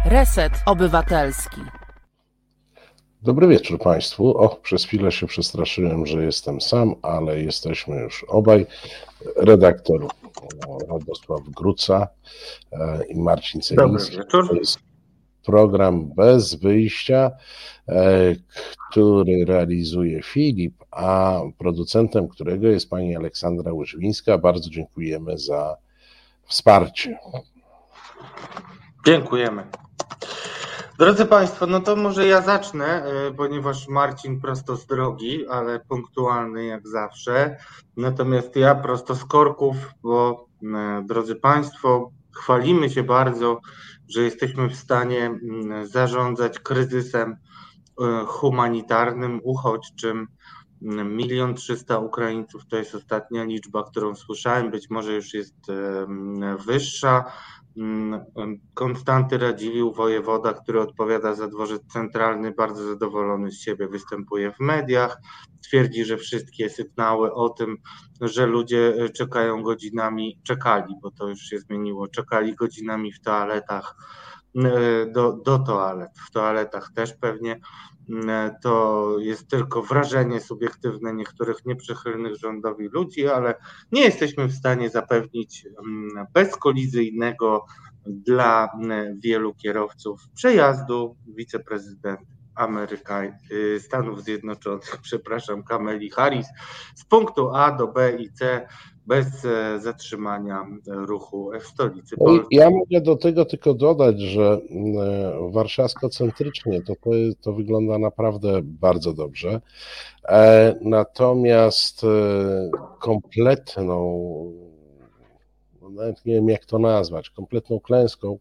Reset Obywatelski. Dobry wieczór Państwu. Przez chwilę się przestraszyłem, że jestem sam, ale jesteśmy już obaj. Redaktor Radosław Gruca i Marcin Celiński. To jest program Bez Wyjścia, który realizuje Filip, a producentem którego jest pani Aleksandra Łyżwińska. Bardzo dziękujemy za wsparcie. Dziękujemy. Drodzy Państwo, no to może ja zacznę, ponieważ Marcin prosto z drogi, ale punktualny jak zawsze. Natomiast ja prosto z korków, bo drodzy Państwo, chwalimy się bardzo, że jesteśmy w stanie zarządzać kryzysem humanitarnym, uchodźczym. 1 300 000 Ukraińców to jest ostatnia liczba, którą słyszałem, być może już jest wyższa. Konstanty Radziwiłł, wojewoda, który odpowiada za Dworzec Centralny, bardzo zadowolony z siebie występuje w mediach. Twierdzi, że wszystkie sygnały o tym, że ludzie czekali, bo to już się zmieniło, czekali godzinami w toaletach, do toalet. W toaletach też pewnie. To jest tylko wrażenie subiektywne niektórych nieprzychylnych rządowi ludzi, ale nie jesteśmy w stanie zapewnić bezkolizyjnego dla wielu kierowców przejazdu wiceprezydent Stanów Zjednoczonych, Kamali Harris, z punktu A do B i C bez zatrzymania ruchu w stolicy Polski. Ja mogę do tego tylko dodać, że warszawsko-centrycznie to wygląda naprawdę bardzo dobrze. Natomiast kompletną, nawet nie wiem jak to nazwać, kompletną klęską,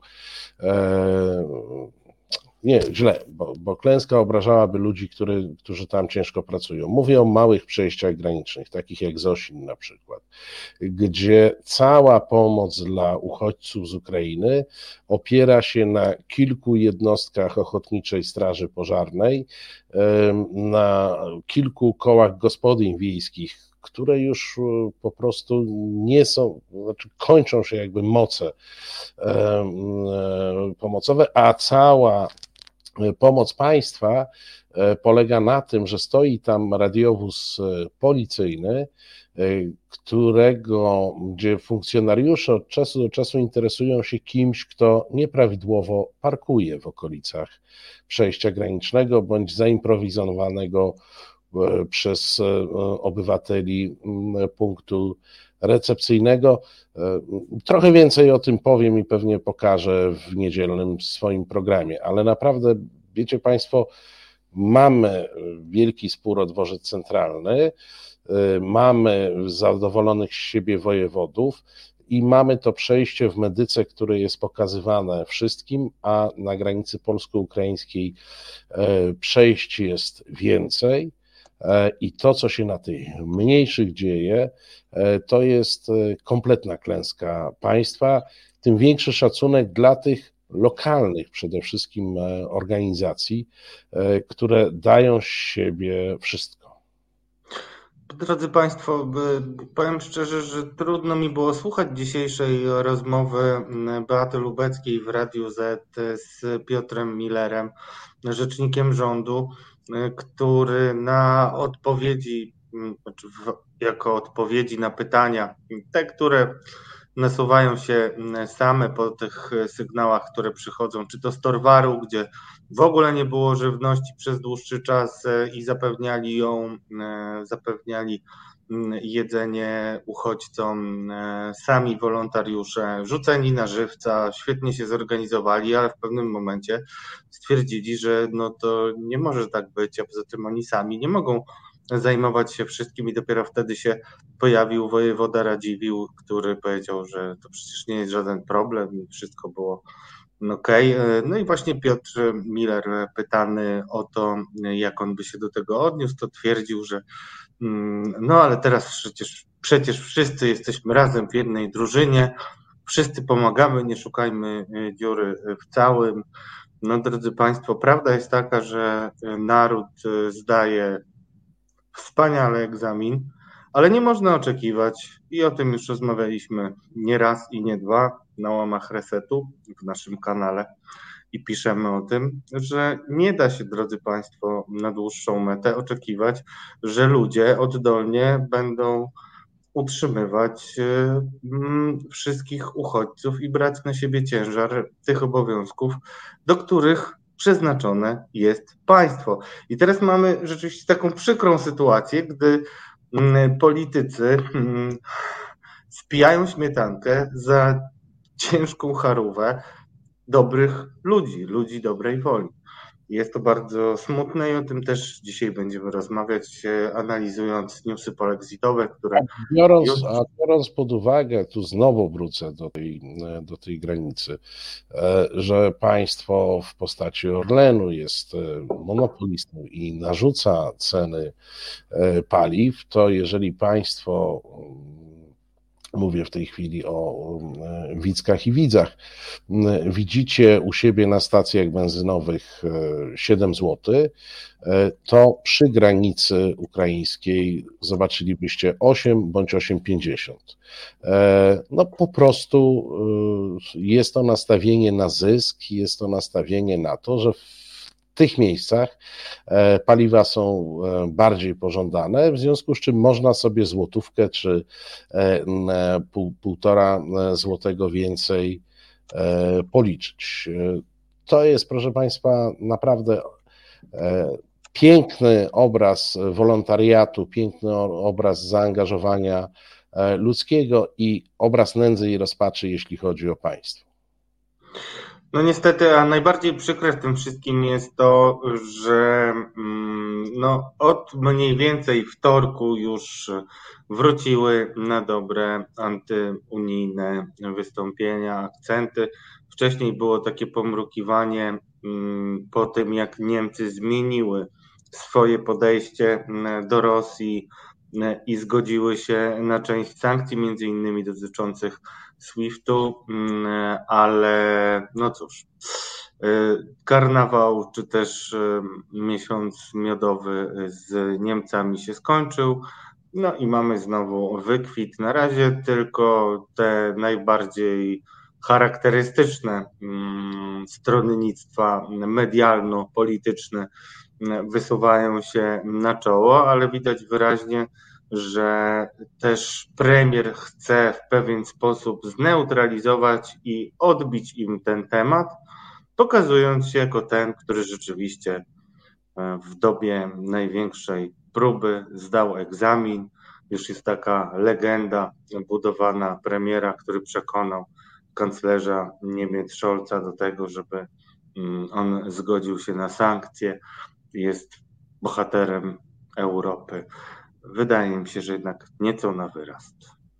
nie, źle, bo klęska obrażałaby ludzi, którzy tam ciężko pracują. Mówię o małych przejściach granicznych, takich jak Zosin na przykład, gdzie cała pomoc dla uchodźców z Ukrainy opiera się na kilku jednostkach Ochotniczej Straży Pożarnej, na kilku kołach gospodyń wiejskich, które już po prostu nie są, znaczy kończą się jakby moce pomocowe, a cała pomoc państwa polega na tym, że stoi tam radiowóz policyjny, gdzie funkcjonariusze od czasu do czasu interesują się kimś, kto nieprawidłowo parkuje w okolicach przejścia granicznego bądź zaimprowizowanego przez obywateli punktu recepcyjnego. Trochę więcej o tym powiem i pewnie pokażę w niedzielnym swoim programie, ale naprawdę, wiecie Państwo, mamy wielki spór o Dworzec Centralny, mamy zadowolonych z siebie wojewodów i mamy to przejście w Medyce, które jest pokazywane wszystkim, a na granicy polsko-ukraińskiej przejść jest więcej. I to, co się na tych mniejszych dzieje, to jest kompletna klęska państwa, tym większy szacunek dla tych lokalnych przede wszystkim organizacji, które dają z siebie wszystko. Drodzy Państwo, powiem szczerze, że trudno mi było słuchać dzisiejszej rozmowy Beaty Lubeckiej w Radiu Z z Piotrem Millerem, rzecznikiem rządu, który na odpowiedzi, jako odpowiedzi na pytania, te, które nasuwają się same po tych sygnałach, które przychodzą, czy to z Torwaru, gdzie w ogóle nie było żywności przez dłuższy czas i zapewniali jedzenie uchodźcom sami wolontariusze, rzuceni na żywca, świetnie się zorganizowali, ale w pewnym momencie stwierdzili, że no to nie może tak być, a poza tym oni sami nie mogą zajmować się wszystkim i dopiero wtedy się pojawił wojewoda Radziwiłł, który powiedział, że to przecież nie jest żaden problem i wszystko było okej. No i właśnie Piotr Miller, pytany o to, jak on by się do tego odniósł, to twierdził, że no ale teraz przecież wszyscy jesteśmy razem w jednej drużynie, wszyscy pomagamy, nie szukajmy dziury w całym. No drodzy Państwo, prawda jest taka, że naród zdaje wspaniale egzamin, ale nie można oczekiwać, i o tym już rozmawialiśmy nie raz i nie dwa na łamach Resetu w naszym kanale i piszemy o tym, że nie da się, drodzy Państwo, na dłuższą metę oczekiwać, że ludzie oddolnie będą utrzymywać wszystkich uchodźców i brać na siebie ciężar tych obowiązków, do których przeznaczone jest państwo. I teraz mamy rzeczywiście taką przykrą sytuację, gdy politycy wpijają śmietankę za ciężką charówę dobrych ludzi dobrej woli. Jest to bardzo smutne i o tym też dzisiaj będziemy rozmawiać, analizując newsy polexitowe, które Biorąc pod uwagę, tu znowu wrócę do tej granicy, że państwo w postaci Orlenu jest monopolistą i narzuca ceny paliw, to jeżeli państwo, mówię w tej chwili o Wickach i Widzach, widzicie u siebie na stacjach benzynowych 7 zł, to przy granicy ukraińskiej zobaczylibyście 8 bądź 8,50. No po prostu jest to nastawienie na zysk, jest to nastawienie na to, że w tych miejscach paliwa są bardziej pożądane, w związku z czym można sobie złotówkę czy 1,5 złotego więcej policzyć. To jest, proszę Państwa, naprawdę piękny obraz wolontariatu, piękny obraz zaangażowania ludzkiego i obraz nędzy i rozpaczy, jeśli chodzi o państwo. No niestety, a najbardziej przykre w tym wszystkim jest to, że od mniej więcej wtorku już wróciły na dobre antyunijne wystąpienia, akcenty. Wcześniej było takie pomrukiwanie po tym, jak Niemcy zmieniły swoje podejście do Rosji i zgodziły się na część sankcji, między innymi dotyczących SWIFT-u, ale no cóż, karnawał czy też miesiąc miodowy z Niemcami się skończył, no i mamy znowu wykwit. Na razie tylko te najbardziej charakterystyczne stronnictwa medialno-polityczne wysuwają się na czoło, ale widać wyraźnie, że też premier chce w pewien sposób zneutralizować i odbić im ten temat, pokazując się jako ten, który rzeczywiście w dobie największej próby zdał egzamin. Już jest taka legenda budowana premiera, który przekonał kanclerza Niemiec Scholza do tego, żeby on zgodził się na sankcje. Jest bohaterem Europy. Wydaje mi się, że jednak nieco na wyrast.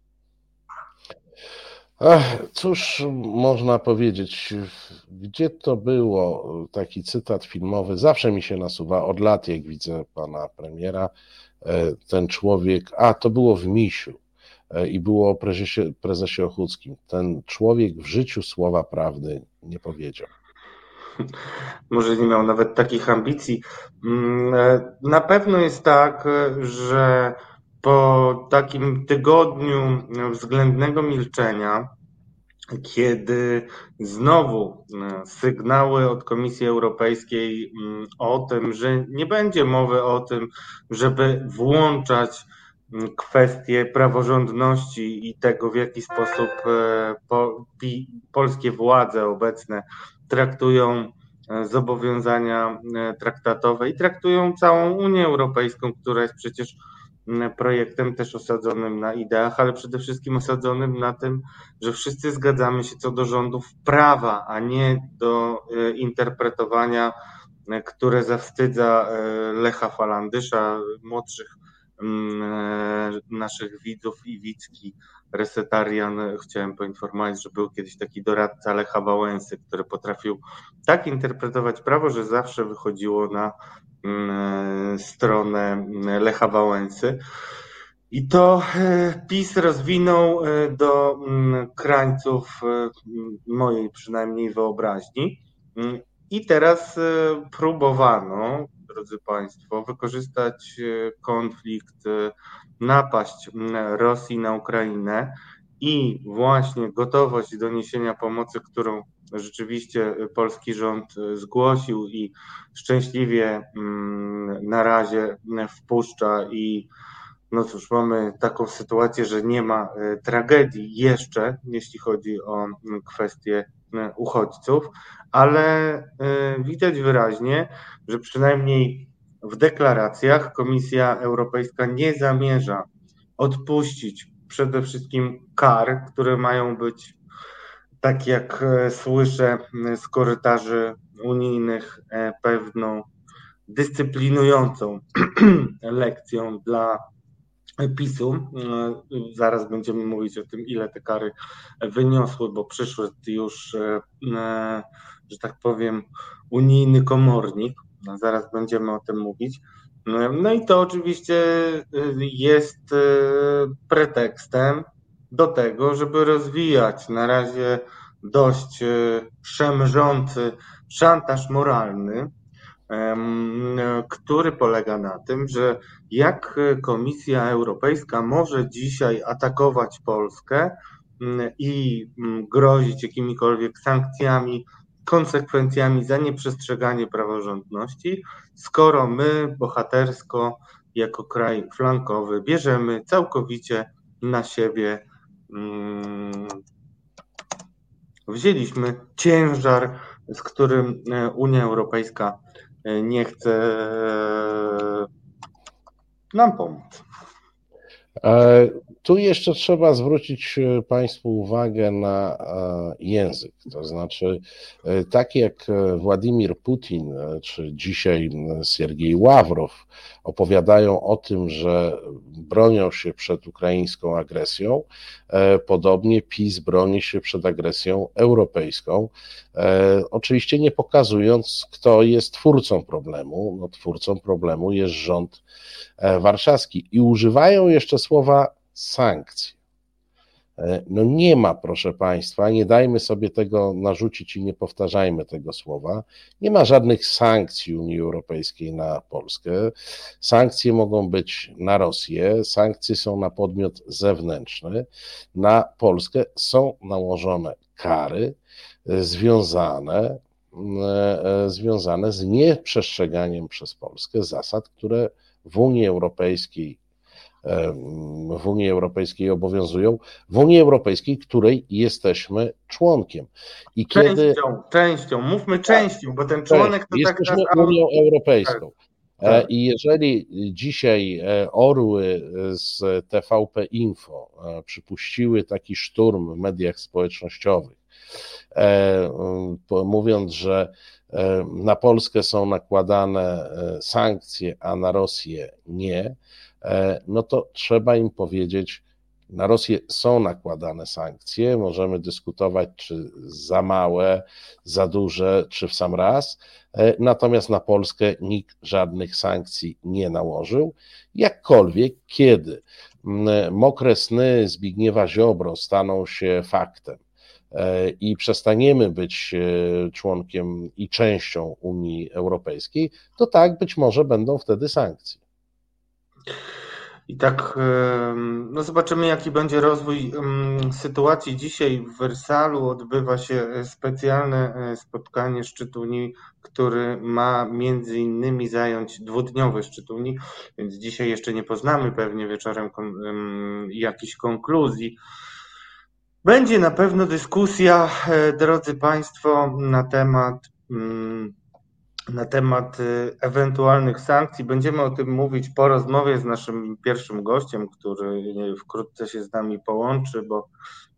Cóż można powiedzieć, gdzie to było, taki cytat filmowy, zawsze mi się nasuwa od lat, jak widzę pana premiera, ten człowiek, to było w Misiu i było o prezesie Ochódzkim, ten człowiek w życiu słowa prawdy nie powiedział. Może nie miał nawet takich ambicji. Na pewno jest tak, że po takim tygodniu względnego milczenia, kiedy znowu sygnały od Komisji Europejskiej o tym, że nie będzie mowy o tym, żeby włączać kwestie praworządności i tego, w jaki sposób polskie władze obecne traktują zobowiązania traktatowe i traktują całą Unię Europejską, która jest przecież projektem też osadzonym na ideach, ale przede wszystkim osadzonym na tym, że wszyscy zgadzamy się co do rządów prawa, a nie do interpretowania, które zawstydza Lecha Falandysza, młodszych naszych widzów i widzki resetarian. Chciałem poinformować, że był kiedyś taki doradca Lecha Wałęsy, który potrafił tak interpretować prawo, że zawsze wychodziło na stronę Lecha Wałęsy. I to PiS rozwinął do krańców mojej przynajmniej wyobraźni. I teraz próbowano, drodzy Państwo, wykorzystać konflikt, napaść Rosji na Ukrainę i właśnie gotowość do niesienia pomocy, którą rzeczywiście polski rząd zgłosił i szczęśliwie na razie wpuszcza i no cóż, mamy taką sytuację, że nie ma tragedii jeszcze, jeśli chodzi o kwestie uchodźców, ale widać wyraźnie, że przynajmniej w deklaracjach Komisja Europejska nie zamierza odpuścić przede wszystkim kar, które mają być, tak jak słyszę z korytarzy unijnych, pewną dyscyplinującą lekcją dla PiS-u. Zaraz będziemy mówić o tym, ile te kary wyniosły, bo przyszły już, że tak powiem, unijny komornik. Zaraz będziemy o tym mówić. No i to oczywiście jest pretekstem do tego, żeby rozwijać na razie dość szemrzący szantaż moralny, który polega na tym, że jak Komisja Europejska może dzisiaj atakować Polskę i grozić jakimikolwiek sankcjami, konsekwencjami za nieprzestrzeganie praworządności, skoro my bohatersko jako kraj flankowy bierzemy całkowicie na siebie, wzięliśmy ciężar, z którym Unia Europejska nie chce nam pomóc. Tu jeszcze trzeba zwrócić Państwu uwagę na język, to znaczy tak jak Władimir Putin czy dzisiaj Siergiej Ławrow opowiadają o tym, że bronią się przed ukraińską agresją, podobnie PiS broni się przed agresją europejską, oczywiście nie pokazując, kto jest twórcą problemu. No, twórcą problemu jest rząd warszawski i używają jeszcze słowa sankcje. No nie ma, proszę Państwa, nie dajmy sobie tego narzucić i nie powtarzajmy tego słowa. Nie ma żadnych sankcji Unii Europejskiej na Polskę. Sankcje mogą być na Rosję, sankcje są na podmiot zewnętrzny. Na Polskę są nałożone kary związane z nieprzestrzeganiem przez Polskę zasad, które w Unii Europejskiej obowiązują, w Unii Europejskiej, której jesteśmy członkiem. I Częścią, mówmy częścią, bo ten członek to tak... Jesteśmy Unią Europejską. Tak. I jeżeli dzisiaj orły z TVP Info przypuściły taki szturm w mediach społecznościowych, mówiąc, że na Polskę są nakładane sankcje, a na Rosję nie, no to trzeba im powiedzieć, na Rosję są nakładane sankcje, możemy dyskutować, czy za małe, za duże, czy w sam raz, natomiast na Polskę nikt żadnych sankcji nie nałożył. Jakkolwiek, kiedy mokre sny Zbigniewa Ziobro staną się faktem i przestaniemy być członkiem i częścią Unii Europejskiej, to tak, być może będą wtedy sankcje. I tak, no zobaczymy, jaki będzie rozwój sytuacji. Dzisiaj w Wersalu odbywa się specjalne spotkanie szczytu Unii, który ma między innymi zająć dwudniowy szczyt Unii, więc dzisiaj jeszcze nie poznamy pewnie wieczorem jakichś konkluzji. Będzie na pewno dyskusja, drodzy Państwo, na temat ewentualnych sankcji. Będziemy o tym mówić po rozmowie z naszym pierwszym gościem, który wkrótce się z nami połączy, bo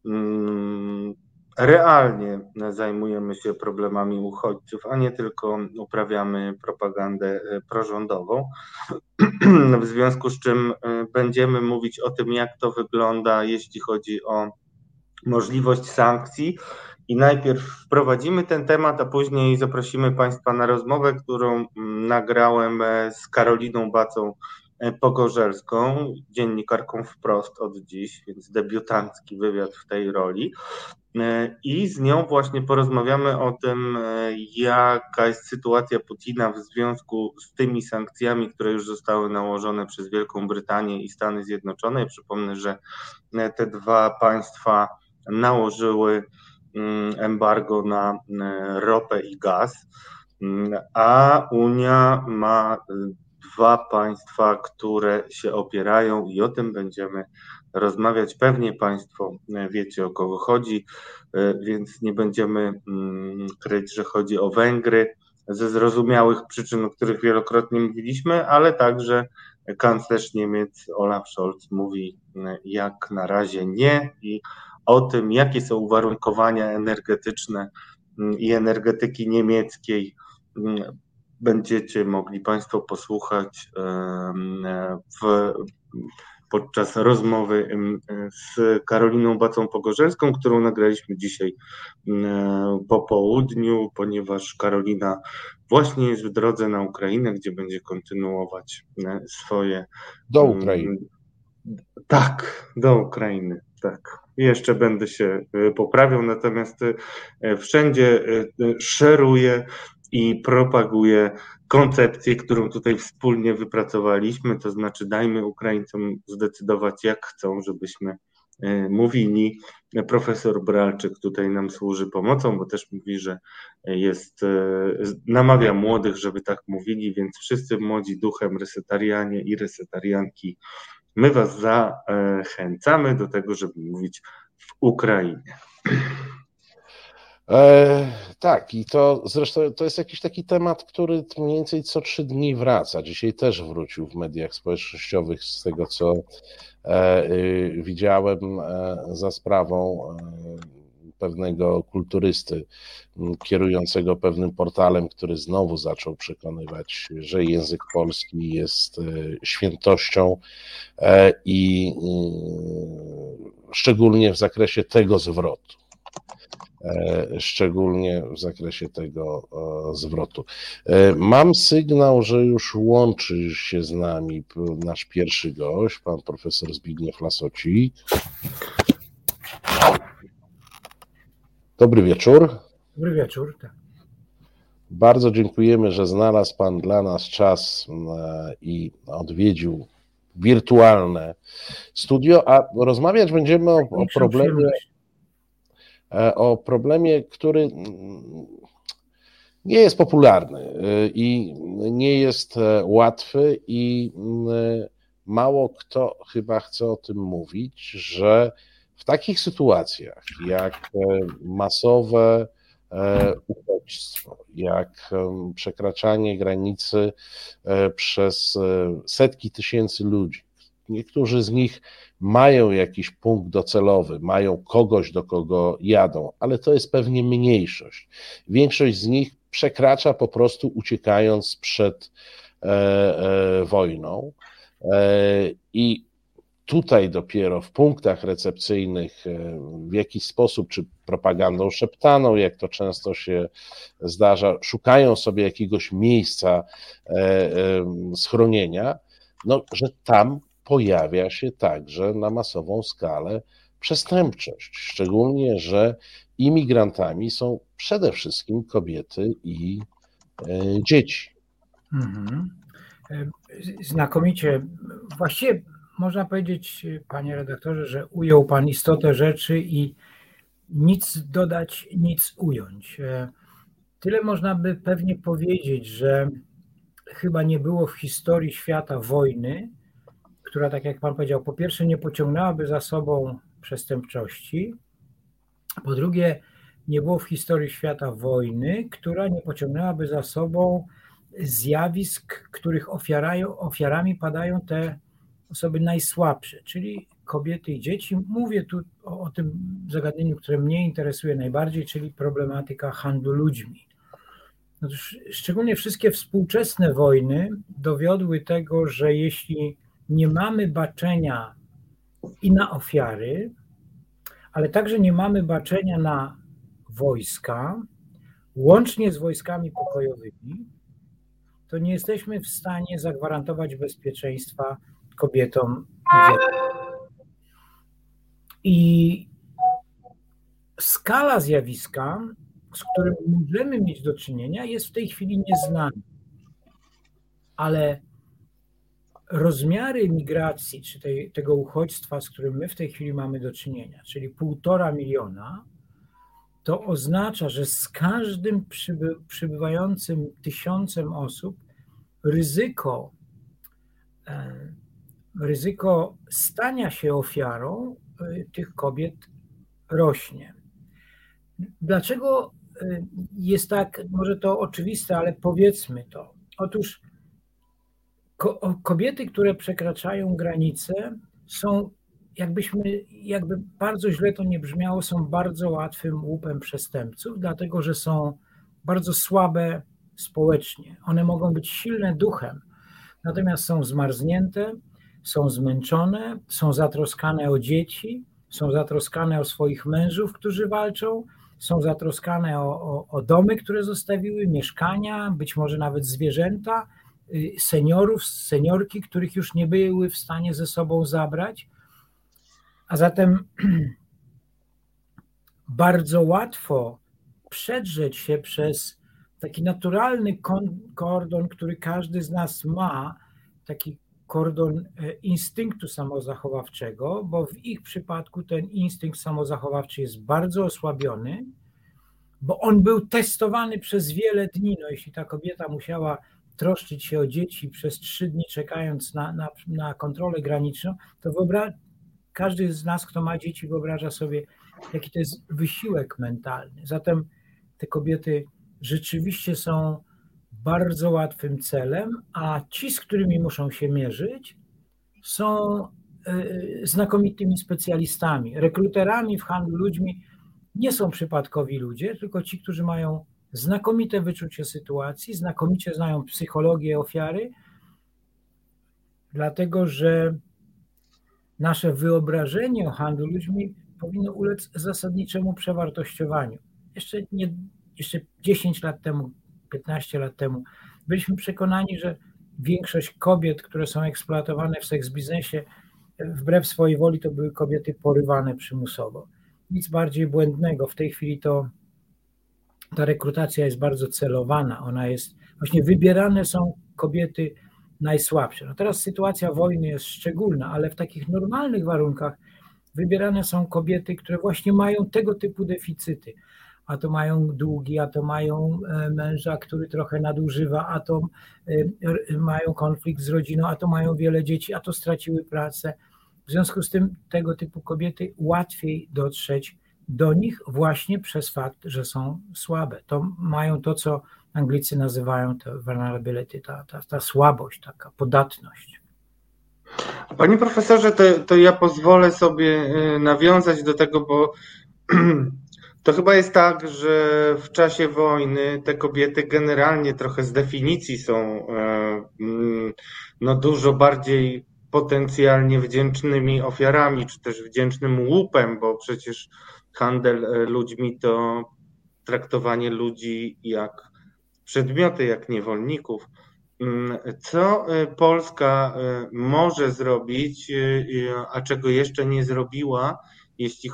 realnie zajmujemy się problemami uchodźców, a nie tylko uprawiamy propagandę prorządową. W związku z czym będziemy mówić o tym, jak to wygląda, jeśli chodzi o możliwość sankcji. I najpierw wprowadzimy ten temat, a później zaprosimy Państwa na rozmowę, którą nagrałem z Karoliną Bacą-Pogorzelską, dziennikarką Wprost od dziś, więc debiutancki wywiad w tej roli. I z nią właśnie porozmawiamy o tym, jaka jest sytuacja Putina w związku z tymi sankcjami, które już zostały nałożone przez Wielką Brytanię i Stany Zjednoczone. Ja przypomnę, że te dwa państwa nałożyły embargo na ropę i gaz, a Unia ma dwa państwa, które się opierają i o tym będziemy rozmawiać. Pewnie Państwo wiecie, o kogo chodzi, więc nie będziemy kryć, że chodzi o Węgry ze zrozumiałych przyczyn, o których wielokrotnie mówiliśmy, ale także kanclerz Niemiec Olaf Scholz mówi jak na razie nie i o tym, jakie są uwarunkowania energetyczne i energetyki niemieckiej, będziecie mogli Państwo posłuchać podczas rozmowy z Karoliną Bacą-Pogorzelską, którą nagraliśmy dzisiaj po południu, ponieważ Karolina właśnie jest w drodze na Ukrainę, gdzie będzie kontynuować swoje... Do Ukrainy. Tak, do Ukrainy, tak. Jeszcze będę się poprawiał, natomiast wszędzie szeruję i propaguję koncepcję, którą tutaj wspólnie wypracowaliśmy, to znaczy dajmy Ukraińcom zdecydować, jak chcą, żebyśmy mówili. Profesor Bralczyk tutaj nam służy pomocą, bo też mówi, że namawia młodych, żeby tak mówili, więc wszyscy młodzi duchem resetarianie i resetarianki, my Was zachęcamy do tego, żeby mówić w Ukrainie. Tak, i to zresztą to jest jakiś taki temat, który mniej więcej co 3 dni wraca. Dzisiaj też wrócił w mediach społecznościowych z tego, co widziałem za sprawą pewnego kulturysty kierującego pewnym portalem, który znowu zaczął przekonywać, że język polski jest świętością i szczególnie w zakresie tego zwrotu. Mam sygnał, że już łączy się z nami nasz pierwszy gość, pan profesor Zbigniew Lasocik. Dobry wieczór. Dobry wieczór. Tak. Bardzo dziękujemy, że znalazł pan dla nas czas i odwiedził wirtualne studio, a rozmawiać będziemy o problemie, który nie jest popularny i nie jest łatwy i mało kto chyba chce o tym mówić, że w takich sytuacjach jak masowe uchodźstwo, jak przekraczanie granicy przez setki tysięcy ludzi, niektórzy z nich mają jakiś punkt docelowy, mają kogoś, do kogo jadą, ale to jest pewnie mniejszość. Większość z nich przekracza po prostu uciekając przed wojną i tutaj dopiero w punktach recepcyjnych w jakiś sposób, czy propagandą szeptaną, jak to często się zdarza, szukają sobie jakiegoś miejsca schronienia, no, że tam pojawia się także na masową skalę przestępczość, szczególnie, że imigrantami są przede wszystkim kobiety i dzieci. Znakomicie. Właściwie można powiedzieć, panie redaktorze, że ujął pan istotę rzeczy i nic dodać, nic ująć. Tyle można by pewnie powiedzieć, że chyba nie było w historii świata wojny, która, tak jak pan powiedział, po pierwsze nie pociągnęłaby za sobą przestępczości, po drugie nie było w historii świata wojny, która nie pociągnęłaby za sobą zjawisk, których ofiarami padają te osoby najsłabsze, czyli kobiety i dzieci. Mówię tu o tym zagadnieniu, które mnie interesuje najbardziej, czyli problematyka handlu ludźmi. Otóż szczególnie wszystkie współczesne wojny dowiodły tego, że jeśli nie mamy baczenia i na ofiary, ale także nie mamy baczenia na wojska, łącznie z wojskami pokojowymi, to nie jesteśmy w stanie zagwarantować bezpieczeństwa kobietom i dzieciom. I skala zjawiska, z którym możemy mieć do czynienia, jest w tej chwili nieznana. Ale rozmiary migracji, czy tego uchodźstwa, z którym my w tej chwili mamy do czynienia, czyli 1,5 miliona, to oznacza, że z każdym przybywającym 1000 osób ryzyko stania się ofiarą tych kobiet rośnie. Dlaczego jest tak, może to oczywiste, ale powiedzmy to. Otóż kobiety, które przekraczają granice, są, jakby bardzo źle to nie brzmiało, są bardzo łatwym łupem przestępców, dlatego że są bardzo słabe społecznie. One mogą być silne duchem, natomiast są zmarznięte, są zmęczone, są zatroskane o dzieci, są zatroskane o swoich mężów, którzy walczą, są zatroskane o domy, które zostawiły, mieszkania, być może nawet zwierzęta, seniorów, seniorki, których już nie były w stanie ze sobą zabrać. A zatem bardzo łatwo przedrzeć się przez taki naturalny kordon, który każdy z nas ma, taki kordon instynktu samozachowawczego, bo w ich przypadku ten instynkt samozachowawczy jest bardzo osłabiony, bo on był testowany przez wiele dni. No, jeśli ta kobieta musiała troszczyć się o dzieci przez 3 dni, czekając na kontrolę graniczną, to każdy z nas, kto ma dzieci, wyobraża sobie, jaki to jest wysiłek mentalny. Zatem te kobiety rzeczywiście są bardzo łatwym celem, a ci, z którymi muszą się mierzyć, są znakomitymi specjalistami. Rekruterami w handlu ludźmi nie są przypadkowi ludzie, tylko ci, którzy mają znakomite wyczucie sytuacji, znakomicie znają psychologię ofiary, dlatego że nasze wyobrażenie o handlu ludźmi powinno ulec zasadniczemu przewartościowaniu. Jeszcze 10 lat temu, 15 lat temu byliśmy przekonani, że większość kobiet, które są eksploatowane w seks biznesie, wbrew swojej woli to były kobiety porywane przymusowo. Nic bardziej błędnego. W tej chwili ta rekrutacja jest bardzo celowana. Właśnie wybierane są kobiety najsłabsze. No teraz sytuacja wojny jest szczególna, ale w takich normalnych warunkach wybierane są kobiety, które właśnie mają tego typu deficyty. A to mają długi, a to mają męża, który trochę nadużywa, a to mają konflikt z rodziną, a to mają wiele dzieci, a to straciły pracę. W związku z tym tego typu kobiety łatwiej dotrzeć do nich właśnie przez fakt, że są słabe. To mają to, co Anglicy nazywają to vulnerability, ta słabość, taka podatność. Panie profesorze, to ja pozwolę sobie nawiązać do tego, bo to chyba jest tak, że w czasie wojny te kobiety generalnie trochę z definicji są dużo bardziej potencjalnie wdzięcznymi ofiarami, czy też wdzięcznym łupem, bo przecież handel ludźmi to traktowanie ludzi jak przedmioty, jak niewolników. Co Polska może zrobić, a czego jeszcze nie zrobiła, jeśli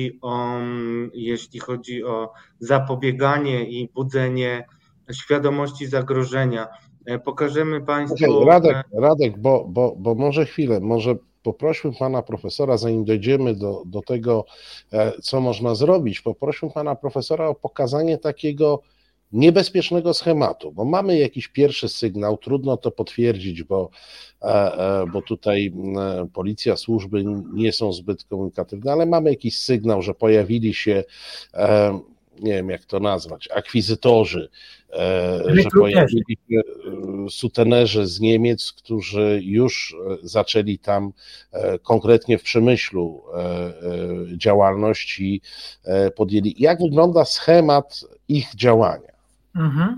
chodzi o zapobieganie i budzenie świadomości zagrożenia? Pokażemy Państwu... Radek, bo może chwilę, może poprośmy pana profesora, zanim dojdziemy do tego, co można zrobić, poprośmy pana profesora o pokazanie takiego niebezpiecznego schematu, bo mamy jakiś pierwszy sygnał, trudno to potwierdzić, bo tutaj policja, służby nie są zbyt komunikatywne, ale mamy jakiś sygnał, że pojawili się, nie wiem jak to nazwać, akwizytorzy, że pojawili się sutenerzy z Niemiec, którzy już zaczęli tam konkretnie w Przemyślu działalność i podjęli. Jak wygląda schemat ich działania? Mhm.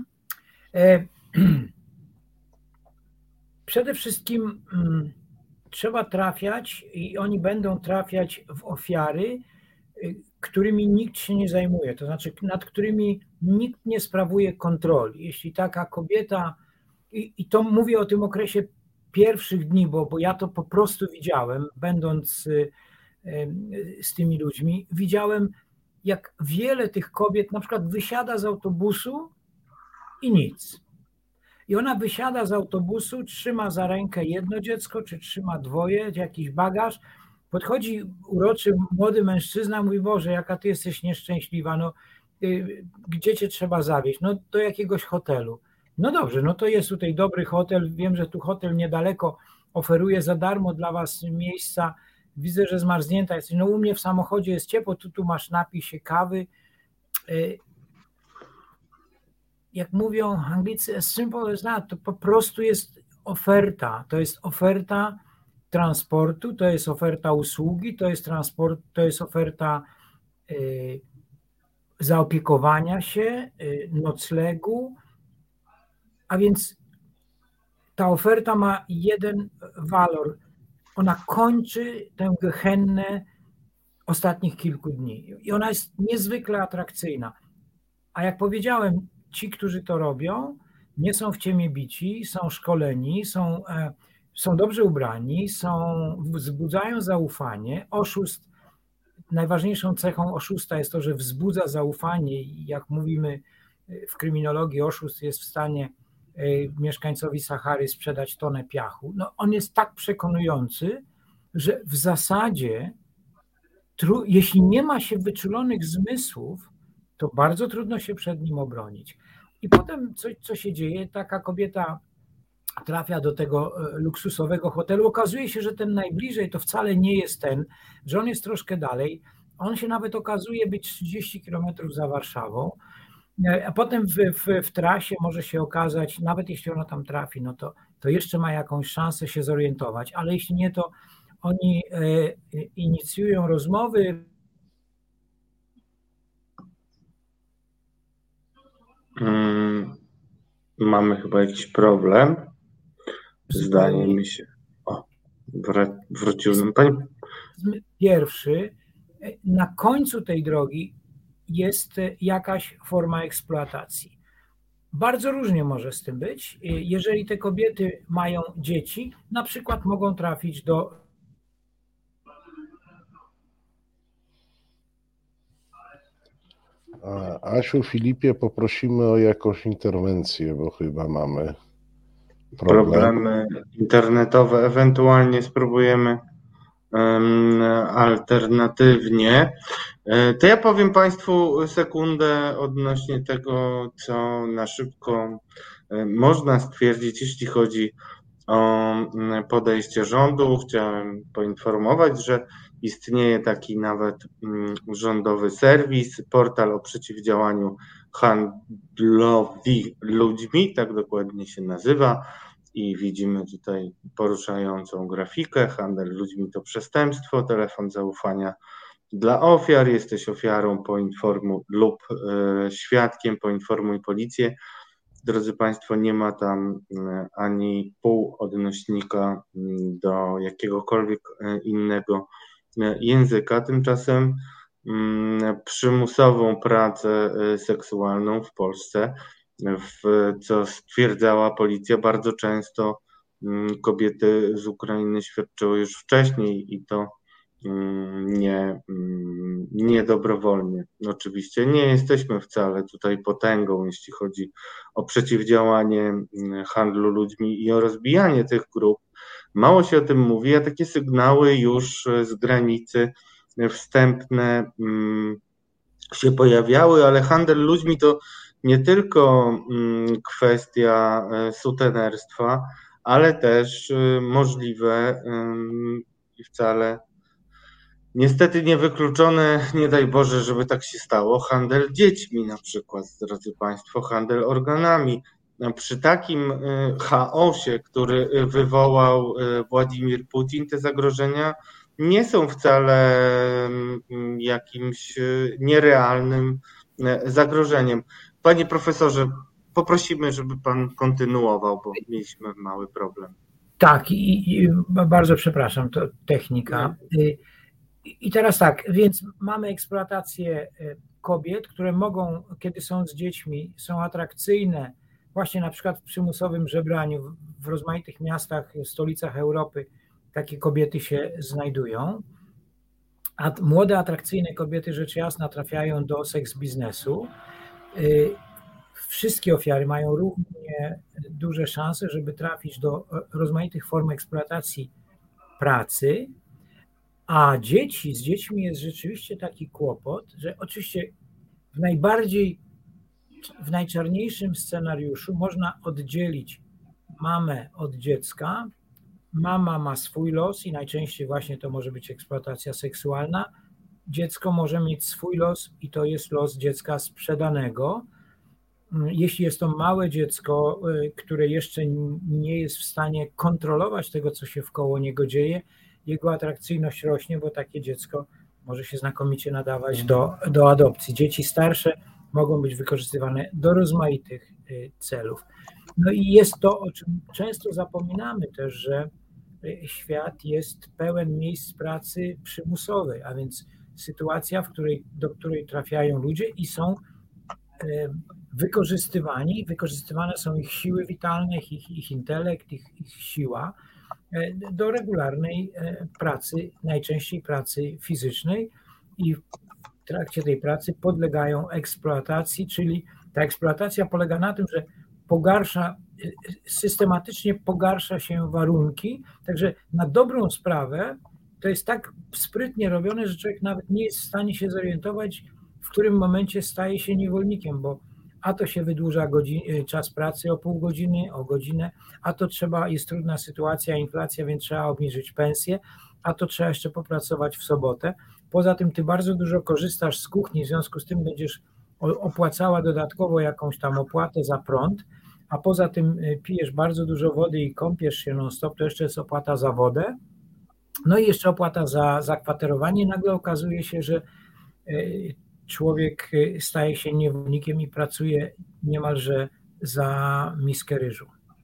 Przede wszystkim trzeba trafiać i oni będą trafiać w ofiary, którymi nikt się nie zajmuje, to znaczy nad którymi nikt nie sprawuje kontroli. Jeśli taka kobieta, i to mówię o tym okresie pierwszych dni, bo ja to po prostu widziałem, będąc z tymi ludźmi, widziałem jak wiele tych kobiet na przykład wysiada z autobusu i nic. I ona wysiada z autobusu, trzyma za rękę jedno dziecko, czy trzyma 2, jakiś bagaż. Podchodzi uroczy młody mężczyzna, mówi: Boże, jaka ty jesteś nieszczęśliwa, no gdzie cię trzeba zawieźć? No do jakiegoś hotelu. No dobrze, no to jest tutaj dobry hotel, wiem, że tu hotel niedaleko oferuje za darmo dla was miejsca, widzę, że zmarznięta jesteś, no u mnie w samochodzie jest ciepło, tu masz napij się kawy. Jak mówią Anglicy, as simple as that, to po prostu jest oferta, to jest oferta transportu, to jest oferta usługi, to jest transport, to jest oferta zaopiekowania się, noclegu, a więc ta oferta ma jeden walor. Ona kończy tę gehennę ostatnich kilku dni i ona jest niezwykle atrakcyjna. A jak powiedziałem, ci, którzy to robią, nie są w ciemię bici, są szkoleni, są dobrze ubrani, wzbudzają zaufanie. Oszust, najważniejszą cechą oszusta jest to, że wzbudza zaufanie i jak mówimy w kryminologii, oszust jest w stanie mieszkańcowi Sahary sprzedać tonę piachu. No, on jest tak przekonujący, że w zasadzie jeśli nie ma się wyczulonych zmysłów, to bardzo trudno się przed nim obronić. I potem co się dzieje? Taka kobieta trafia do tego luksusowego hotelu. Okazuje się, że ten najbliżej to wcale nie jest ten, że on jest troszkę dalej. On się nawet okazuje być 30 kilometrów za Warszawą. A potem w trasie może się okazać, nawet jeśli ona tam trafi, no to jeszcze ma jakąś szansę się zorientować, ale jeśli nie, to oni inicjują rozmowy. Mamy chyba jakiś problem. Zdaje mi się. Wrócił nam pani. Pierwszy, na końcu tej drogi jest jakaś forma eksploatacji. Bardzo różnie może z tym być. Jeżeli te kobiety mają dzieci, na przykład mogą trafić do... Asiu, Filipie, poprosimy o jakąś interwencję, bo chyba mamy problemy internetowe. Ewentualnie spróbujemy alternatywnie. To ja powiem Państwu sekundę odnośnie tego, co na szybko można stwierdzić, jeśli chodzi o podejście rządu. Chciałem poinformować, że istnieje taki nawet rządowy serwis, portal o przeciwdziałaniu handlowi ludźmi, tak dokładnie się nazywa. I widzimy tutaj poruszającą grafikę. Handel ludźmi to przestępstwo, telefon zaufania dla ofiar. Jesteś ofiarą, poinformuj lub świadkiem, poinformuj policję. Drodzy Państwo, nie ma tam ani półodnośnika do jakiegokolwiek innego języka. Tymczasem przymusową pracę seksualną w Polsce, co stwierdzała policja, bardzo często kobiety z Ukrainy świadczyły już wcześniej i to nie dobrowolnie. Oczywiście nie jesteśmy wcale tutaj potęgą, jeśli chodzi o przeciwdziałanie handlu ludźmi i o rozbijanie tych grup. Mało się o tym mówi, a takie sygnały już z granicy wstępne się pojawiały, ale handel ludźmi to nie tylko kwestia sutenerstwa, ale też możliwe i wcale niestety niewykluczone, nie daj Boże, żeby tak się stało, handel dziećmi na przykład, drodzy Państwo, handel organami. Przy takim chaosie, który wywołał Władimir Putin, te zagrożenia nie są wcale jakimś nierealnym zagrożeniem. Panie profesorze, poprosimy, żeby Pan kontynuował, bo mieliśmy mały problem. Tak, i bardzo przepraszam, to technika. I teraz tak, więc mamy eksploatację kobiet, które mogą, kiedy są z dziećmi, są atrakcyjne, właśnie na przykład w przymusowym żebraniu w rozmaitych miastach, stolicach Europy takie kobiety się znajdują, a młode, atrakcyjne kobiety rzecz jasna trafiają do seks biznesu. Wszystkie ofiary mają równie duże szanse, żeby trafić do rozmaitych form eksploatacji pracy, a z dziećmi jest rzeczywiście taki kłopot, że oczywiście w najczarniejszym scenariuszu można oddzielić mamę od dziecka. Mama ma swój los i najczęściej właśnie to może być eksploatacja seksualna. Dziecko może mieć swój los i to jest los dziecka sprzedanego. Jeśli jest to małe dziecko, które jeszcze nie jest w stanie kontrolować tego, co się wkoło niego dzieje, jego atrakcyjność rośnie, bo takie dziecko może się znakomicie nadawać do adopcji. Dzieci starsze mogą być wykorzystywane do rozmaitych celów. No i jest to, o czym często zapominamy też, że świat jest pełen miejsc pracy przymusowej, a więc sytuacja, do której trafiają ludzie i są wykorzystywane są ich siły witalne, ich intelekt, ich siła do regularnej pracy, najczęściej pracy fizycznej, i w trakcie tej pracy podlegają eksploatacji, czyli ta eksploatacja polega na tym, że systematycznie pogarsza się warunki, także na dobrą sprawę to jest tak sprytnie robione, że człowiek nawet nie jest w stanie się zorientować, w którym momencie staje się niewolnikiem, bo a to się wydłuża czas pracy o pół godziny, o godzinę, a to jest trudna sytuacja, inflacja, więc trzeba obniżyć pensję, a to trzeba jeszcze popracować w sobotę. Poza tym ty bardzo dużo korzystasz z kuchni, w związku z tym będziesz opłacała dodatkowo jakąś tam opłatę za prąd, a poza tym pijesz bardzo dużo wody i kąpiesz się non-stop, to jeszcze jest opłata za wodę, no i jeszcze opłata za zakwaterowanie. Nagle okazuje się, że człowiek staje się niewolnikiem i pracuje niemalże za miskę ryżu.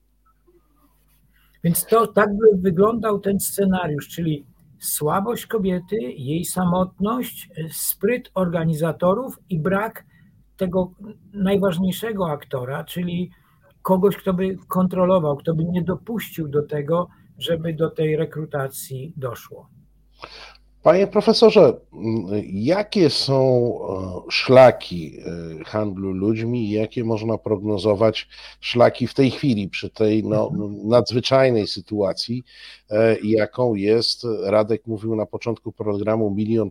Więc to tak by wyglądał ten scenariusz, czyli słabość kobiety, jej samotność, spryt organizatorów i brak tego najważniejszego aktora, czyli kogoś, kto by kontrolował, kto by nie dopuścił do tego, żeby do tej rekrutacji doszło. Panie profesorze, jakie są szlaki handlu ludźmi i jakie można prognozować szlaki w tej chwili, przy tej nadzwyczajnej sytuacji, jaką jest, Radek mówił na początku programu, 1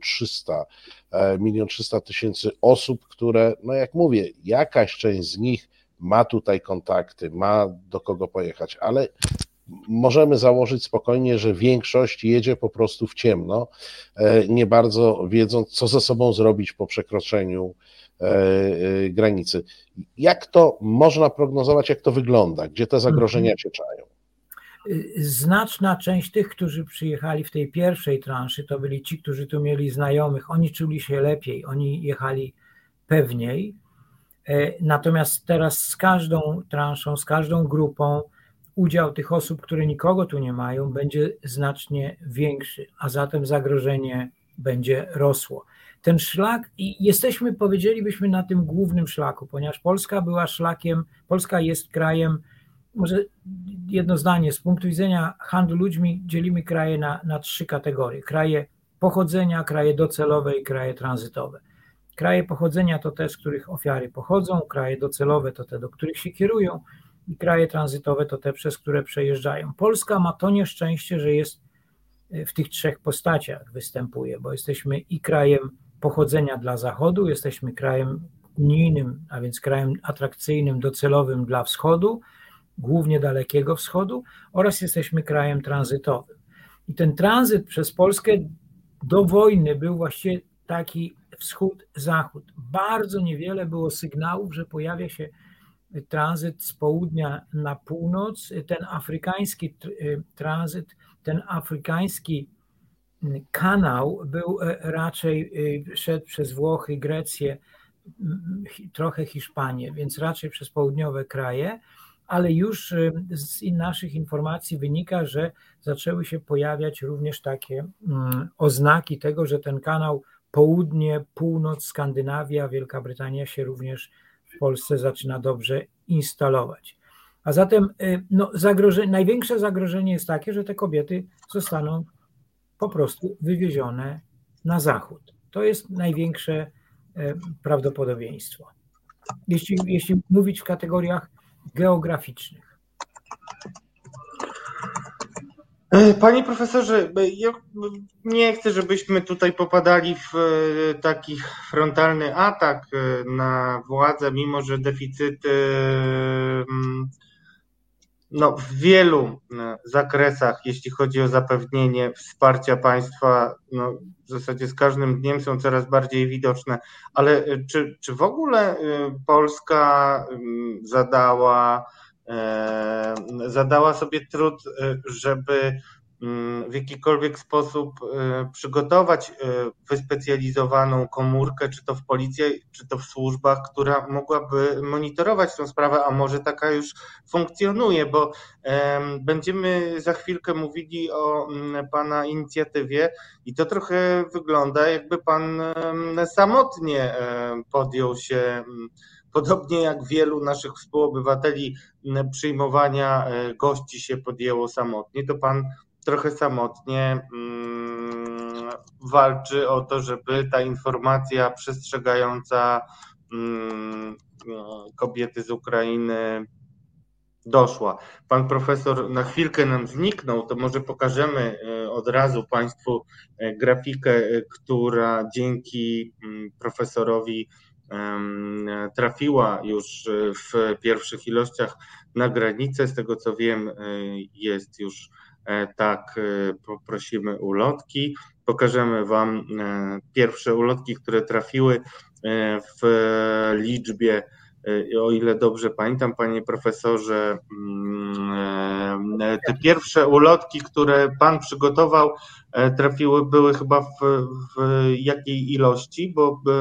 300 000 osób, które, no jak mówię, jakaś część z nich ma tutaj kontakty, ma do kogo pojechać, ale możemy założyć spokojnie, że większość jedzie po prostu w ciemno, nie bardzo wiedząc, co ze sobą zrobić po przekroczeniu granicy. Jak to można prognozować, jak to wygląda? Gdzie te zagrożenia się czają? Znaczna część tych, którzy przyjechali w tej pierwszej transzy, to byli ci, którzy tu mieli znajomych, oni czuli się lepiej, oni jechali pewniej. Natomiast teraz z każdą transzą, z każdą grupą udział tych osób, które nikogo tu nie mają, będzie znacznie większy, a zatem zagrożenie będzie rosło. Ten szlak, i powiedzielibyśmy, na tym głównym szlaku, ponieważ Polska jest krajem, może jedno zdanie, z punktu widzenia handlu ludźmi dzielimy kraje na 3 kategorie. Kraje pochodzenia, kraje docelowe i kraje tranzytowe. Kraje pochodzenia to te, z których ofiary pochodzą, kraje docelowe to te, do których się kierują, i kraje tranzytowe to te, przez które przejeżdżają. Polska ma to nieszczęście, że jest w tych 3 postaciach występuje, bo jesteśmy i krajem pochodzenia dla Zachodu, jesteśmy krajem unijnym, a więc krajem atrakcyjnym, docelowym dla Wschodu, głównie Dalekiego Wschodu, oraz jesteśmy krajem tranzytowym. I ten tranzyt przez Polskę do wojny był właściwie taki wschód-zachód. Bardzo niewiele było sygnałów, że pojawia się tranzyt z południa na północ. Ten afrykański tranzyt, ten afrykański kanał był raczej, szedł przez Włochy, Grecję, trochę Hiszpanię, więc raczej przez południowe kraje, ale już z naszych informacji wynika, że zaczęły się pojawiać również takie oznaki tego, że ten kanał południe, północ, Skandynawia, Wielka Brytania się również w Polsce zaczyna dobrze instalować. A zatem największe zagrożenie jest takie, że te kobiety zostaną po prostu wywiezione na zachód. To jest największe prawdopodobieństwo. Jeśli mówić w kategoriach geograficznych. Panie profesorze, ja nie chcę, żebyśmy tutaj popadali w taki frontalny atak na władzę, mimo że deficyty w wielu zakresach, jeśli chodzi o zapewnienie wsparcia państwa, w zasadzie z każdym dniem są coraz bardziej widoczne, ale czy w ogóle Polska zadała sobie trud, żeby w jakikolwiek sposób przygotować wyspecjalizowaną komórkę, czy to w policji, czy to w służbach, która mogłaby monitorować tę sprawę, a może taka już funkcjonuje, bo będziemy za chwilkę mówili o pana inicjatywie i to trochę wygląda, jakby pan samotnie podjął się, podobnie jak wielu naszych współobywateli, przyjmowania gości się podjęło samotnie, to pan trochę samotnie walczy o to, żeby ta informacja przestrzegająca kobiety z Ukrainy doszła. Pan profesor na chwilkę nam zniknął, to może pokażemy od razu Państwu grafikę, która dzięki profesorowi trafiła już w pierwszych ilościach na granicę. Z tego co wiem, jest już tak, poprosimy ulotki. Pokażemy Wam pierwsze ulotki, które trafiły w liczbie, o ile dobrze pamiętam, panie profesorze, te pierwsze ulotki, które pan przygotował, trafiły, były chyba w jakiej ilości?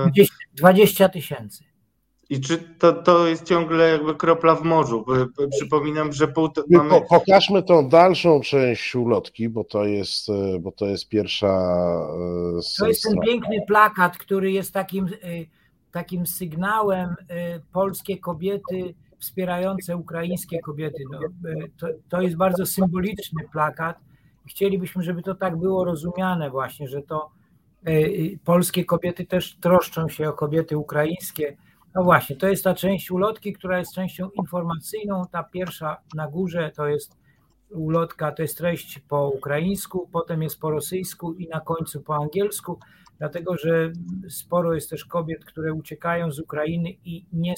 20 000. I czy to jest ciągle jakby kropla w morzu? Przypominam, że mamy... Pokażmy tą dalszą część ulotki, bo to jest pierwsza z To jest ten piękny plakat, który jest takim sygnałem polskie kobiety wspierające ukraińskie kobiety. To jest bardzo symboliczny plakat. Chcielibyśmy, żeby to tak było rozumiane właśnie, że to polskie kobiety też troszczą się o kobiety ukraińskie. No właśnie, to jest ta część ulotki, która jest częścią informacyjną. Ta pierwsza na górze to jest ulotka, to jest treść po ukraińsku, potem jest po rosyjsku i na końcu po angielsku, dlatego że sporo jest też kobiet, które uciekają z Ukrainy i nie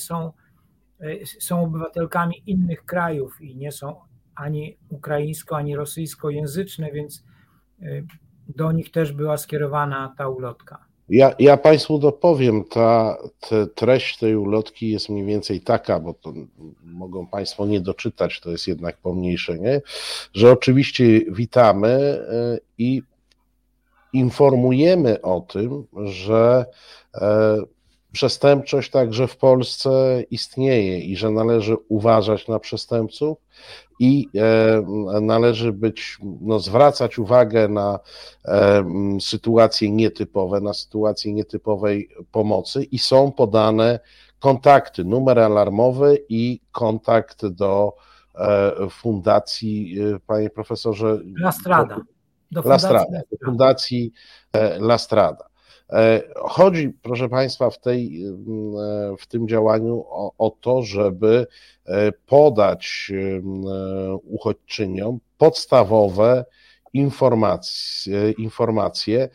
są obywatelkami innych krajów i nie są ani ukraińsko, ani rosyjskojęzyczne, więc do nich też była skierowana ta ulotka. Ja Państwu dopowiem, treść tej ulotki jest mniej więcej taka, bo to mogą Państwo nie doczytać, to jest jednak pomniejszenie, że oczywiście witamy i informujemy o tym, że przestępczość także w Polsce istnieje i że należy uważać na przestępców i należy zwracać uwagę na sytuacje nietypowe, na sytuacje nietypowej pomocy i są podane kontakty, numer alarmowy i kontakt do fundacji, panie profesorze? La Strada. Do fundacji La Strada. Chodzi, proszę Państwa, w tym działaniu o to, żeby podać uchodźczyniom podstawowe informacje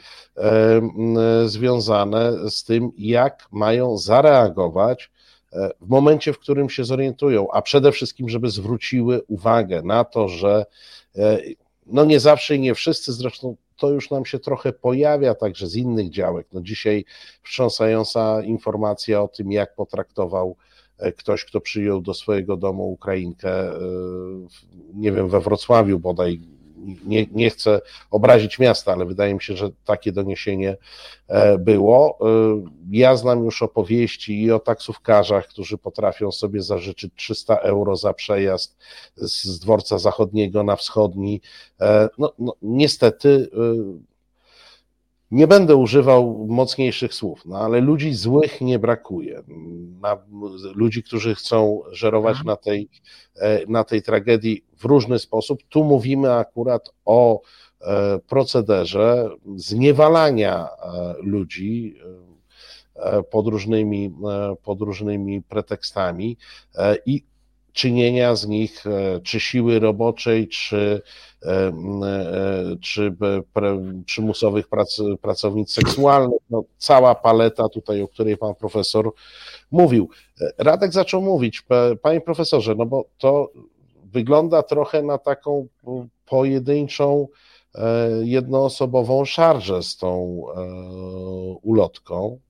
związane z tym, jak mają zareagować w momencie, w którym się zorientują, a przede wszystkim, żeby zwróciły uwagę na to, że nie zawsze i nie wszyscy, zresztą to już nam się trochę pojawia także z innych działek. Dzisiaj wstrząsająca informacja o tym, jak potraktował ktoś, kto przyjął do swojego domu Ukrainkę, nie wiem, we Wrocławiu bodaj, nie chcę obrazić miasta, ale wydaje mi się, że takie doniesienie było. Ja znam już opowieści i o taksówkarzach, którzy potrafią sobie zażyczyć 300 euro za przejazd z dworca zachodniego na wschodni. Niestety nie będę używał mocniejszych słów, ale ludzi złych nie brakuje. Ludzi, którzy chcą żerować na tej tragedii w różny sposób. Tu mówimy akurat o procederze zniewalania ludzi pod różnymi pretekstami i czynienia z nich czy siły roboczej, czy przymusowych pracownic seksualnych. No, cała paleta tutaj, o której pan profesor mówił. Radek zaczął mówić, panie profesorze, no bo to wygląda trochę na taką pojedynczą, jednoosobową szarżę z tą ulotką.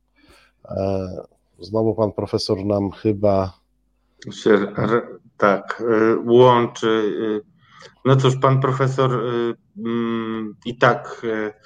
Znowu pan profesor nam chyba się tak łączy. No cóż, pan profesor i tak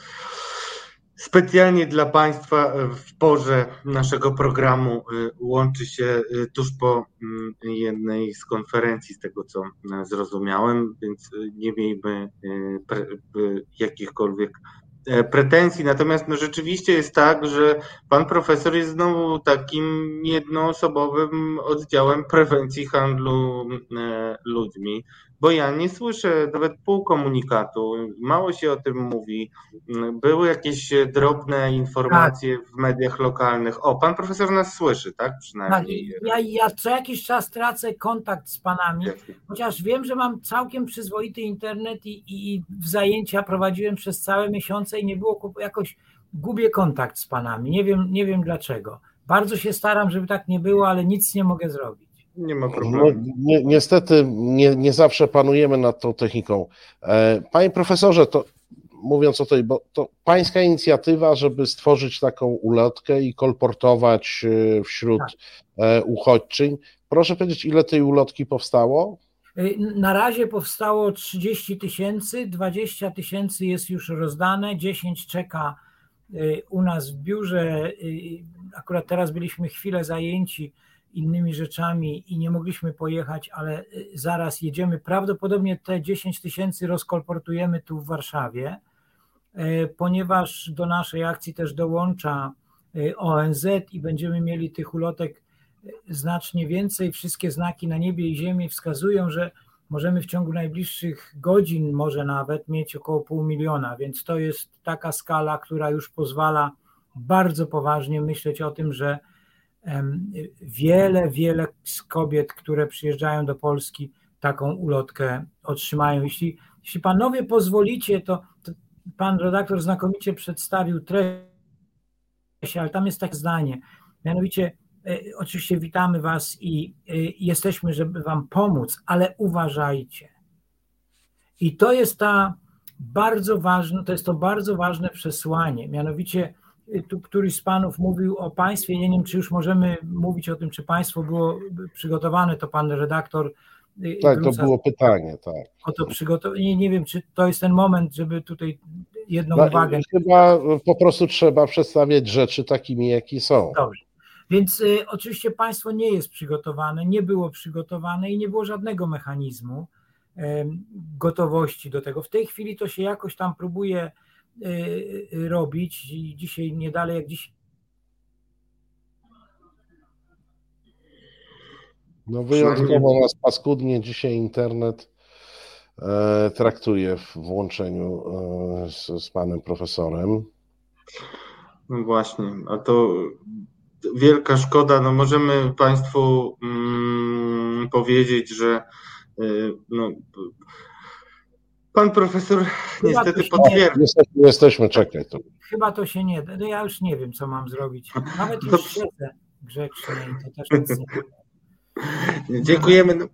specjalnie dla Państwa w porze naszego programu łączy się tuż po jednej z konferencji, z tego co zrozumiałem, więc nie miejmy jakichkolwiek pretensji. Natomiast no, rzeczywiście jest tak, że pan profesor jest znowu takim jednoosobowym oddziałem prewencji handlu ludźmi, bo ja nie słyszę nawet pół komunikatu, mało się o tym mówi. Były jakieś drobne informacje w mediach lokalnych. O, pan profesor nas słyszy, tak? Przynajmniej. Ja co jakiś czas tracę kontakt z panami, chociaż wiem, że mam całkiem przyzwoity internet i zajęcia prowadziłem przez całe miesiące i nie było, jakoś gubię kontakt z panami. Nie wiem dlaczego. Bardzo się staram, żeby tak nie było, ale nic nie mogę zrobić. Nie ma problemu. No, niestety nie zawsze panujemy nad tą techniką. Panie profesorze, to mówiąc o tej, bo to pańska inicjatywa, żeby stworzyć taką ulotkę i kolportować wśród uchodźczyń. Proszę powiedzieć, ile tej ulotki powstało? Na razie powstało 30 000, 20 000 jest już rozdane, 10 czeka u nas w biurze. Akurat teraz byliśmy chwilę zajęci innymi rzeczami i nie mogliśmy pojechać, ale zaraz jedziemy. Prawdopodobnie te 10 000 rozkolportujemy tu w Warszawie, ponieważ do naszej akcji też dołącza ONZ i będziemy mieli tych ulotek znacznie więcej. Wszystkie znaki na niebie i ziemi wskazują, że możemy w ciągu najbliższych godzin może nawet mieć około 500 000, więc to jest taka skala, która już pozwala bardzo poważnie myśleć o tym, że wiele z kobiet, które przyjeżdżają do Polski, taką ulotkę otrzymają. Jeśli panowie pozwolicie, to pan redaktor znakomicie przedstawił treść, ale tam jest takie zdanie, mianowicie oczywiście witamy was i jesteśmy, żeby wam pomóc, ale uważajcie. I to jest to bardzo ważne przesłanie, mianowicie tu któryś z panów mówił o państwie, nie wiem, czy już możemy mówić o tym, czy państwo było przygotowane, to pan redaktor. Tak, to było pytanie, tak. O to przygotowanie, nie wiem, czy to jest ten moment, żeby tutaj jedną uwagę. Chyba po prostu trzeba przedstawiać rzeczy takimi, jakie są. Dobrze. Więc oczywiście państwo nie jest przygotowane, nie było przygotowane i nie było żadnego mechanizmu gotowości do tego. W tej chwili to się jakoś tam próbuje robić i dzisiaj nie dalej jak dziś. No wyjątkowo nas paskudnie dzisiaj internet traktuje w łączeniu z panem profesorem. No właśnie, a to wielka szkoda. No możemy państwu powiedzieć, że no, pan profesor niestety potwierdza. Jesteśmy, czekaj. To. Chyba to się nie da. No ja już nie wiem, co mam zrobić. Nawet już siedzę grzecznie i to też nic nie da. Dziękujemy.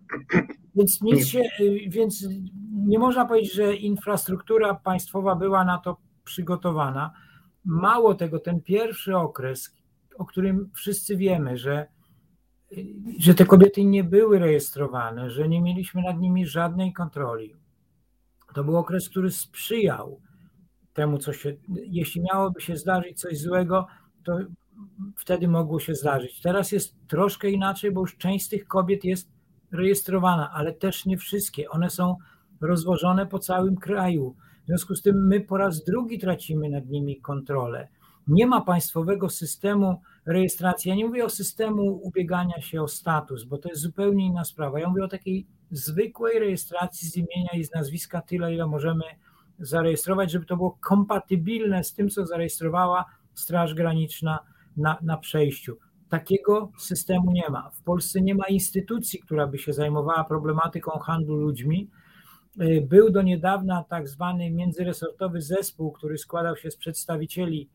Więc nie można powiedzieć, że infrastruktura państwowa była na to przygotowana. Mało tego, ten pierwszy okres, o którym wszyscy wiemy, że te kobiety nie były rejestrowane, że nie mieliśmy nad nimi żadnej kontroli. To był okres, który sprzyjał temu, co się, jeśli miałoby się zdarzyć coś złego, to wtedy mogło się zdarzyć. Teraz jest troszkę inaczej, bo już część z tych kobiet jest rejestrowana, ale też nie wszystkie. One są rozwożone po całym kraju. W związku z tym my po raz drugi tracimy nad nimi kontrolę. Nie ma państwowego systemu rejestracji. Ja nie mówię o systemu ubiegania się o status, bo to jest zupełnie inna sprawa. Ja mówię o takiej zwykłej rejestracji z imienia i z nazwiska, tyle ile możemy zarejestrować, żeby to było kompatybilne z tym, co zarejestrowała Straż Graniczna na przejściu. Takiego systemu nie ma. W Polsce nie ma instytucji, która by się zajmowała problematyką handlu ludźmi. Był do niedawna tak zwany międzyresortowy zespół, który składał się z przedstawicieli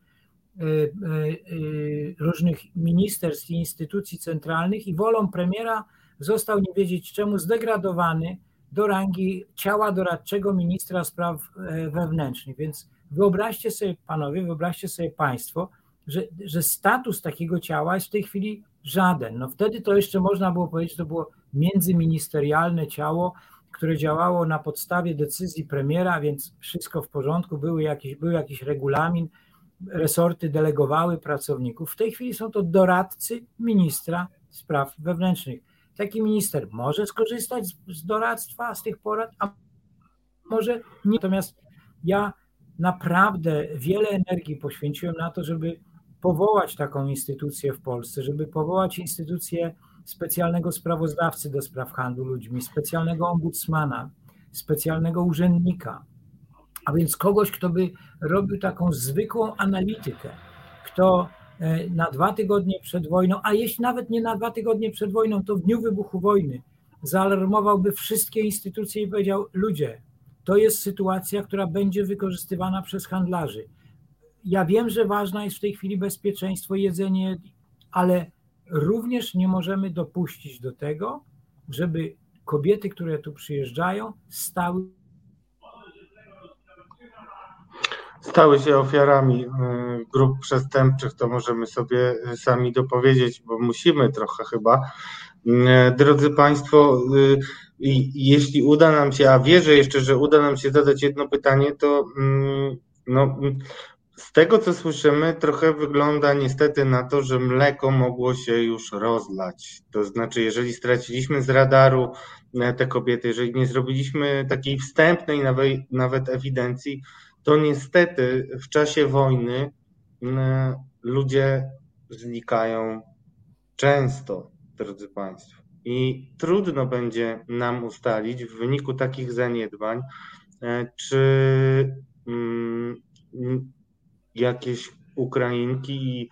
różnych ministerstw i instytucji centralnych i wolą premiera został, nie wiedzieć czemu, zdegradowany do rangi ciała doradczego ministra spraw wewnętrznych. Więc wyobraźcie sobie, panowie, wyobraźcie sobie państwo, że status takiego ciała jest w tej chwili żaden. No wtedy to jeszcze można było powiedzieć, że to było międzyministerialne ciało, które działało na podstawie decyzji premiera, więc wszystko w porządku, był jakiś regulamin, resorty delegowały pracowników. W tej chwili są to doradcy ministra spraw wewnętrznych. Taki minister może skorzystać z doradztwa, z tych porad, a może nie. Natomiast ja naprawdę wiele energii poświęciłem na to, żeby powołać taką instytucję w Polsce, żeby powołać instytucję specjalnego sprawozdawcy do spraw handlu ludźmi, specjalnego ombudsmana, specjalnego urzędnika, a więc kogoś, kto by robił taką zwykłą analitykę, kto na 2 tygodnie przed wojną, a jeśli nawet nie na 2 tygodnie przed wojną, to w dniu wybuchu wojny zaalarmowałby wszystkie instytucje i powiedział: ludzie, to jest sytuacja, która będzie wykorzystywana przez handlarzy. Ja wiem, że ważne jest w tej chwili bezpieczeństwo, jedzenie, ale również nie możemy dopuścić do tego, żeby kobiety, które tu przyjeżdżają, stały się ofiarami grup przestępczych, to możemy sobie sami dopowiedzieć, bo musimy trochę chyba. Drodzy Państwo, jeśli uda nam się, a wierzę jeszcze, że uda nam się zadać jedno pytanie, to no, z tego co słyszymy, trochę wygląda niestety na to, że mleko mogło się już rozlać. To znaczy, jeżeli straciliśmy z radaru te kobiety, jeżeli nie zrobiliśmy takiej wstępnej nawet ewidencji, to niestety w czasie wojny ludzie znikają często, drodzy Państwo. I trudno będzie nam ustalić w wyniku takich zaniedbań, czy jakieś Ukrainki i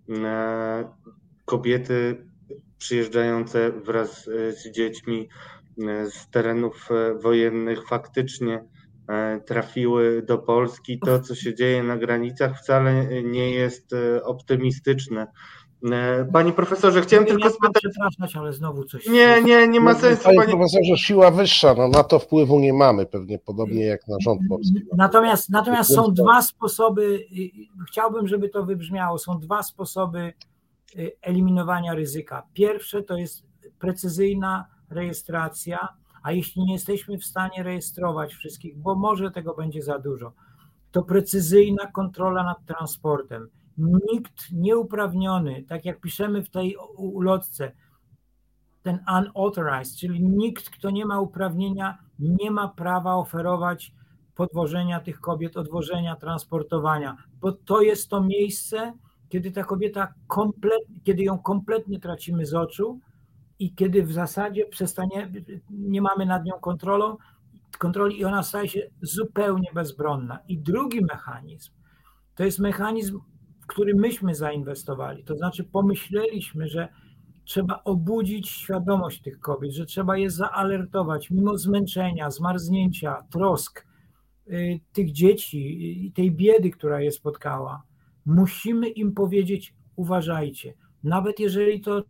kobiety przyjeżdżające wraz z dziećmi z terenów wojennych faktycznie trafiły do Polski. To, co się dzieje na granicach, wcale nie jest optymistyczne. Panie profesorze, chciałem tylko spytać... Przepraszam, ale znowu coś... Nie ma sensu. Panie profesorze, siła wyższa, no na to wpływu nie mamy, pewnie podobnie jak na rząd polski. Natomiast są 2 sposoby, chciałbym, żeby to wybrzmiało, są 2 sposoby eliminowania ryzyka. Pierwsze to jest precyzyjna rejestracja, a jeśli nie jesteśmy w stanie rejestrować wszystkich, bo może tego będzie za dużo, to precyzyjna kontrola nad transportem. Nikt nieuprawniony, tak jak piszemy w tej ulotce, ten unauthorized, czyli nikt, kto nie ma uprawnienia, nie ma prawa oferować podwożenia tych kobiet, odwożenia, transportowania, bo to jest to miejsce, kiedy ta kobieta kiedy ją kompletnie tracimy z oczu i kiedy w zasadzie nie mamy nad nią kontroli i ona staje się zupełnie bezbronna. I drugi mechanizm, to jest mechanizm, w który myśmy zainwestowali, to znaczy pomyśleliśmy, że trzeba obudzić świadomość tych kobiet, że trzeba je zaalertować mimo zmęczenia, zmarznięcia, trosk tych dzieci i tej biedy, która je spotkała. Musimy im powiedzieć: uważajcie, nawet jeżeli to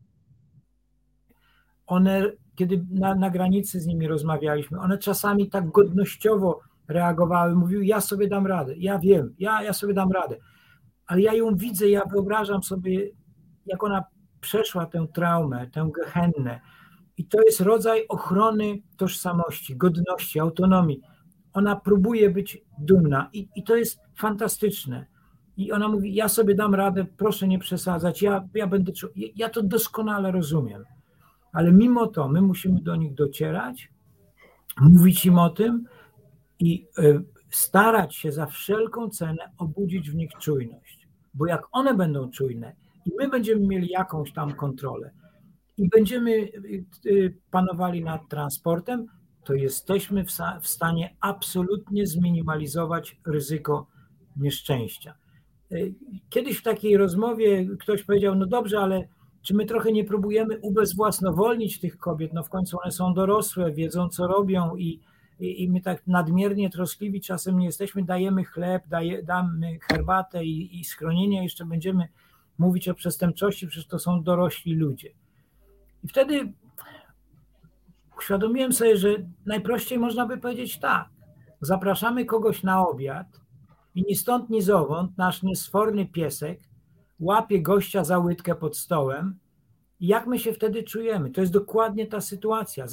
one, kiedy na granicy z nimi rozmawialiśmy, one czasami tak godnościowo reagowały, mówiły: ja sobie dam radę, ja wiem, ja sobie dam radę. Ale ja ją widzę, ja wyobrażam sobie, jak ona przeszła tę traumę, tę gehennę. I to jest rodzaj ochrony tożsamości, godności, autonomii. Ona próbuje być dumna i to jest fantastyczne. I ona mówi: ja sobie dam radę, proszę nie przesadzać, ja to doskonale rozumiem. Ale mimo to my musimy do nich docierać, mówić im o tym i starać się za wszelką cenę obudzić w nich czujność. Bo jak one będą czujne i my będziemy mieli jakąś tam kontrolę i będziemy panowali nad transportem, to jesteśmy w stanie absolutnie zminimalizować ryzyko nieszczęścia. Kiedyś w takiej rozmowie ktoś powiedział: no dobrze, ale Czy my trochę nie próbujemy ubezwłasnowolnić tych kobiet? No w końcu one są dorosłe, wiedzą co robią i my tak nadmiernie troskliwi czasem nie jesteśmy, dajemy chleb, damy herbatę i schronienie, jeszcze będziemy mówić o przestępczości, przecież to są dorośli ludzie. I wtedy uświadomiłem sobie, że najprościej można by powiedzieć tak, zapraszamy kogoś na obiad i ni stąd, ni zowąd nasz niesforny piesek łapie gościa za łydkę pod stołem i jak my się wtedy czujemy? To jest dokładnie ta sytuacja.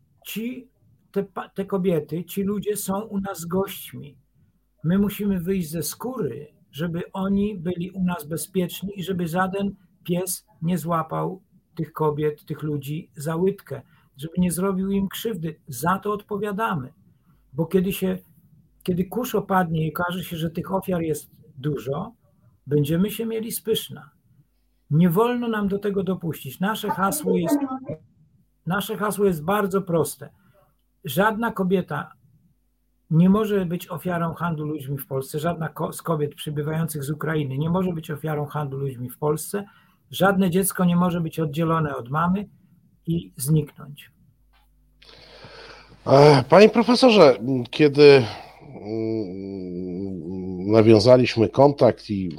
Te kobiety, ci ludzie są u nas gośćmi. My musimy wyjść ze skóry, żeby oni byli u nas bezpieczni i żeby żaden pies nie złapał tych kobiet, tych ludzi za łydkę, żeby nie zrobił im krzywdy. Za to odpowiadamy. Bo kiedy kurz opadnie i okaże się, że tych ofiar jest dużo, będziemy się mieli spyszna. Nie wolno nam do tego dopuścić. Nasze hasło jest bardzo proste. Żadna kobieta nie może być ofiarą handlu ludźmi w Polsce. Żadna z kobiet przybywających z Ukrainy nie może być ofiarą handlu ludźmi w Polsce. Żadne dziecko nie może być oddzielone od mamy i zniknąć. Panie profesorze, kiedy nawiązaliśmy kontakt i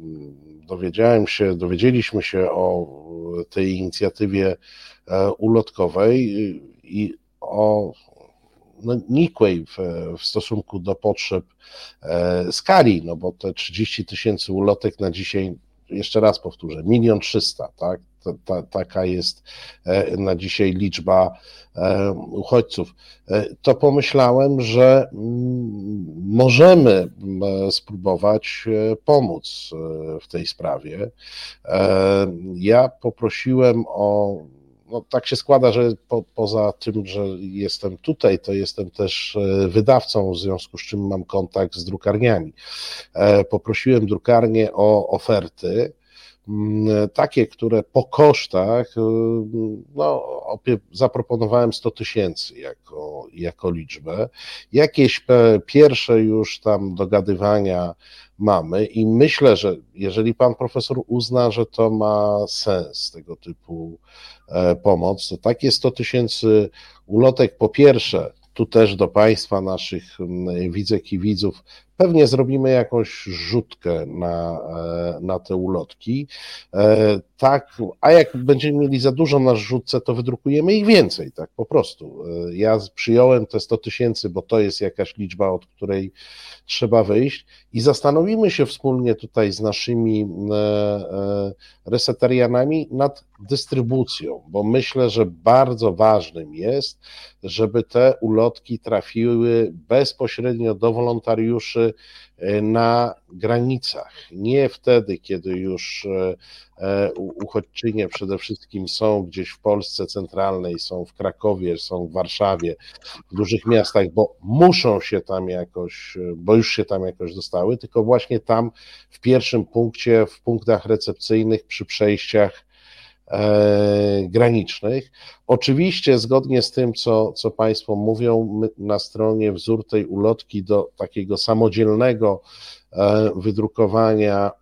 dowiedzieliśmy się o tej inicjatywie ulotkowej i o nikłej w stosunku do potrzeb skali, no bo te 30 000 ulotek na dzisiaj, jeszcze raz powtórzę, 1 300 000, tak? Taka jest na dzisiaj liczba uchodźców. To pomyślałem, że możemy spróbować pomóc w tej sprawie. Ja poprosiłem no tak się składa, że poza tym, że jestem tutaj, to jestem też wydawcą, w związku z czym mam kontakt z drukarniami. Poprosiłem drukarnię o oferty, takie, które po kosztach, no, zaproponowałem 100 000 jako liczbę. Jakieś pierwsze już tam dogadywania mamy i myślę, że jeżeli pan profesor uzna, że to ma sens, tego typu pomoc, to takie 100 000 ulotek, po pierwsze, tu też do państwa, naszych widzek i widzów, pewnie zrobimy jakąś rzutkę na te ulotki. Tak, a jak będziemy mieli za dużo na rzutce, to wydrukujemy ich więcej, tak po prostu. Ja przyjąłem te 100 000, bo to jest jakaś liczba, od której trzeba wyjść i zastanowimy się wspólnie tutaj z naszymi resetarianami nad dystrybucją, bo myślę, że bardzo ważnym jest, żeby te ulotki trafiły bezpośrednio do wolontariuszy na granicach. Nie wtedy, kiedy już uchodźczynie przede wszystkim są gdzieś w Polsce centralnej, są w Krakowie, są w Warszawie, w dużych miastach, bo muszą się tam jakoś, bo już się tam jakoś dostały, tylko właśnie tam w pierwszym punkcie, w punktach recepcyjnych przy przejściach granicznych. Oczywiście zgodnie z tym, co Państwo mówią, my na stronie wzór tej ulotki do takiego samodzielnego wydrukowania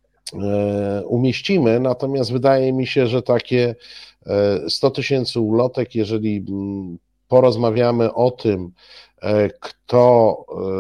umieścimy, natomiast wydaje mi się, że takie 100 000 ulotek, jeżeli porozmawiamy o tym, kto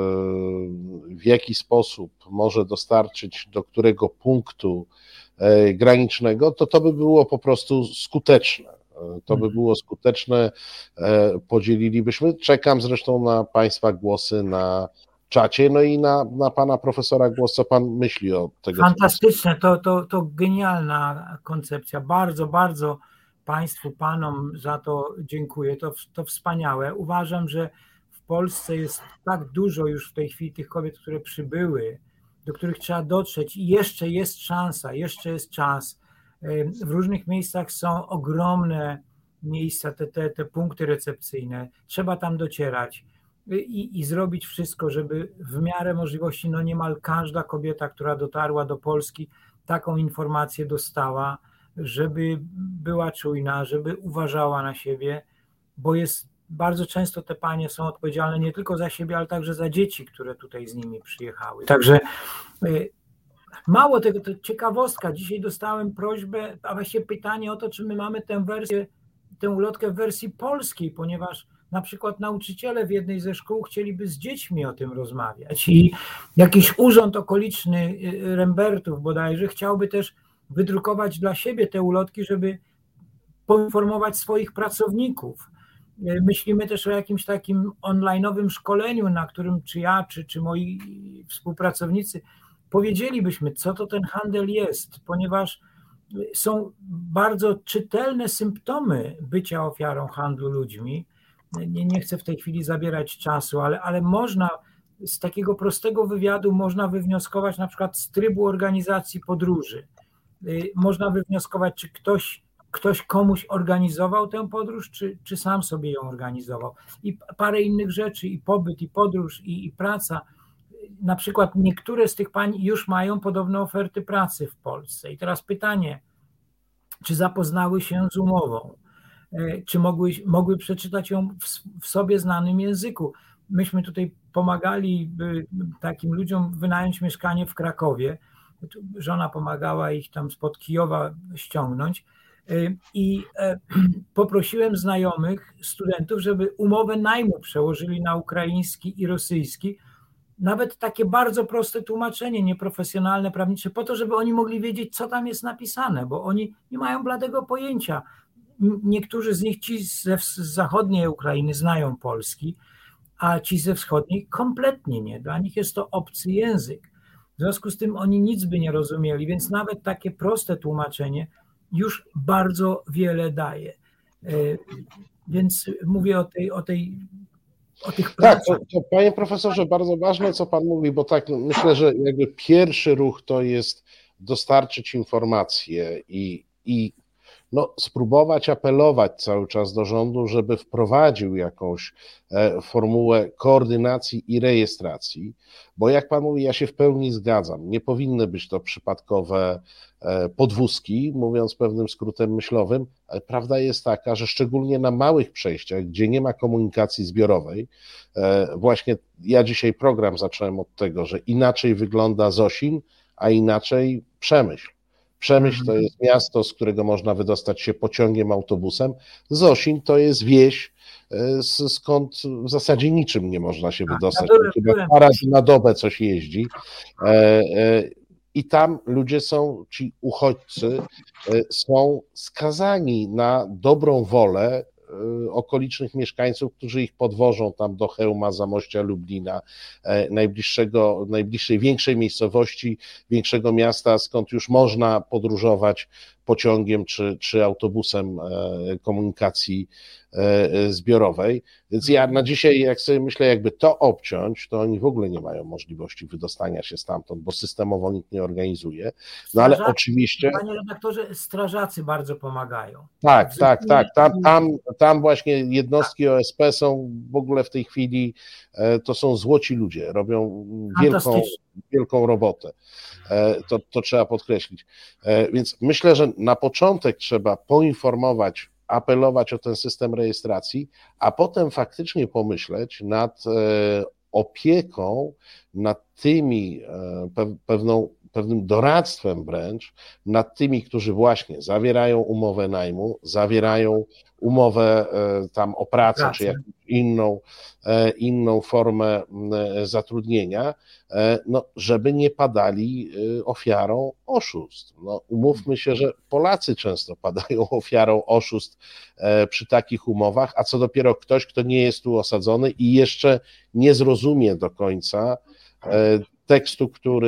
w jaki sposób może dostarczyć do którego punktu granicznego, to by było po prostu skuteczne. To by było skuteczne, podzielilibyśmy. Czekam zresztą na Państwa głosy na czacie, no i na pana profesora głos, co pan myśli o tego. Fantastyczne, to genialna koncepcja. Bardzo, bardzo Państwu, Panom za to dziękuję. To wspaniałe. Uważam, że w Polsce jest tak dużo już w tej chwili tych kobiet, które przybyły, do których trzeba dotrzeć i jeszcze jest szansa, jeszcze jest czas. W różnych miejscach są ogromne miejsca, te punkty recepcyjne. Trzeba tam docierać i zrobić wszystko, żeby w miarę możliwości, no niemal każda kobieta, która dotarła do Polski, taką informację dostała, żeby była czujna, żeby uważała na siebie, bo bardzo często te panie są odpowiedzialne nie tylko za siebie, ale także za dzieci, które tutaj z nimi przyjechały. Także Mało tego, to ciekawostka. Dzisiaj dostałem prośbę, a właściwie pytanie o to, czy my mamy tę ulotkę w wersji polskiej, ponieważ na przykład nauczyciele w jednej ze szkół chcieliby z dziećmi o tym rozmawiać i jakiś urząd okoliczny Rembertów bodajże chciałby też wydrukować dla siebie te ulotki, żeby poinformować swoich pracowników. Myślimy też o jakimś takim online'owym szkoleniu, na którym czy ja, czy moi współpracownicy powiedzielibyśmy, co to ten handel jest, ponieważ są bardzo czytelne symptomy bycia ofiarą handlu ludźmi. Nie chcę w tej chwili zabierać czasu, ale można z takiego prostego wywiadu można wywnioskować na przykład z trybu organizacji podróży. Można wywnioskować, czy ktoś komuś organizował tę podróż, czy sam sobie ją organizował. I parę innych rzeczy, i pobyt, i podróż, i praca. Na przykład niektóre z tych pań już mają podobne oferty pracy w Polsce. I teraz pytanie, czy zapoznały się z umową? Czy mogły przeczytać ją w sobie znanym języku? Myśmy tutaj pomagali takim ludziom wynająć mieszkanie w Krakowie. Żona pomagała ich tam spod Kijowa ściągnąć. I poprosiłem znajomych studentów, żeby umowę najmu przełożyli na ukraiński i rosyjski. Nawet takie bardzo proste tłumaczenie, nieprofesjonalne, prawnicze, po to, żeby oni mogli wiedzieć, co tam jest napisane, bo oni nie mają bladego pojęcia. Niektórzy z nich, ci z zachodniej Ukrainy znają polski, a ci ze wschodniej kompletnie nie. Dla nich jest to obcy język. W związku z tym oni nic by nie rozumieli, więc nawet takie proste tłumaczenie już bardzo wiele daje. Więc mówię o tych pracach. Tak, to panie profesorze, bardzo ważne, co pan mówi, bo tak myślę, że jakby pierwszy ruch to jest dostarczyć informacje i spróbować apelować cały czas do rządu, żeby wprowadził jakąś formułę koordynacji i rejestracji, bo jak pan mówi, ja się w pełni zgadzam, nie powinny być to przypadkowe podwózki, mówiąc pewnym skrótem myślowym, ale prawda jest taka, że szczególnie na małych przejściach, gdzie nie ma komunikacji zbiorowej, właśnie ja dzisiaj program zacząłem od tego, że inaczej wygląda Zosin, a inaczej Przemyśl. Przemyśl to jest miasto, z którego można wydostać się pociągiem, autobusem. Zosin to jest wieś, skąd w zasadzie niczym nie można się wydostać. Chyba parę razy na dobę coś jeździ. I tam ludzie są, ci uchodźcy, są skazani na dobrą wolę okolicznych mieszkańców, którzy ich podwożą tam do Chełma, Zamościa, Lublina, najbliższej większej miejscowości, większego miasta, skąd już można podróżować pociągiem czy autobusem komunikacji zbiorowej. Więc ja na dzisiaj, jak sobie myślę, jakby to obciąć, to oni w ogóle nie mają możliwości wydostania się stamtąd, bo systemowo nikt nie organizuje. No ale oczywiście... Panie redaktorze, strażacy bardzo pomagają. Tak. Tam właśnie jednostki OSP są w ogóle w tej chwili, to są złoci ludzie, robią wielką robotę. To trzeba podkreślić. Więc myślę, że na początek trzeba poinformować, apelować o ten system rejestracji, a potem faktycznie pomyśleć nad opieką, nad tymi, pewnym doradztwem wręcz, nad tymi, którzy właśnie zawierają umowę najmu, zawierają umowę tam o pracę, czy jakąś inną formę zatrudnienia, żeby nie padali ofiarą oszustw. Umówmy się, że Polacy często padają ofiarą oszustw przy takich umowach, a co dopiero ktoś, kto nie jest tu osadzony i jeszcze nie zrozumie do końca tekstu,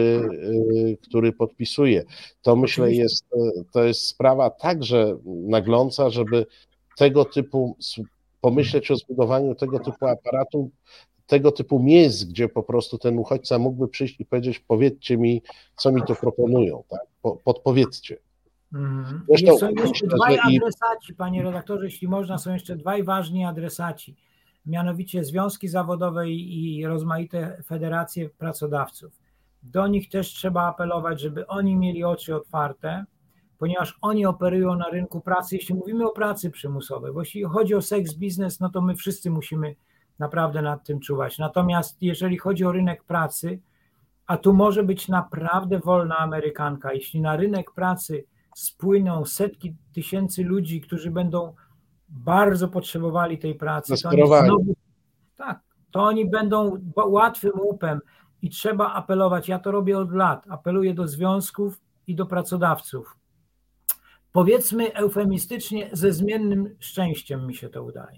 który podpisuje. To myślę to jest sprawa także nagląca, żeby tego typu, pomyśleć o zbudowaniu tego typu aparatu, tego typu miejsc, gdzie po prostu ten uchodźca mógłby przyjść i powiedzieć, powiedzcie mi, co mi tu proponują, tak? Podpowiedzcie. Zresztą, są jeszcze dwaj adresaci, panie redaktorze, jeśli można, są jeszcze dwaj ważni adresaci, mianowicie związki zawodowe i rozmaite federacje pracodawców. Do nich też trzeba apelować, żeby oni mieli oczy otwarte, ponieważ oni operują na rynku pracy, jeśli mówimy o pracy przymusowej, bo jeśli chodzi o seks biznes, no to my wszyscy musimy naprawdę nad tym czuwać. Natomiast jeżeli chodzi o rynek pracy, a tu może być naprawdę wolna amerykanka. Jeśli na rynek pracy spłyną setki tysięcy ludzi, którzy będą bardzo potrzebowali tej pracy, to oni będą łatwym łupem i trzeba apelować. Ja to robię od lat. Apeluję do związków i do pracodawców. Powiedzmy eufemistycznie, ze zmiennym szczęściem mi się to udaje.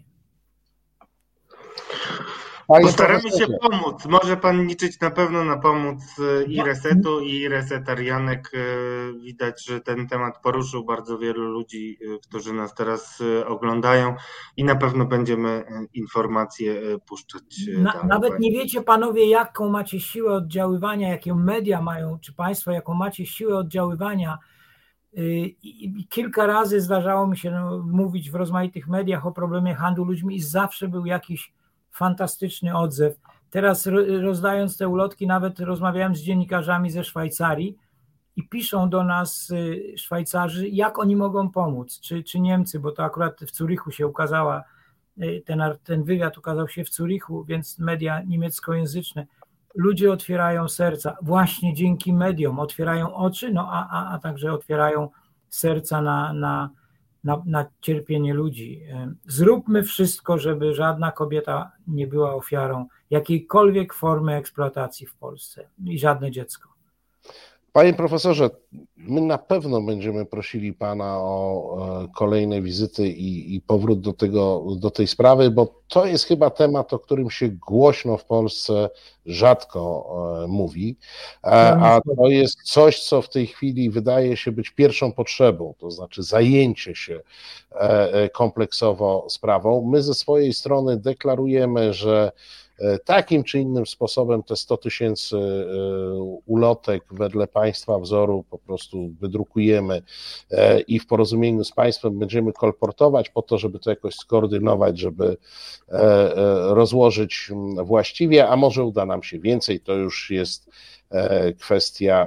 Postaramy się pomóc. Może pan liczyć na pewno na pomoc i Resetu, i Resetarianek. Widać, że ten temat poruszył bardzo wielu ludzi, którzy nas teraz oglądają i na pewno będziemy informacje puszczać. Nawet nie wiecie, panowie, jaką macie siłę oddziaływania, jakie media mają, czy państwo, jaką macie siłę oddziaływania. I kilka razy zdarzało mi się mówić w rozmaitych mediach o problemie handlu ludźmi i zawsze był jakiś fantastyczny odzew. Teraz rozdając te ulotki, nawet rozmawiałem z dziennikarzami ze Szwajcarii i piszą do nas Szwajcarzy, jak oni mogą pomóc, czy Niemcy, bo to akurat w Zurychu się ukazała, ten wywiad ukazał się w Zurychu, więc media niemieckojęzyczne. Ludzie otwierają serca, właśnie dzięki mediom otwierają oczy, a także otwierają serca na cierpienie ludzi. Zróbmy wszystko, żeby żadna kobieta nie była ofiarą jakiejkolwiek formy eksploatacji w Polsce i żadne dziecko. Panie profesorze, my na pewno będziemy prosili pana o kolejne wizyty i powrót do tej sprawy, bo to jest chyba temat, o którym się głośno w Polsce rzadko mówi, a to jest coś, co w tej chwili wydaje się być pierwszą potrzebą, to znaczy zajęcie się kompleksowo sprawą. My ze swojej strony deklarujemy, że takim czy innym sposobem te 100 000 ulotek wedle państwa wzoru po prostu wydrukujemy i w porozumieniu z państwem będziemy kolportować po to, żeby to jakoś skoordynować, żeby rozłożyć właściwie, a może uda nam się więcej, to już jest kwestia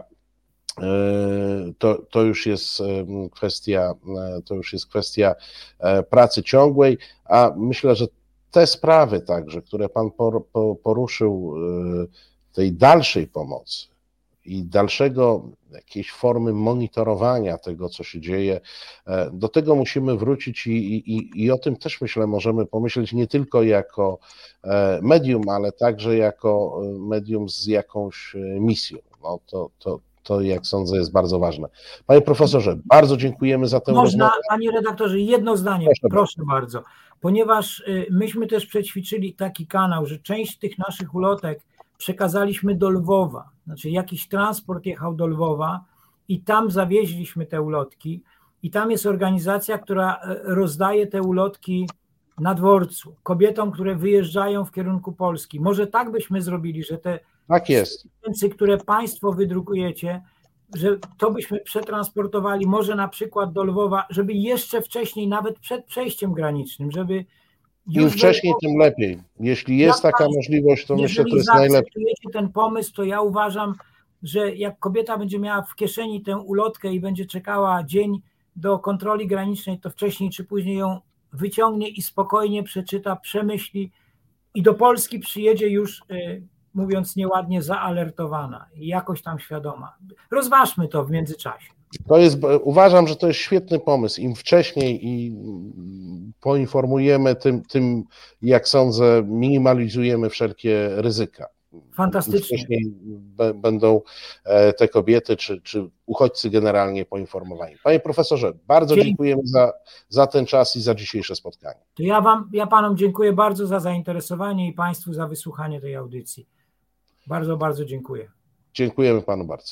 pracy ciągłej, a myślę, że te sprawy także, które pan poruszył, tej dalszej pomocy i dalszego jakiejś formy monitorowania tego, co się dzieje, do tego musimy wrócić i o tym też myślę, możemy pomyśleć nie tylko jako medium, ale także jako medium z jakąś misją. No to jak sądzę jest bardzo ważne. Panie profesorze, bardzo dziękujemy za tę rozmowę. Panie redaktorze, jedno zdanie, proszę bardzo. Ponieważ myśmy też przećwiczyli taki kanał, że część tych naszych ulotek przekazaliśmy do Lwowa, znaczy jakiś transport jechał do Lwowa i tam zawieźliśmy te ulotki i tam jest organizacja, która rozdaje te ulotki na dworcu kobietom, które wyjeżdżają w kierunku Polski. Może tak byśmy zrobili, że te tysięcy, które państwo wydrukujecie, że to byśmy przetransportowali może na przykład do Lwowa, żeby jeszcze wcześniej, nawet przed przejściem granicznym, żeby im wcześniej, tym lepiej. Jeśli jest taka możliwość, to myślę, że to jest najlepiej. Jeżeli zaakceptujecie ten pomysł, to ja uważam, że jak kobieta będzie miała w kieszeni tę ulotkę i będzie czekała dzień do kontroli granicznej, to wcześniej czy później ją wyciągnie i spokojnie przeczyta, przemyśli i do Polski przyjedzie już, mówiąc nieładnie, zaalertowana i jakoś tam świadoma. Rozważmy to w międzyczasie. Uważam, że to jest świetny pomysł. Im wcześniej i poinformujemy, tym jak sądzę, minimalizujemy wszelkie ryzyka. Fantastycznie. Im wcześniej będą te kobiety czy uchodźcy generalnie poinformowani. Panie profesorze, bardzo dziękujemy za ten czas i za dzisiejsze spotkanie. To ja panom dziękuję bardzo za zainteresowanie i państwu za wysłuchanie tej audycji. Bardzo, bardzo dziękuję. Dziękujemy panu bardzo.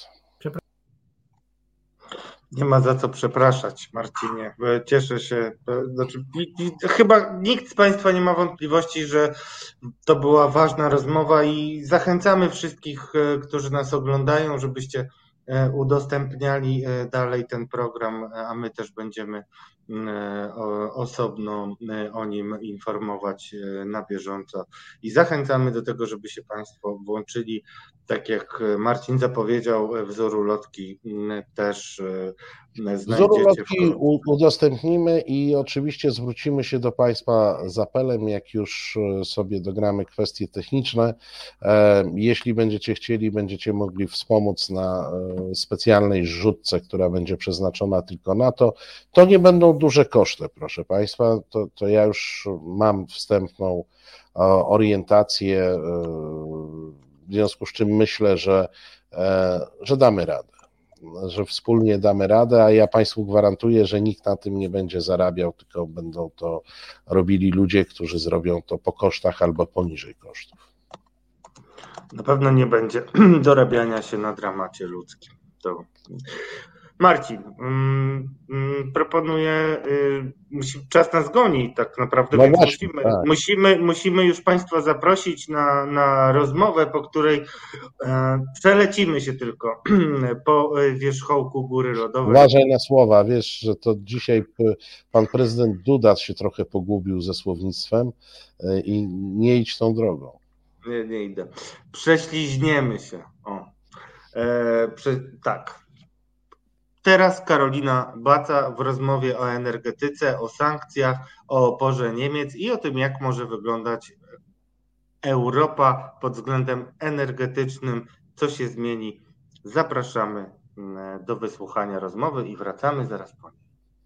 Nie ma za co przepraszać, Marcinie. Cieszę się. Znaczy, chyba nikt z państwa nie ma wątpliwości, że to była ważna rozmowa i zachęcamy wszystkich, którzy nas oglądają, żebyście udostępniali dalej ten program, a my też będziemy osobno o nim informować na bieżąco i zachęcamy do tego, żeby się Państwo włączyli. Tak jak Marcin zapowiedział, wzór ulotki też Wzór znajdziecie ulotki udostępnimy i oczywiście zwrócimy się do Państwa z apelem, jak już sobie dogramy kwestie techniczne. Jeśli będziecie chcieli, będziecie mogli wspomóc na specjalnej zrzutce, która będzie przeznaczona tylko na to. To nie będą duże koszty, proszę Państwa, to ja już mam wstępną orientację, w związku z czym myślę, że damy radę, że wspólnie damy radę, a ja Państwu gwarantuję, że nikt na tym nie będzie zarabiał, tylko będą to robili ludzie, którzy zrobią to po kosztach albo poniżej kosztów. Na pewno nie będzie dorabiania się na dramacie ludzkim. To... Marcin, proponuję, czas nas goni tak naprawdę, No więc właśnie, musimy już Państwa zaprosić na rozmowę, po której przelecimy się tylko po wierzchołku Góry Lodowej. Uważaj na słowa, wiesz, że to dzisiaj pan prezydent Duda się trochę pogubił ze słownictwem i nie idź tą drogą. Nie idę. Prześliźniemy się. Tak. Teraz Karolina Baca w rozmowie o energetyce, o sankcjach, o oporze Niemiec i o tym, jak może wyglądać Europa pod względem energetycznym, co się zmieni. Zapraszamy do wysłuchania rozmowy i wracamy zaraz po niej.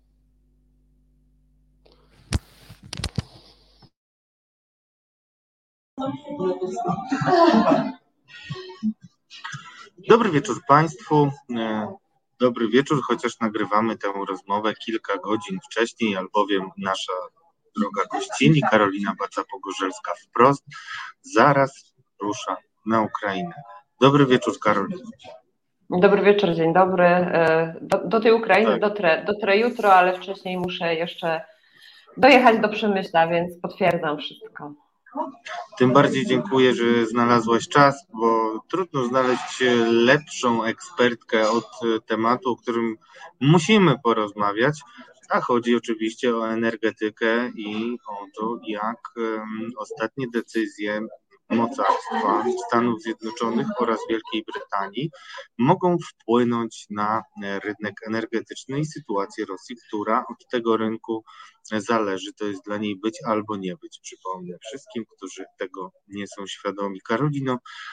Dobry wieczór Państwu. Dobry wieczór, chociaż nagrywamy tę rozmowę kilka godzin wcześniej, albowiem nasza droga gościni, Karolina Baca-Pogorzelska wprost, zaraz rusza na Ukrainę. Dobry wieczór, Karolina. Dobry wieczór, dzień dobry. Do tej Ukrainy Tak. dotrę jutro, ale wcześniej muszę jeszcze dojechać do Przemyśla, więc potwierdzam wszystko. Tym bardziej dziękuję, że znalazłaś czas, bo trudno znaleźć lepszą ekspertkę od tematu, o którym musimy porozmawiać, a chodzi oczywiście o energetykę i o to, jak ostatnie decyzje mocarstwa Stanów Zjednoczonych oraz Wielkiej Brytanii mogą wpłynąć na rynek energetyczny i sytuację Rosji, która od tego rynku zależy. To jest dla niej być albo nie być. Przypomnę wszystkim, którzy tego nie są świadomi. Karolino,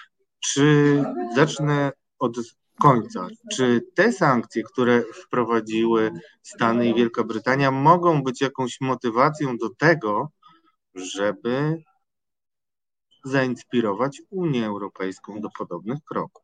zacznę od końca. Czy te sankcje, które wprowadziły Stany i Wielka Brytania, mogą być jakąś motywacją do tego, żeby zainspirować Unię Europejską do podobnych kroków?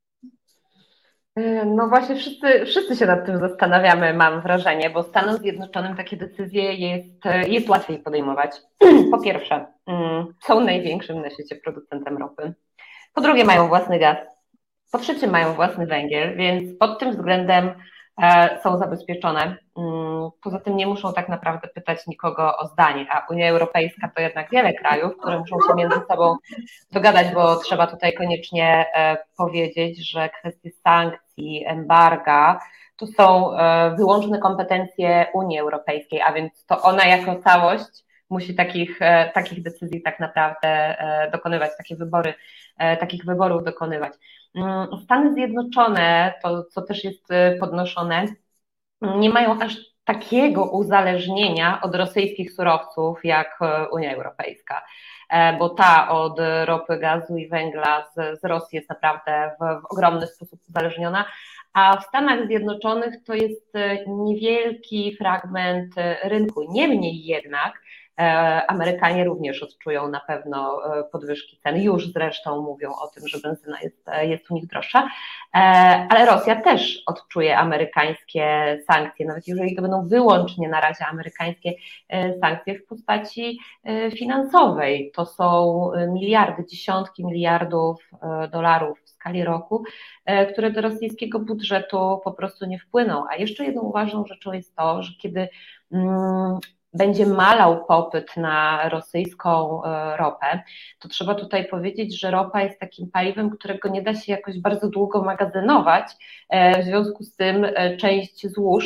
No właśnie wszyscy się nad tym zastanawiamy, mam wrażenie, bo Stanom Zjednoczonym takie decyzje jest łatwiej podejmować. Po pierwsze, są największym na świecie producentem ropy. Po drugie, mają własny gaz. Po trzecie, mają własny węgiel, więc pod tym względem są zabezpieczone. Poza tym nie muszą tak naprawdę pytać nikogo o zdanie, a Unia Europejska to jednak wiele krajów, które muszą się między sobą dogadać, bo trzeba tutaj koniecznie powiedzieć, że kwestie sankcji, embarga to są wyłączne kompetencje Unii Europejskiej, a więc to ona jako całość musi takich decyzji tak naprawdę dokonywać, takich wyborów dokonywać. Stany Zjednoczone, to co też jest podnoszone, nie mają aż takiego uzależnienia od rosyjskich surowców jak Unia Europejska, bo ta od ropy, gazu i węgla z Rosji jest naprawdę w ogromny sposób uzależniona, a w Stanach Zjednoczonych to jest niewielki fragment rynku. Niemniej jednak Amerykanie również odczują na pewno podwyżki cen, już zresztą mówią o tym, że benzyna jest u nich droższa, ale Rosja też odczuje amerykańskie sankcje, nawet jeżeli to będą wyłącznie na razie amerykańskie sankcje w postaci finansowej. To są miliardy, dziesiątki miliardów dolarów w skali roku, które do rosyjskiego budżetu po prostu nie wpłyną. A jeszcze jedną ważną rzeczą jest to, że kiedy będzie malał popyt na rosyjską ropę, to trzeba tutaj powiedzieć, że ropa jest takim paliwem, którego nie da się jakoś bardzo długo magazynować, w związku z tym część złóż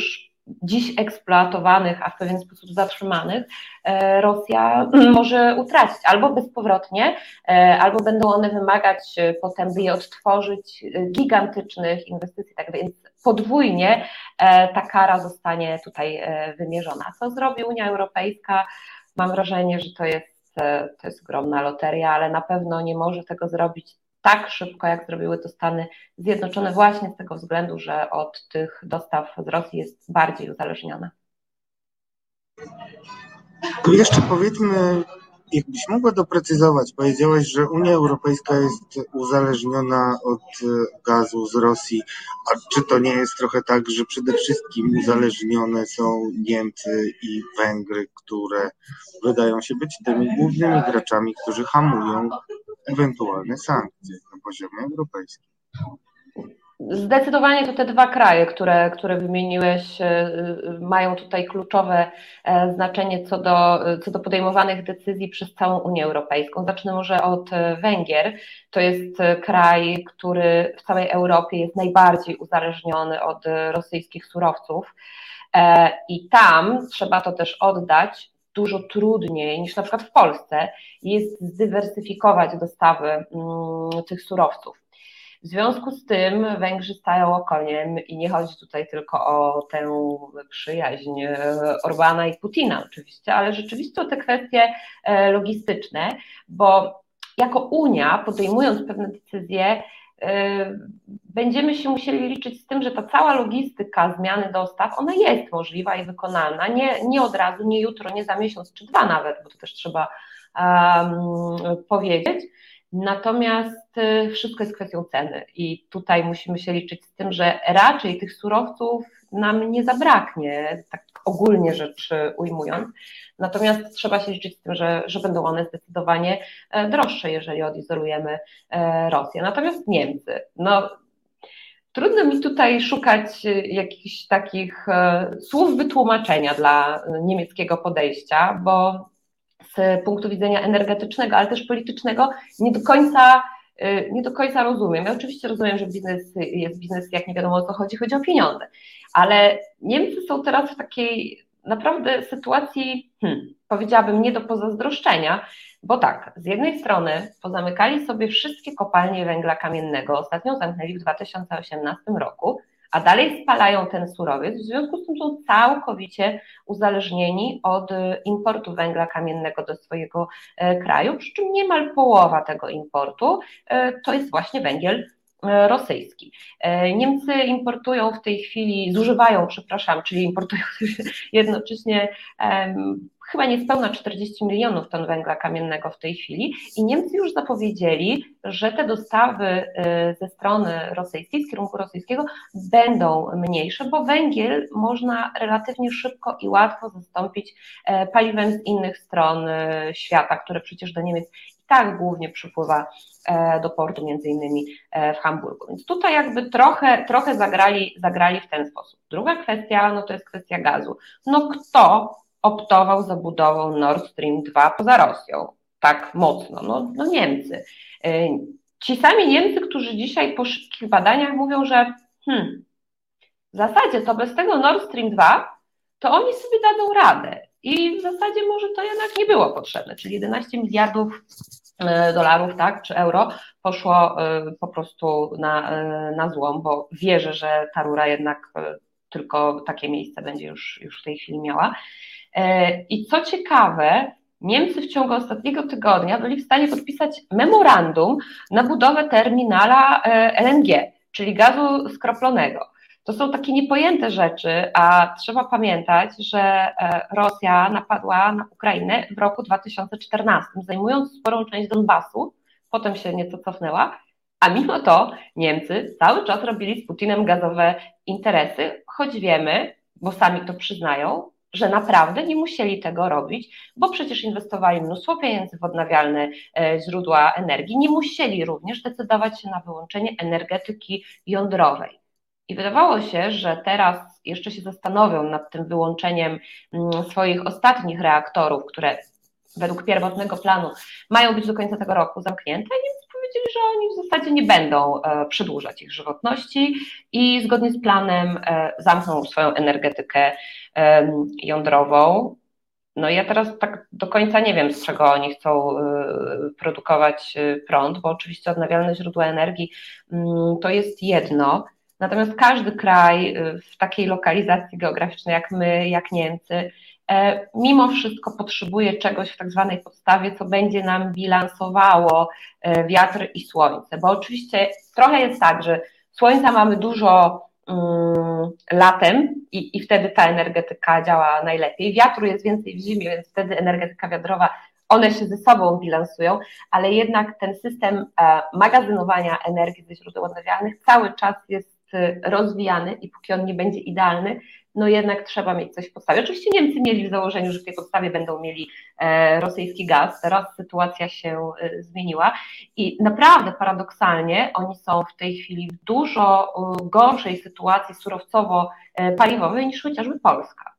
dziś eksploatowanych, a w pewien sposób zatrzymanych, Rosja może utracić albo bezpowrotnie, albo będą one wymagać potem, by je odtworzyć, gigantycznych inwestycji. Tak więc podwójnie ta kara zostanie tutaj wymierzona. Co zrobi Unia Europejska? Mam wrażenie, że to jest ogromna loteria, ale na pewno nie może tego zrobić tak szybko, jak zrobiły to Stany Zjednoczone, właśnie z tego względu, że od tych dostaw z Rosji jest bardziej uzależniona. To jeszcze powiedzmy, jakbyś mogła doprecyzować, powiedziałaś, że Unia Europejska jest uzależniona od gazu z Rosji, a czy to nie jest trochę tak, że przede wszystkim uzależnione są Niemcy i Węgry, które wydają się być tymi głównymi graczami, którzy hamują ewentualne sankcje na poziomie europejskim? Zdecydowanie to te dwa kraje, które wymieniłeś, mają tutaj kluczowe znaczenie co do podejmowanych decyzji przez całą Unię Europejską. Zacznę może od Węgier. To jest kraj, który w całej Europie jest najbardziej uzależniony od rosyjskich surowców i tam, trzeba to też oddać, dużo trudniej niż na przykład w Polsce jest zdywersyfikować dostawy tych surowców. W związku z tym Węgrzy stają okoniem i nie chodzi tutaj tylko o tę przyjaźń Orbána i Putina oczywiście, ale rzeczywiście o te kwestie logistyczne, bo jako Unia, podejmując pewne decyzje, będziemy się musieli liczyć z tym, że ta cała logistyka zmiany dostaw, ona jest możliwa i wykonalna, nie od razu, nie jutro, nie za miesiąc czy dwa nawet, bo to też trzeba powiedzieć. Natomiast wszystko jest kwestią ceny i tutaj musimy się liczyć z tym, że raczej tych surowców nam nie zabraknie, tak ogólnie rzecz ujmując, natomiast trzeba się liczyć z tym, że będą one zdecydowanie droższe, jeżeli odizolujemy Rosję. Natomiast Niemcy, trudno mi tutaj szukać jakichś takich słów wytłumaczenia dla niemieckiego podejścia, bo z punktu widzenia energetycznego, ale też politycznego nie do końca rozumiem. Ja oczywiście rozumiem, że biznes jest biznes, jak nie wiadomo o co chodzi o pieniądze, ale Niemcy są teraz w takiej naprawdę sytuacji, powiedziałabym, nie do pozazdroszczenia, bo tak, z jednej strony pozamykali sobie wszystkie kopalnie węgla kamiennego, ostatnią zamknęli w 2018 roku, a dalej spalają ten surowiec, w związku z tym są całkowicie uzależnieni od importu węgla kamiennego do swojego kraju, przy czym niemal połowa tego importu to jest właśnie węgiel rosyjski. Niemcy importują w tej chwili, czyli importują jednocześnie chyba niespełna 40 milionów ton węgla kamiennego w tej chwili i Niemcy już zapowiedzieli, że te dostawy ze strony rosyjskiej, z kierunku rosyjskiego będą mniejsze, bo węgiel można relatywnie szybko i łatwo zastąpić paliwem z innych stron świata, które przecież do Niemiec i tak głównie przypływa do portu, między innymi w Hamburgu. Więc tutaj jakby trochę zagrali w ten sposób. Druga kwestia, to jest kwestia gazu. Kto optował za budową Nord Stream 2 poza Rosją tak mocno? Niemcy. Ci sami Niemcy, którzy dzisiaj po szybkich badaniach mówią, że w zasadzie to bez tego Nord Stream 2 to oni sobie dadzą radę i w zasadzie może to jednak nie było potrzebne, czyli 11 miliardów dolarów, tak, czy euro poszło po prostu na złom, bo wierzę, że ta rura jednak tylko takie miejsce będzie już w tej chwili miała. I co ciekawe, Niemcy w ciągu ostatniego tygodnia byli w stanie podpisać memorandum na budowę terminala LNG, czyli gazu skroplonego. To są takie niepojęte rzeczy, a trzeba pamiętać, że Rosja napadła na Ukrainę w roku 2014, zajmując sporą część Donbasu, potem się nieco cofnęła, a mimo to Niemcy cały czas robili z Putinem gazowe interesy, choć wiemy, bo sami to przyznają, że naprawdę nie musieli tego robić, bo przecież inwestowali mnóstwo pieniędzy w odnawialne źródła energii, nie musieli również decydować się na wyłączenie energetyki jądrowej. I wydawało się, że teraz jeszcze się zastanowią nad tym wyłączeniem swoich ostatnich reaktorów, które według pierwotnego planu mają być do końca tego roku zamknięte. I Niemcy powiedzieli, że oni w zasadzie nie będą przedłużać ich żywotności i zgodnie z planem zamkną swoją energetykę jądrową. No ja teraz tak do końca nie wiem, z czego oni chcą produkować prąd, bo oczywiście odnawialne źródła energii to jest jedno, natomiast każdy kraj w takiej lokalizacji geograficznej jak my, jak Niemcy, mimo wszystko potrzebuje czegoś w tak zwanej podstawie, co będzie nam bilansowało wiatr i słońce, bo oczywiście trochę jest tak, że słońca mamy dużo latem i wtedy ta energetyka działa najlepiej. Wiatru jest więcej w zimie, więc wtedy energetyka wiatrowa, one się ze sobą bilansują, ale jednak ten system magazynowania energii ze źródeł odnawialnych cały czas jest rozwijany i póki on nie będzie idealny, no jednak trzeba mieć coś w podstawie. Oczywiście Niemcy mieli w założeniu, że w tej podstawie będą mieli rosyjski gaz, teraz sytuacja się zmieniła i naprawdę paradoksalnie oni są w tej chwili w dużo gorszej sytuacji surowcowo-paliwowej niż chociażby Polska.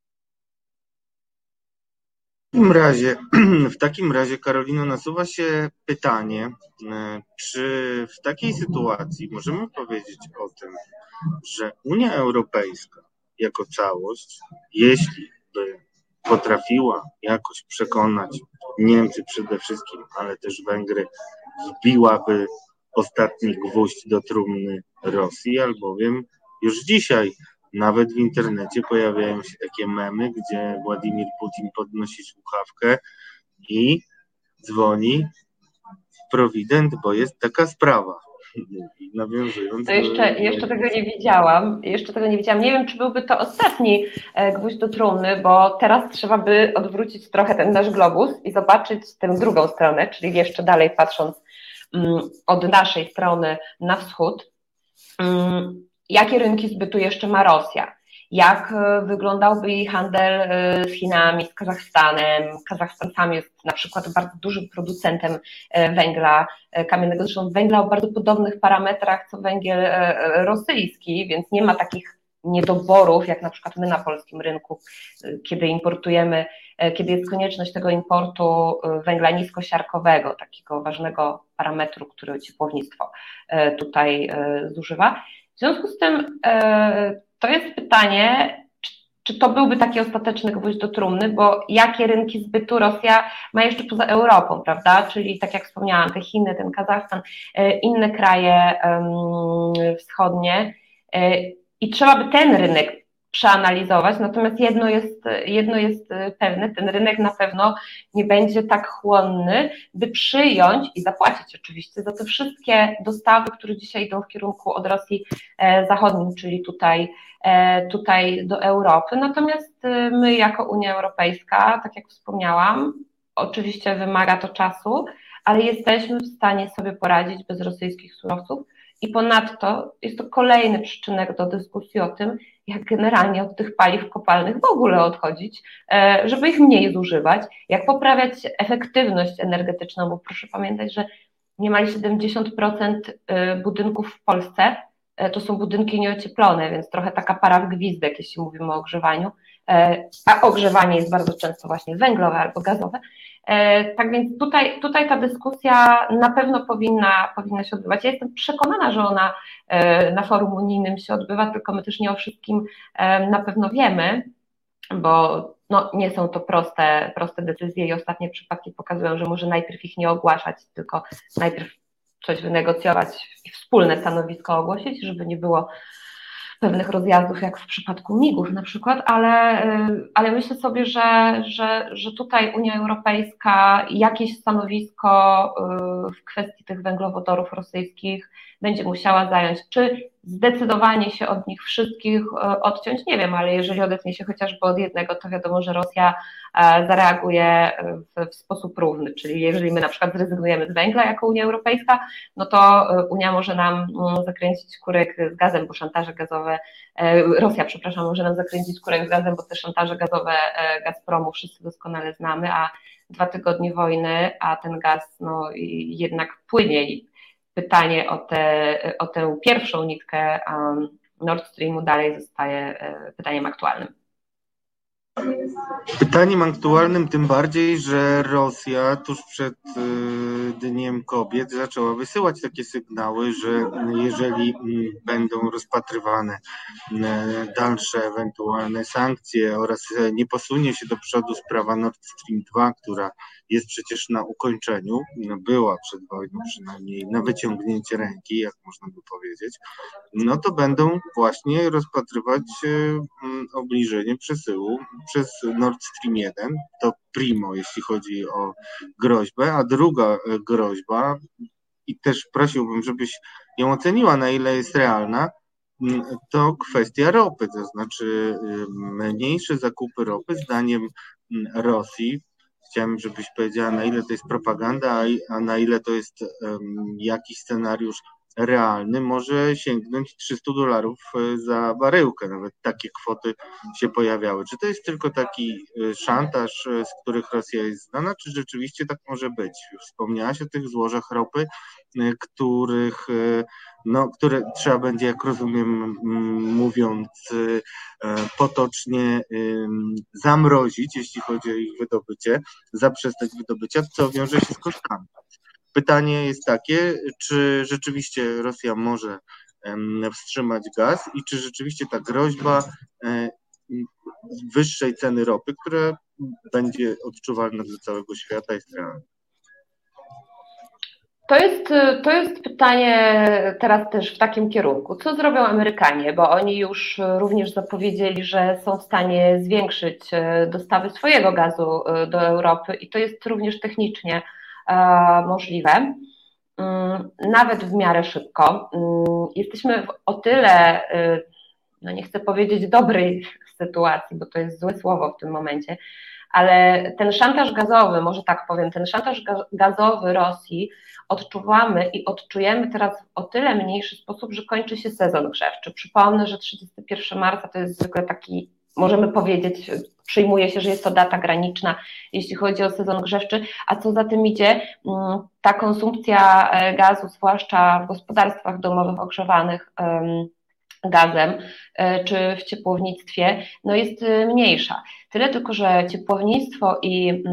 W takim razie, Karolino, nasuwa się pytanie, czy w takiej sytuacji możemy powiedzieć o tym, że Unia Europejska jako całość, jeśli by potrafiła jakoś przekonać Niemcy przede wszystkim, ale też Węgry, wbiłaby ostatni gwóźdź do trumny Rosji, albowiem już dzisiaj nawet w internecie pojawiają się takie memy, gdzie Władimir Putin podnosi słuchawkę i dzwoni w Prowident, bo jest taka sprawa. Nawiązując to jeszcze tego nie widziałam. Nie wiem, czy byłby to ostatni gwóźdź do trumny, bo teraz trzeba by odwrócić trochę ten nasz globus i zobaczyć tę drugą stronę, czyli jeszcze dalej patrząc od naszej strony na wschód, jakie rynki zbytu jeszcze ma Rosja, jak wyglądałby jej handel z Chinami, z Kazachstanem. Kazachstan sam jest na przykład bardzo dużym producentem węgla kamiennego, zresztą węgla o bardzo podobnych parametrach co węgiel rosyjski, więc nie ma takich niedoborów jak na przykład my na polskim rynku, kiedy importujemy, kiedy jest konieczność tego importu węgla niskosiarkowego, takiego ważnego parametru, który ciepłownictwo tutaj zużywa. W związku z tym to jest pytanie, czy to byłby taki ostateczny gwóźdź do trumny, bo jakie rynki zbytu Rosja ma jeszcze poza Europą, prawda? Czyli tak jak wspomniałam, te Chiny, ten Kazachstan, inne kraje wschodnie i trzeba by ten rynek przeanalizować, natomiast jedno jest pewne, ten rynek na pewno nie będzie tak chłonny, by przyjąć i zapłacić oczywiście za te wszystkie dostawy, które dzisiaj idą w kierunku od Rosji zachodniej, czyli tutaj do Europy. Natomiast my jako Unia Europejska, tak jak wspomniałam, oczywiście wymaga to czasu, ale jesteśmy w stanie sobie poradzić bez rosyjskich surowców i ponadto jest to kolejny przyczynek do dyskusji o tym, jak generalnie od tych paliw kopalnych w ogóle odchodzić, żeby ich mniej zużywać, jak poprawiać efektywność energetyczną, bo proszę pamiętać, że niemal 70% budynków w Polsce to są budynki nieocieplone, więc trochę taka para w gwizdek, jeśli mówimy o ogrzewaniu, a ogrzewanie jest bardzo często właśnie węglowe albo gazowe. Tak więc tutaj ta dyskusja na pewno powinna się odbywać. Ja jestem przekonana, że ona na forum unijnym się odbywa, tylko my też nie o wszystkim na pewno wiemy, bo nie są to proste decyzje i ostatnie przypadki pokazują, że może najpierw ich nie ogłaszać, tylko najpierw coś wynegocjować i wspólne stanowisko ogłosić, żeby nie było pewnych rozjazdów, jak w przypadku migów na przykład, ale myślę sobie, że tutaj Unia Europejska jakieś stanowisko w kwestii tych węglowodorów rosyjskich będzie musiała zająć. Czy zdecydowanie się od nich wszystkich odciąć? Nie wiem, ale jeżeli odetnie się chociażby od jednego, to wiadomo, że Rosja zareaguje w sposób równy, czyli jeżeli my na przykład zrezygnujemy z węgla jako Unia Europejska, no to Unia może nam zakręcić kurek z gazem, bo szantaże gazowe, Rosja, przepraszam, może nam zakręcić kurek z gazem, bo te szantaże gazowe Gazpromu wszyscy doskonale znamy, a 2 tygodnie wojny, a ten gaz jednak płynie i pytanie o tę pierwszą nitkę Nord Streamu dalej zostaje pytaniem aktualnym. Pytaniem aktualnym tym bardziej, że Rosja tuż przed Dniem Kobiet zaczęła wysyłać takie sygnały, że jeżeli będą rozpatrywane dalsze ewentualne sankcje oraz nie posunie się do przodu sprawa Nord Stream 2, która jest przecież na ukończeniu, była przed wojną przynajmniej na wyciągnięcie ręki, jak można by powiedzieć, no to będą właśnie rozpatrywać obniżenie przesyłu przez Nord Stream 1, to primo, jeśli chodzi o groźbę, a druga groźba, i też prosiłbym, żebyś ją oceniła, na ile jest realna, to kwestia ropy, to znaczy mniejsze zakupy ropy zdaniem Rosji. Chciałem, żebyś powiedziała, na ile to jest propaganda, a na ile to jest jakiś scenariusz realny, może sięgnąć $300 za baryłkę. Nawet takie kwoty się pojawiały. Czy to jest tylko taki szantaż, z których Rosja jest znana, czy rzeczywiście tak może być? Wspomniałaś o tych złożach ropy, które trzeba będzie, jak rozumiem, mówiąc potocznie, zamrozić, jeśli chodzi o ich wydobycie, zaprzestać wydobycia, co wiąże się z kosztami. Pytanie jest takie, czy rzeczywiście Rosja może wstrzymać gaz i czy rzeczywiście ta groźba wyższej ceny ropy, która będzie odczuwalna dla całego świata, jest realna? To jest pytanie teraz też w takim kierunku. Co zrobią Amerykanie? Bo oni już również zapowiedzieli, że są w stanie zwiększyć dostawy swojego gazu do Europy i to jest również technicznie możliwe, nawet w miarę szybko. Jesteśmy w o tyle, no nie chcę powiedzieć dobrej sytuacji, bo to jest złe słowo w tym momencie, ale ten szantaż gazowy, może tak powiem, ten szantaż gazowy Rosji odczuwamy i odczujemy teraz w o tyle mniejszy sposób, że kończy się sezon grzewczy. Przypomnę, że 31 marca to jest zwykle taki, możemy powiedzieć, przyjmuje się, że jest to data graniczna, jeśli chodzi o sezon grzewczy, a co za tym idzie, ta konsumpcja gazu, zwłaszcza w gospodarstwach domowych ogrzewanych gazem czy w ciepłownictwie, no jest mniejsza. Tyle tylko, że ciepłownictwo i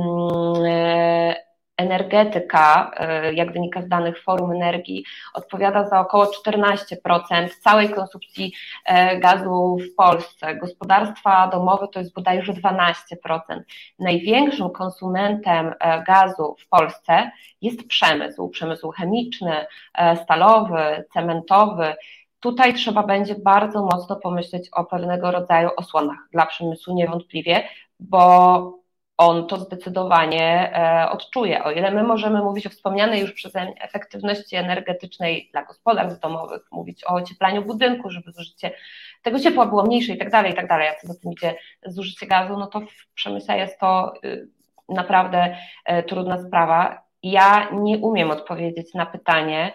energetyka, jak wynika z danych Forum Energii, odpowiada za około 14% całej konsumpcji gazu w Polsce. Gospodarstwa domowe to jest bodajże 12%. Największym konsumentem gazu w Polsce jest przemysł chemiczny, stalowy, cementowy. Tutaj trzeba będzie bardzo mocno pomyśleć o pewnego rodzaju osłonach dla przemysłu niewątpliwie, bo on to zdecydowanie odczuje. O ile my możemy mówić o wspomnianej już przeze mnie efektywności energetycznej dla gospodarstw domowych, mówić o ocieplaniu budynku, żeby zużycie tego ciepła było mniejsze i tak dalej, a co za tym idzie zużycie gazu, no to w przemyśle jest to naprawdę trudna sprawa. Ja nie umiem odpowiedzieć na pytanie,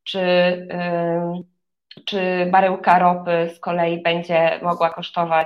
czy baryłka ropy z kolei będzie mogła kosztować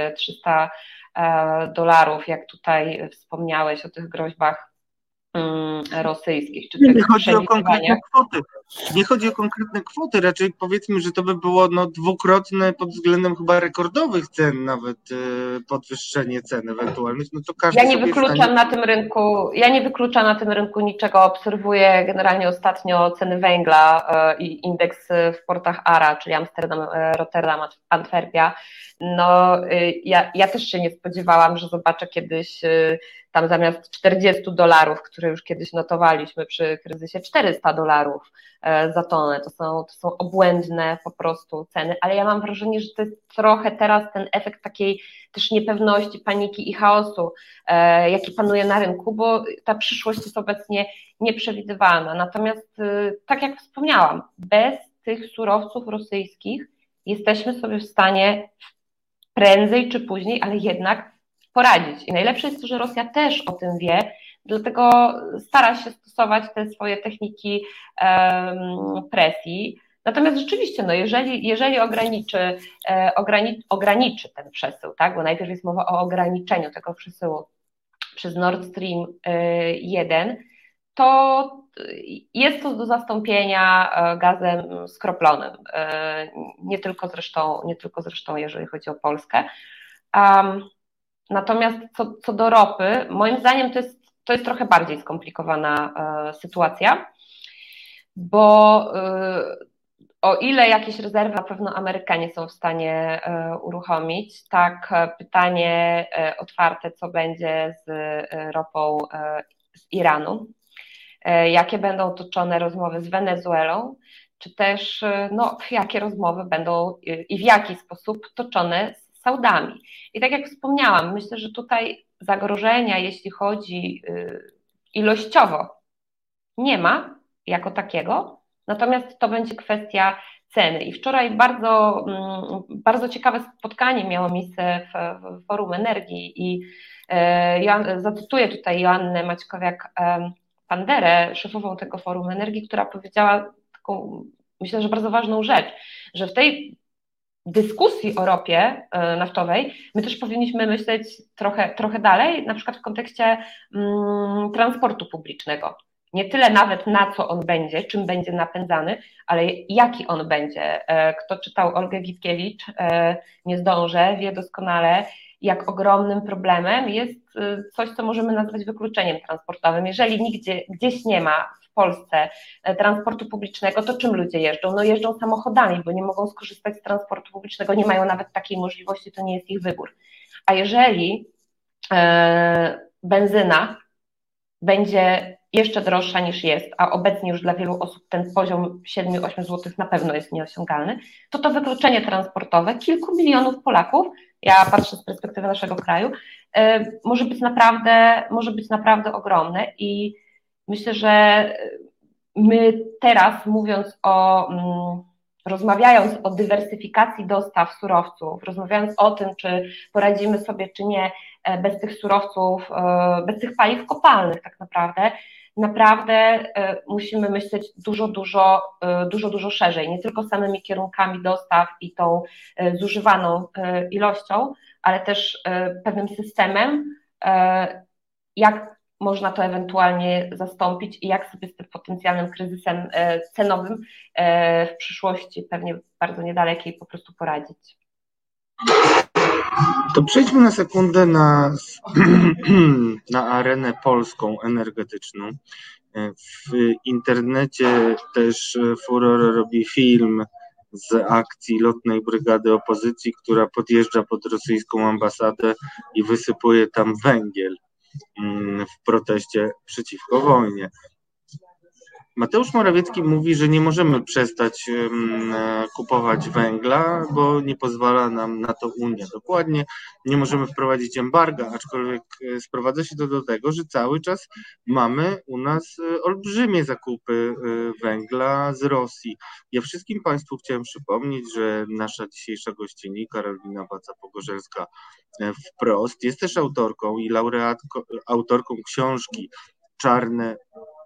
$300, jak tutaj wspomniałeś o tych groźbach rosyjskich. Czy nie chodzi o konkretne kwoty. Nie chodzi o konkretne kwoty, raczej powiedzmy, że to by było dwukrotne pod względem chyba rekordowych cen, nawet podwyższenie cen ewentualnych. No to każdy ja nie wykluczam na tym rynku niczego. Obserwuję generalnie ostatnio ceny węgla i indeks w portach ARA, czyli Amsterdam, Rotterdam, Antwerpia. No ja też się nie spodziewałam, że zobaczę kiedyś tam zamiast $40, które już kiedyś notowaliśmy przy kryzysie, $400 za tonę. To są obłędne po prostu ceny, ale ja mam wrażenie, że to jest trochę teraz ten efekt takiej też niepewności, paniki i chaosu, jaki panuje na rynku, bo ta przyszłość jest obecnie nieprzewidywalna. Natomiast tak jak wspomniałam, bez tych surowców rosyjskich jesteśmy sobie w stanie prędzej czy później, ale jednak poradzić. I najlepsze jest to, że Rosja też o tym wie, dlatego stara się stosować te swoje techniki presji. Natomiast rzeczywiście, no jeżeli ograniczy ten przesył, tak, bo najpierw jest mowa o ograniczeniu tego przesyłu przez Nord Stream 1, to jest to do zastąpienia gazem skroplonym. Nie tylko zresztą, jeżeli chodzi o Polskę. Natomiast co do ropy, moim zdaniem to jest trochę bardziej skomplikowana sytuacja, bo o ile jakieś rezerwy na pewno Amerykanie są w stanie uruchomić, tak pytanie otwarte, co będzie z ropą z Iranu, jakie będą toczone rozmowy z Wenezuelą, czy też jakie rozmowy będą i w jaki sposób toczone z Saudami. I tak jak wspomniałam, myślę, że tutaj zagrożenia, jeśli chodzi ilościowo, nie ma jako takiego, natomiast to będzie kwestia ceny. I wczoraj bardzo ciekawe spotkanie miało miejsce w Forum Energii i ja zacytuję tutaj Joannę Maćkowiak-Panderę, szefową tego Forum Energii, która powiedziała taką, myślę, że bardzo ważną rzecz, że w tej dyskusji o ropie naftowej my też powinniśmy myśleć trochę dalej, na przykład w kontekście transportu publicznego. Nie tyle nawet na co on będzie, czym będzie napędzany, ale jaki on będzie. Kto czytał Olgę Witkiewicz, nie zdążę, wie doskonale, jak ogromnym problemem jest coś, co możemy nazwać wykluczeniem transportowym. Jeżeli gdzieś nie ma w Polsce transportu publicznego, to czym ludzie jeżdżą? No jeżdżą samochodami, bo nie mogą skorzystać z transportu publicznego, nie mają nawet takiej możliwości, to nie jest ich wybór. A jeżeli benzyna będzie jeszcze droższa niż jest, a obecnie już dla wielu osób ten poziom 7-8 zł na pewno jest nieosiągalny, to wykluczenie transportowe kilku milionów Polaków, ja patrzę z perspektywy naszego kraju, może być naprawdę ogromne i myślę, że my teraz rozmawiając o dywersyfikacji dostaw surowców, rozmawiając o tym, czy poradzimy sobie, czy nie bez tych surowców, bez tych paliw kopalnych tak naprawdę musimy myśleć dużo szerzej, nie tylko samymi kierunkami dostaw i tą zużywaną ilością, ale też pewnym systemem, jak można to ewentualnie zastąpić i jak sobie z tym potencjalnym kryzysem cenowym w przyszłości, pewnie bardzo niedalekiej, po prostu poradzić. To przejdźmy na sekundę na arenę polską energetyczną. W internecie też furor robi film z akcji lotnej brygady opozycji, która podjeżdża pod rosyjską ambasadę i wysypuje tam węgiel w proteście przeciwko wojnie. Mateusz Morawiecki mówi, że nie możemy przestać kupować węgla, bo nie pozwala nam na to Unia. Dokładnie, nie możemy wprowadzić embarga, aczkolwiek sprowadza się to do tego, że cały czas mamy u nas olbrzymie zakupy węgla z Rosji. Ja wszystkim Państwu chciałem przypomnieć, że nasza dzisiejsza gościni, Karolina Baca-Pogorzelska wprost, jest też autorką i autorką książki Czarne.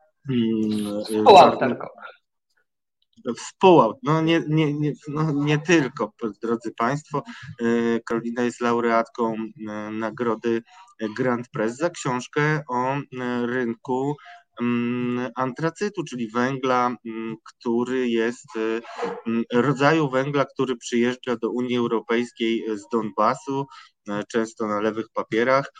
Nie tylko, drodzy Państwo. Karolina jest laureatką nagrody Grand Press za książkę o rynku antracytu, czyli węgla, który jest rodzaju węgla, który przyjeżdża do Unii Europejskiej z Donbasu, często na lewych papierach.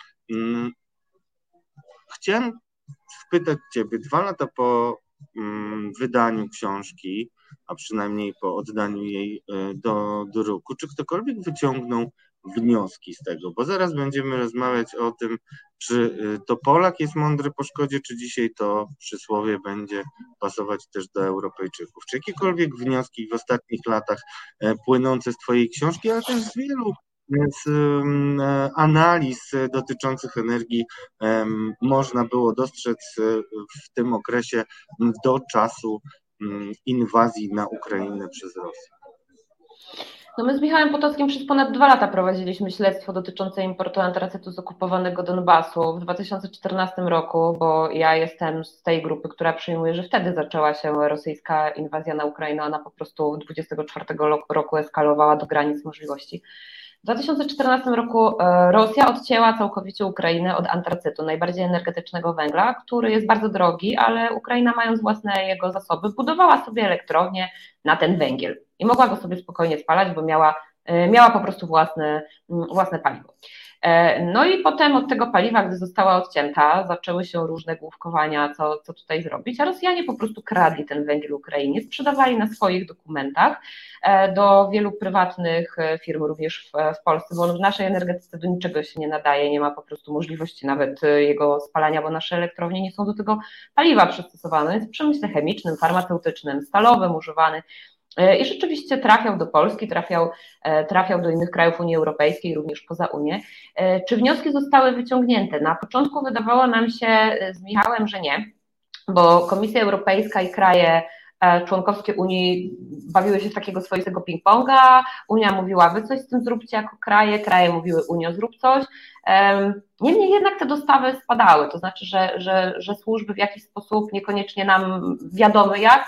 Chciałem spytać Ciebie 2 lata po wydaniu książki, a przynajmniej po oddaniu jej do druku, czy ktokolwiek wyciągnął wnioski z tego, bo zaraz będziemy rozmawiać o tym, czy to Polak jest mądry po szkodzie, czy dzisiaj to przysłowie będzie pasować też do Europejczyków. Czy jakiekolwiek wnioski w ostatnich latach płynące z Twojej książki, ale też z wielu analiz dotyczących energii można było dostrzec w tym okresie do czasu inwazji na Ukrainę przez Rosję? No my z Michałem Potockim przez ponad 2 lata prowadziliśmy śledztwo dotyczące importu antracytu z okupowanego Donbasu w 2014 roku, bo ja jestem z tej grupy, która przyjmuje, że wtedy zaczęła się rosyjska inwazja na Ukrainę, ona po prostu 24 roku eskalowała do granic możliwości. W 2014 roku Rosja odcięła całkowicie Ukrainę od antracytu, najbardziej energetycznego węgla, który jest bardzo drogi, ale Ukraina, mając własne jego zasoby, budowała sobie elektrownię na ten węgiel i mogła go sobie spokojnie spalać, bo miała miała po prostu własne paliwo. No i potem od tego paliwa, gdy została odcięta, zaczęły się różne główkowania, co tutaj zrobić, a Rosjanie po prostu kradli ten węgiel Ukrainie, sprzedawali na swoich dokumentach do wielu prywatnych firm, również w Polsce, bo on w naszej energetyce do niczego się nie nadaje, nie ma po prostu możliwości nawet jego spalania, bo nasze elektrownie nie są do tego paliwa przystosowane, jest w przemyśle chemicznym, farmaceutycznym, stalowym używany. I rzeczywiście trafiał do Polski, trafiał do innych krajów Unii Europejskiej, również poza Unię. Czy wnioski zostały wyciągnięte? Na początku wydawało nam się z Michałem, że nie, bo Komisja Europejska i kraje członkowskie Unii bawiły się w takiego swoistego ping-ponga, Unia mówiła, wy coś z tym zróbcie jako kraje mówiły, Unio, zrób coś. Niemniej jednak te dostawy spadały, to znaczy, że służby w jakiś sposób, niekoniecznie nam wiadomo jak,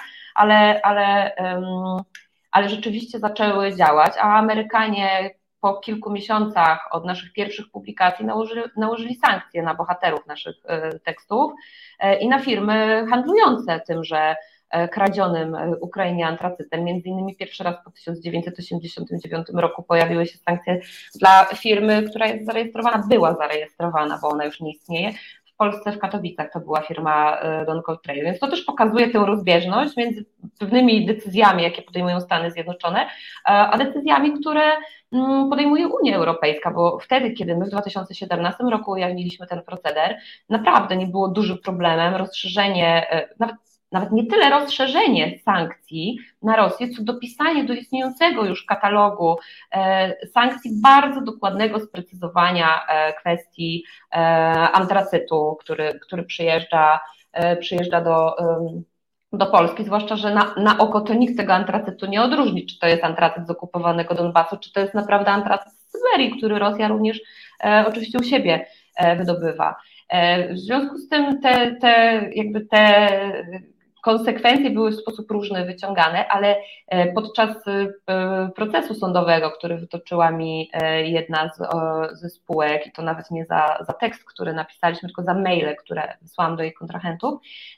ale rzeczywiście zaczęły działać, a Amerykanie po kilku miesiącach od naszych pierwszych publikacji nałożyli sankcje na bohaterów naszych tekstów i na firmy handlujące tymże kradzionym Ukrainie antracytem. Między innymi pierwszy raz po 1989 roku pojawiły się sankcje dla firmy, która jest była zarejestrowana, bo ona już nie istnieje. W Polsce, w Katowicach to była firma Doncold Trail, więc to też pokazuje tę rozbieżność między pewnymi decyzjami, jakie podejmują Stany Zjednoczone, a decyzjami, które podejmuje Unia Europejska, bo wtedy, kiedy my w 2017 roku ujawniliśmy ten proceder, naprawdę nie było dużym problemem rozszerzenie, nawet nie tyle rozszerzenie sankcji na Rosję, co dopisanie do istniejącego już katalogu sankcji bardzo dokładnego sprecyzowania kwestii antracytu, który przyjeżdża do Polski, zwłaszcza, że na oko to nikt tego antracytu nie odróżni, czy to jest antracyt z okupowanego Donbasu, czy to jest naprawdę antracyt z Syberii, który Rosja również oczywiście u siebie wydobywa. W związku z tym te konsekwencje były w sposób różny wyciągane, ale podczas procesu sądowego, który wytoczyła mi jedna ze spółek, i to nawet nie za tekst, który napisaliśmy, tylko za maile, które wysłałam do jej kontrahentów,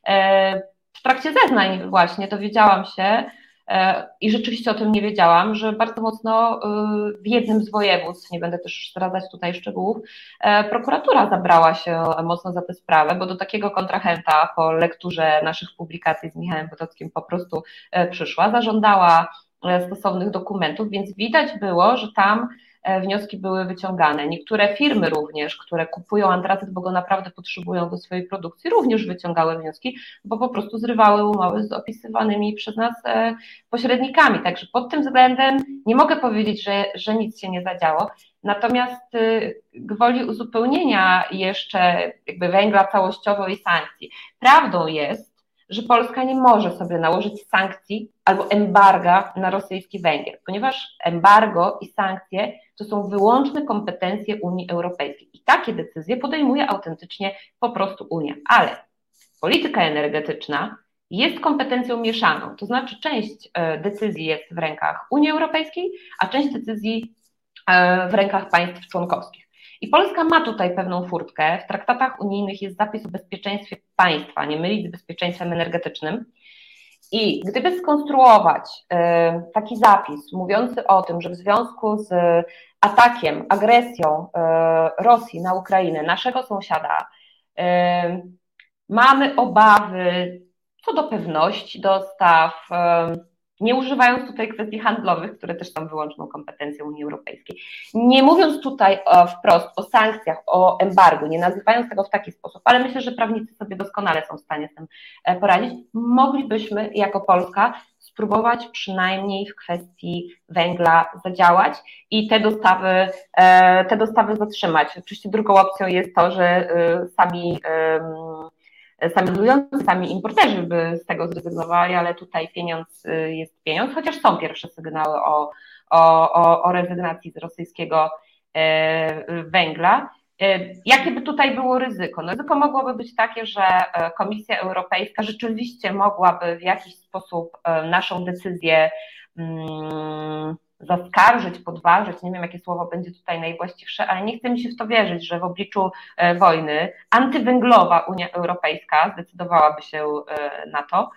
w trakcie zeznań właśnie dowiedziałam się, i rzeczywiście o tym nie wiedziałam, że bardzo mocno w jednym z województw, nie będę też zdradzać tutaj szczegółów, prokuratura zabrała się mocno za tę sprawę, bo do takiego kontrahenta po lekturze naszych publikacji z Michałem Potockim po prostu przyszła, zażądała stosownych dokumentów, więc widać było, że tam wnioski były wyciągane. Niektóre firmy również, które kupują antracyt, bo go naprawdę potrzebują do swojej produkcji, również wyciągały wnioski, bo po prostu zrywały umowy z opisywanymi przez nas pośrednikami. Także pod tym względem nie mogę powiedzieć, że nic się nie zadziało. Natomiast gwoli uzupełnienia jeszcze jakby węgla całościowo i sankcji. Prawdą jest, że Polska nie może sobie nałożyć sankcji albo embarga na rosyjski węgiel, ponieważ embargo i sankcje to są wyłączne kompetencje Unii Europejskiej i takie decyzje podejmuje autentycznie po prostu Unia. Ale polityka energetyczna jest kompetencją mieszaną, to znaczy część decyzji jest w rękach Unii Europejskiej, a część decyzji w rękach państw członkowskich. I Polska ma tutaj pewną furtkę. W traktatach unijnych jest zapis o bezpieczeństwie państwa, nie mylić z bezpieczeństwem energetycznym. I gdyby skonstruować taki zapis mówiący o tym, że w związku z atakiem, agresją Rosji na Ukrainę, naszego sąsiada, mamy obawy co do pewności dostaw, nie używając tutaj kwestii handlowych, które też są wyłączną kompetencją Unii Europejskiej, nie mówiąc tutaj wprost o sankcjach, o embargu, nie nazywając tego w taki sposób, ale myślę, że prawnicy sobie doskonale są w stanie z tym poradzić, moglibyśmy jako Polska spróbować przynajmniej w kwestii węgla zadziałać i te dostawy zatrzymać. Oczywiście drugą opcją jest to, że sami handlujący, sami importerzy by z tego zrezygnowali, ale tutaj pieniądz jest pieniądz, chociaż są pierwsze sygnały o rezygnacji z rosyjskiego węgla. Jakie by tutaj było ryzyko? No, ryzyko mogłoby być takie, że Komisja Europejska rzeczywiście mogłaby w jakiś sposób naszą decyzję zaskarżyć, podważyć, nie wiem jakie słowo będzie tutaj najwłaściwsze, ale nie chce mi się w to wierzyć, że w obliczu wojny antywęglowa Unia Europejska zdecydowałaby się na to.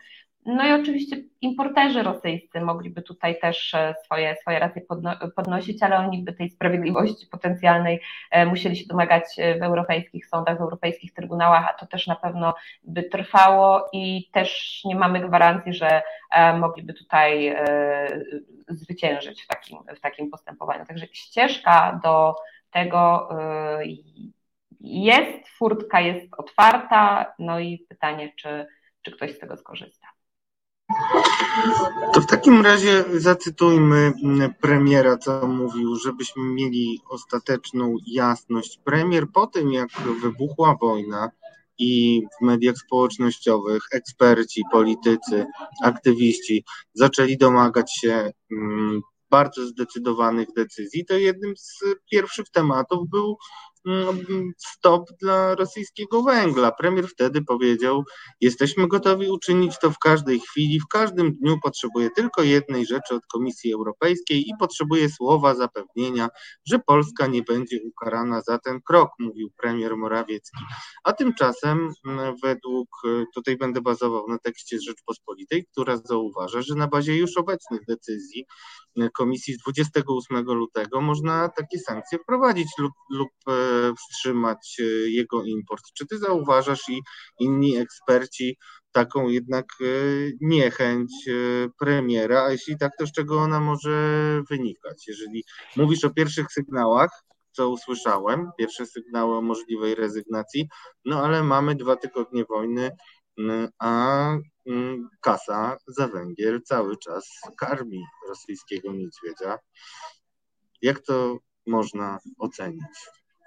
No i oczywiście importerzy rosyjscy mogliby tutaj też swoje racje podnosić, ale oni by tej sprawiedliwości potencjalnej musieli się domagać w europejskich sądach, w europejskich trybunałach, a to też na pewno by trwało i też nie mamy gwarancji, że mogliby tutaj zwyciężyć w takim postępowaniu. Także ścieżka do tego jest, furtka jest otwarta, no i pytanie, czy ktoś z tego skorzysta. To w takim razie zacytujmy premiera, co mówił, żebyśmy mieli ostateczną jasność. Premier po tym, jak wybuchła wojna i w mediach społecznościowych eksperci, politycy, aktywiści zaczęli domagać się bardzo zdecydowanych decyzji, to jednym z pierwszych tematów był stop dla rosyjskiego węgla. Premier wtedy powiedział: jesteśmy gotowi uczynić to w każdej chwili, w każdym dniu potrzebuję tylko jednej rzeczy od Komisji Europejskiej i potrzebuję słowa zapewnienia, że Polska nie będzie ukarana za ten krok, mówił premier Morawiecki. A tymczasem tutaj będę bazował na tekście z Rzeczpospolitej, która zauważa, że na bazie już obecnych decyzji Komisji z 28 lutego można takie sankcje wprowadzić lub wstrzymać jego import. Czy ty zauważasz i inni eksperci taką jednak niechęć premiera, a jeśli tak, to z czego ona może wynikać? Jeżeli mówisz o pierwszych sygnałach, co usłyszałem, pierwsze sygnały o możliwej rezygnacji, no ale mamy 2 tygodnie wojny, a kasa za węgiel cały czas karmi rosyjskiego niedźwiedzia. Jak to można ocenić?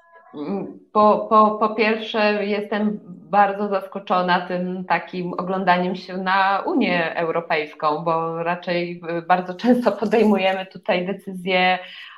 Po pierwsze, jestem bardzo zaskoczona tym takim oglądaniem się na Unię Europejską, bo raczej bardzo często podejmujemy tutaj decyzje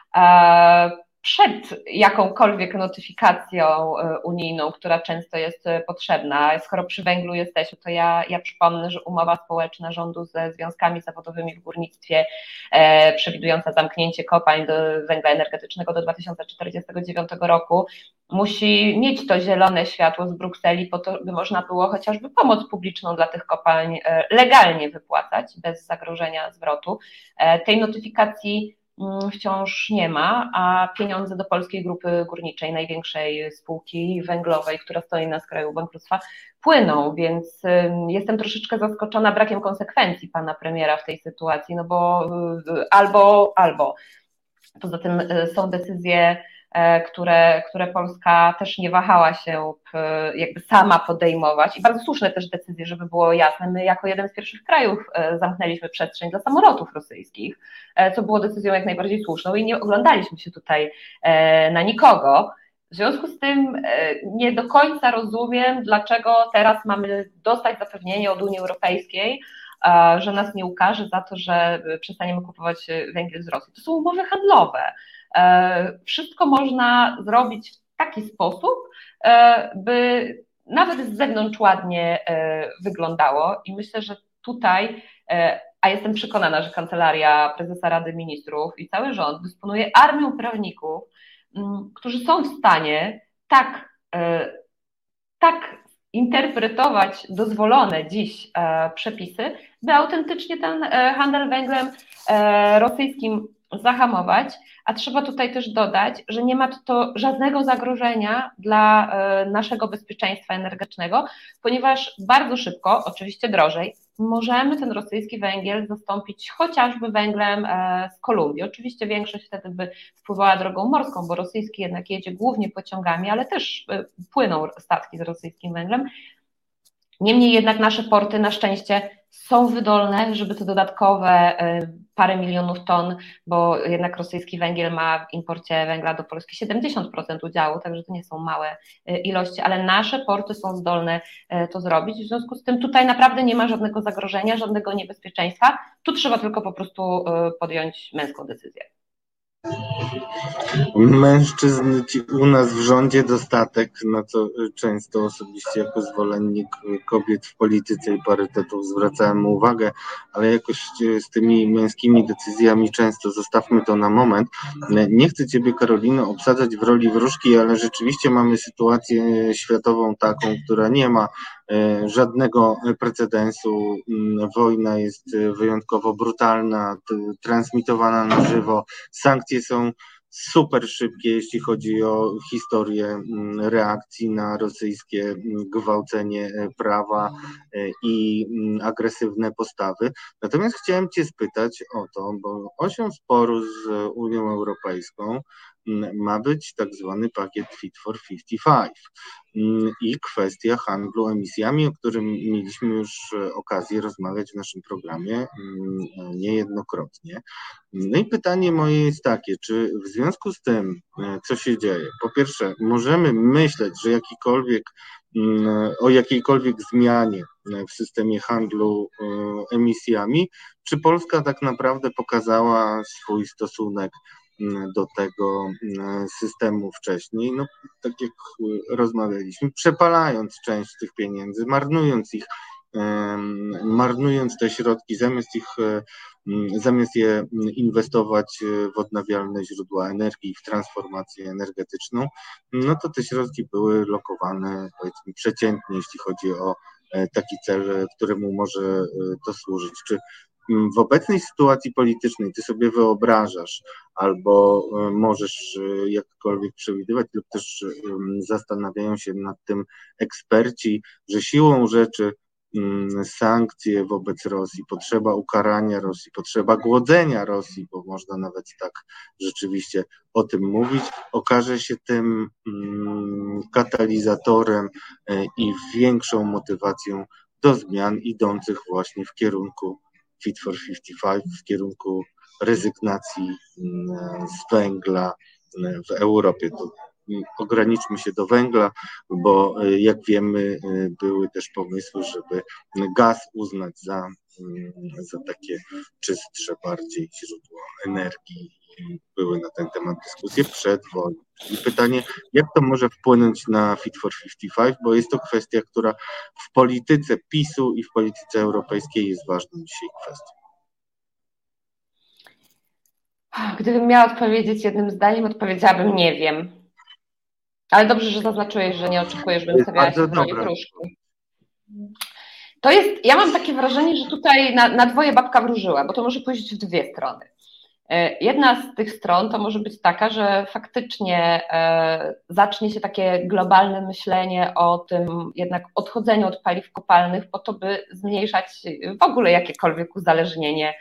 przed jakąkolwiek notyfikacją unijną, która często jest potrzebna. Skoro przy węglu jesteśmy, to ja przypomnę, że umowa społeczna rządu ze związkami zawodowymi w górnictwie przewidująca zamknięcie kopalń do węgla energetycznego do 2049 roku musi mieć to zielone światło z Brukseli po to, by można było chociażby pomoc publiczną dla tych kopalń legalnie wypłacać bez zagrożenia zwrotu. Tej notyfikacji wciąż nie ma, a pieniądze do Polskiej Grupy Górniczej, największej spółki węglowej, która stoi na skraju bankructwa, płyną, więc jestem troszeczkę zaskoczona brakiem konsekwencji pana premiera w tej sytuacji, no bo albo. Poza tym są decyzje, które Polska też nie wahała się jakby sama podejmować i bardzo słuszne też decyzje, żeby było jasne. My jako jeden z pierwszych krajów zamknęliśmy przestrzeń dla samolotów rosyjskich, co było decyzją jak najbardziej słuszną i nie oglądaliśmy się tutaj na nikogo. W związku z tym nie do końca rozumiem, dlaczego teraz mamy dostać zapewnienie od Unii Europejskiej, że nas nie ukaże za to, że przestaniemy kupować węgiel z Rosji. To są umowy handlowe. Wszystko można zrobić w taki sposób, by nawet z zewnątrz ładnie wyglądało i myślę, że tutaj, a jestem przekonana, że Kancelaria Prezesa Rady Ministrów i cały rząd dysponuje armią prawników, którzy są w stanie tak interpretować dozwolone dziś przepisy, by autentycznie ten handel węglem rosyjskim zahamować, a trzeba tutaj też dodać, że nie ma to żadnego zagrożenia dla naszego bezpieczeństwa energetycznego, ponieważ bardzo szybko, oczywiście drożej, możemy ten rosyjski węgiel zastąpić chociażby węglem z Kolumbii. Oczywiście większość wtedy by wpływała drogą morską, bo rosyjski jednak jedzie głównie pociągami, ale też płyną statki z rosyjskim węglem. Niemniej jednak nasze porty na szczęście są wydolne, żeby te dodatkowe parę milionów ton, bo jednak rosyjski węgiel ma w imporcie węgla do Polski 70% udziału, także to nie są małe ilości, ale nasze porty są zdolne to zrobić. W związku z tym tutaj naprawdę nie ma żadnego zagrożenia, żadnego niebezpieczeństwa. Tu trzeba tylko po prostu podjąć męską decyzję. Mężczyzn u nas w rządzie dostatek, na co często osobiście jako zwolennik kobiet w polityce i parytetów zwracałem uwagę, ale jakoś z tymi męskimi decyzjami często zostawmy to na moment. Nie chcę Ciebie, Karolino, obsadzać w roli wróżki, ale rzeczywiście mamy sytuację światową taką, która nie ma żadnego precedensu. Wojna jest wyjątkowo brutalna, transmitowana na żywo. Sankcje są super szybkie, jeśli chodzi o historię reakcji na rosyjskie gwałcenie prawa i agresywne postawy. Natomiast chciałem Cię spytać o to, bo osią sporu z Unią Europejską ma być tak zwany pakiet Fit for 55 i kwestia handlu emisjami, o którym mieliśmy już okazję rozmawiać w naszym programie niejednokrotnie. No i pytanie moje jest takie, czy w związku z tym, co się dzieje, po pierwsze, możemy myśleć, że o jakiejkolwiek zmianie w systemie handlu emisjami, czy Polska tak naprawdę pokazała swój stosunek do tego systemu wcześniej, no tak jak rozmawialiśmy, przepalając część tych pieniędzy, marnując te środki, zamiast je inwestować w odnawialne źródła energii, w transformację energetyczną, no to te środki były lokowane, powiedzmy, przeciętnie, jeśli chodzi o taki cel, któremu może to służyć. Czy w obecnej sytuacji politycznej ty sobie wyobrażasz albo możesz jakkolwiek przewidywać, lub też zastanawiają się nad tym eksperci, że siłą rzeczy sankcje wobec Rosji, potrzeba ukarania Rosji, potrzeba głodzenia Rosji, bo można nawet tak rzeczywiście o tym mówić, okaże się tym katalizatorem i większą motywacją do zmian idących właśnie w kierunku Fit for 55, w kierunku rezygnacji z węgla w Europie. To ograniczmy się do węgla, bo jak wiemy, były też pomysły, żeby gaz uznać za takie czystsze bardziej źródło energii. Były na ten temat dyskusje przed wojną. I pytanie, jak to może wpłynąć na Fit for 55, bo jest to kwestia, która w polityce PiS-u i w polityce europejskiej jest ważną dzisiaj kwestią. Gdybym miała odpowiedzieć jednym zdaniem, odpowiedziałabym nie wiem. Ale dobrze, że zaznaczyłeś, że nie oczekujesz, żebym stawiała się w roli wróżki. To jest, ja mam takie wrażenie, że tutaj na dwoje babka wróżyła, bo to może pójść w dwie strony. Jedna z tych stron to może być taka, że faktycznie zacznie się takie globalne myślenie o tym jednak odchodzeniu od paliw kopalnych po to, by zmniejszać w ogóle jakiekolwiek uzależnienie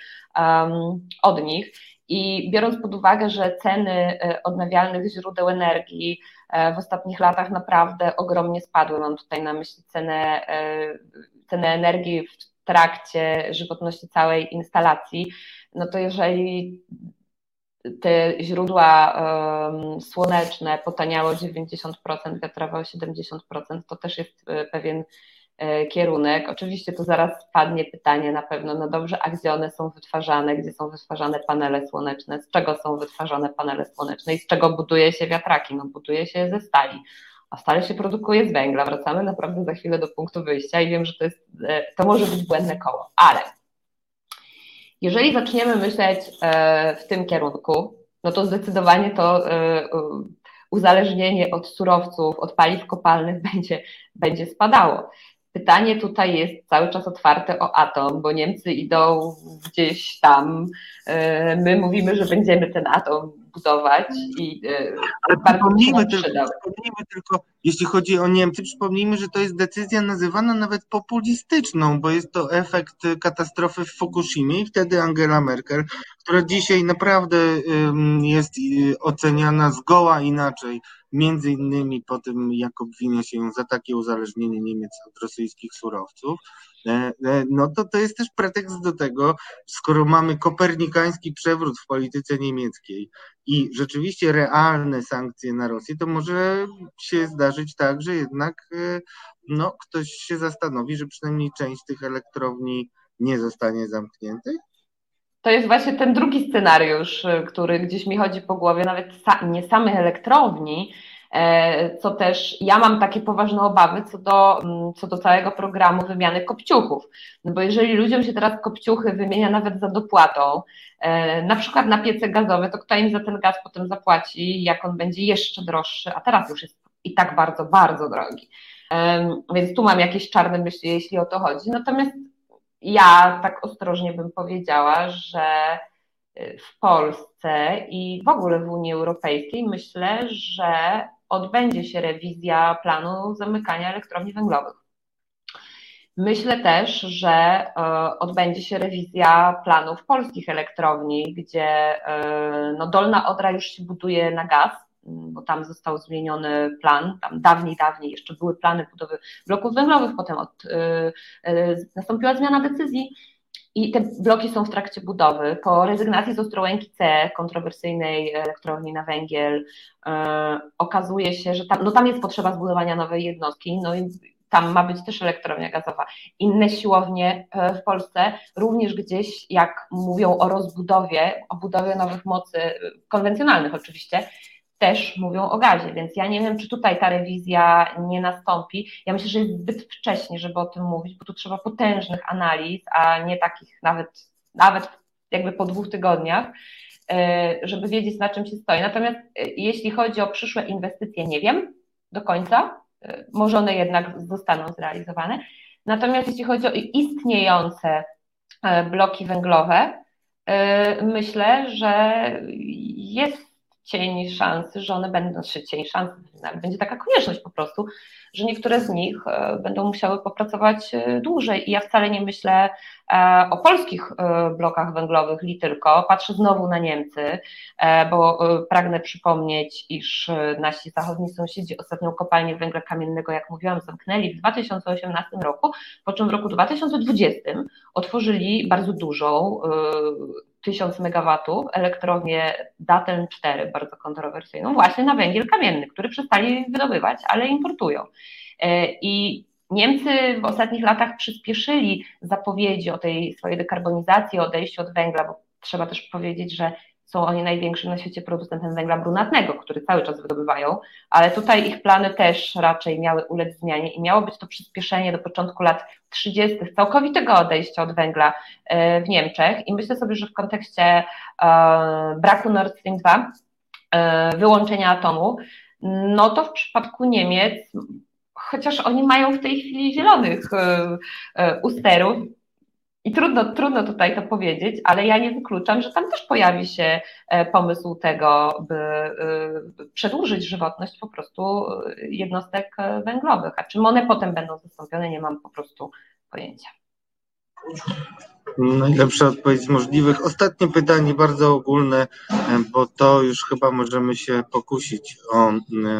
od nich. I biorąc pod uwagę, że ceny odnawialnych źródeł energii w ostatnich latach naprawdę ogromnie spadły, mam tutaj na myśli cenę energii w trakcie żywotności całej instalacji, no to jeżeli te źródła słoneczne potaniały o 90%, wiatrowe o 70%, to też jest pewien kierunek. Oczywiście to zaraz padnie pytanie na pewno, no dobrze, a gdzie one są wytwarzane, gdzie są wytwarzane panele słoneczne, z czego są wytwarzane panele słoneczne i z czego buduje się wiatraki? No buduje się ze stali, a stale się produkuje z węgla. Wracamy naprawdę za chwilę do punktu wyjścia i wiem, że to może być błędne koło, ale jeżeli zaczniemy myśleć w tym kierunku, no to zdecydowanie to uzależnienie od surowców, od paliw kopalnych będzie spadało. Pytanie tutaj jest cały czas otwarte o atom, bo Niemcy idą gdzieś tam, my mówimy, że będziemy ten atom budować i ale przypomnijmy tylko, jeśli chodzi o Niemcy, przypomnijmy, że to jest decyzja nazywana nawet populistyczną, bo jest to efekt katastrofy w Fukushimie i wtedy Angela Merkel, która dzisiaj naprawdę jest oceniana zgoła inaczej, między innymi po tym, jak obwinia się ją za takie uzależnienie Niemiec od rosyjskich surowców, no to jest też pretekst do tego, skoro mamy kopernikański przewrót w polityce niemieckiej i rzeczywiście realne sankcje na Rosję, to może się zdarzyć tak, że jednak ktoś się zastanowi, że przynajmniej część tych elektrowni nie zostanie zamkniętych. To jest właśnie ten drugi scenariusz, który gdzieś mi chodzi po głowie, nawet nie samych elektrowni, co też ja mam takie poważne obawy co do całego programu wymiany kopciuchów. No bo jeżeli ludziom się teraz kopciuchy wymienia nawet za dopłatą, na przykład na piece gazowe, to kto im za ten gaz potem zapłaci, jak on będzie jeszcze droższy, a teraz już jest i tak bardzo, bardzo drogi. Więc tu mam jakieś czarne myśli, jeśli o to chodzi. Natomiast ja tak ostrożnie bym powiedziała, że w Polsce i w ogóle w Unii Europejskiej myślę, że odbędzie się rewizja planu zamykania elektrowni węglowych. Myślę też, że odbędzie się rewizja planów polskich elektrowni, gdzie Dolna Odra już się buduje na gaz, bo tam został zmieniony plan, tam dawniej jeszcze były plany budowy bloków węglowych, potem nastąpiła zmiana decyzji i te bloki są w trakcie budowy. Po rezygnacji z Ostrołęki C, kontrowersyjnej elektrowni na węgiel, okazuje się, że tam jest potrzeba zbudowania nowej jednostki, no i tam ma być też elektrownia gazowa. Inne siłownie w Polsce również gdzieś, jak mówią o rozbudowie, o budowie nowych mocy, konwencjonalnych oczywiście, też mówią o gazie, więc ja nie wiem, czy tutaj ta rewizja nie nastąpi. Ja myślę, że jest zbyt wcześnie, żeby o tym mówić, bo tu trzeba potężnych analiz, a nie takich nawet jakby po 2 tygodniach, żeby wiedzieć, na czym się stoi. Natomiast jeśli chodzi o przyszłe inwestycje, nie wiem do końca, może one jednak zostaną zrealizowane. Natomiast jeśli chodzi o istniejące bloki węglowe, myślę, że jest cień szansy, że one będą, będzie taka konieczność po prostu, że niektóre z nich będą musiały popracować dłużej i ja wcale nie myślę o polskich blokach węglowych li tylko, patrzę znowu na Niemcy, bo pragnę przypomnieć, iż nasi zachodni sąsiedzi ostatnią kopalnię węgla kamiennego, jak mówiłam, zamknęli w 2018 roku, po czym w roku 2020 otworzyli bardzo dużą 1000 megawatów elektrownię Datteln 4, bardzo kontrowersyjną, właśnie na węgiel kamienny, który przestali wydobywać, ale importują. I Niemcy w ostatnich latach przyspieszyli zapowiedzi o tej swojej dekarbonizacji, o odejściu od węgla, bo trzeba też powiedzieć, że są oni największym na świecie producentem węgla brunatnego, który cały czas wydobywają, ale tutaj ich plany też raczej miały ulec zmianie i miało być to przyspieszenie do początku lat 30. całkowitego odejścia od węgla w Niemczech i myślę sobie, że w kontekście braku Nord Stream 2, wyłączenia atomu, no to w przypadku Niemiec, chociaż oni mają w tej chwili zielonych u sterów, i trudno tutaj to powiedzieć, ale ja nie wykluczam, że tam też pojawi się pomysł tego, by przedłużyć żywotność po prostu jednostek węglowych. A czym one potem będą zastąpione, nie mam po prostu pojęcia. Najlepsza odpowiedź z możliwych. Ostatnie pytanie, bardzo ogólne, bo to już chyba możemy się pokusić o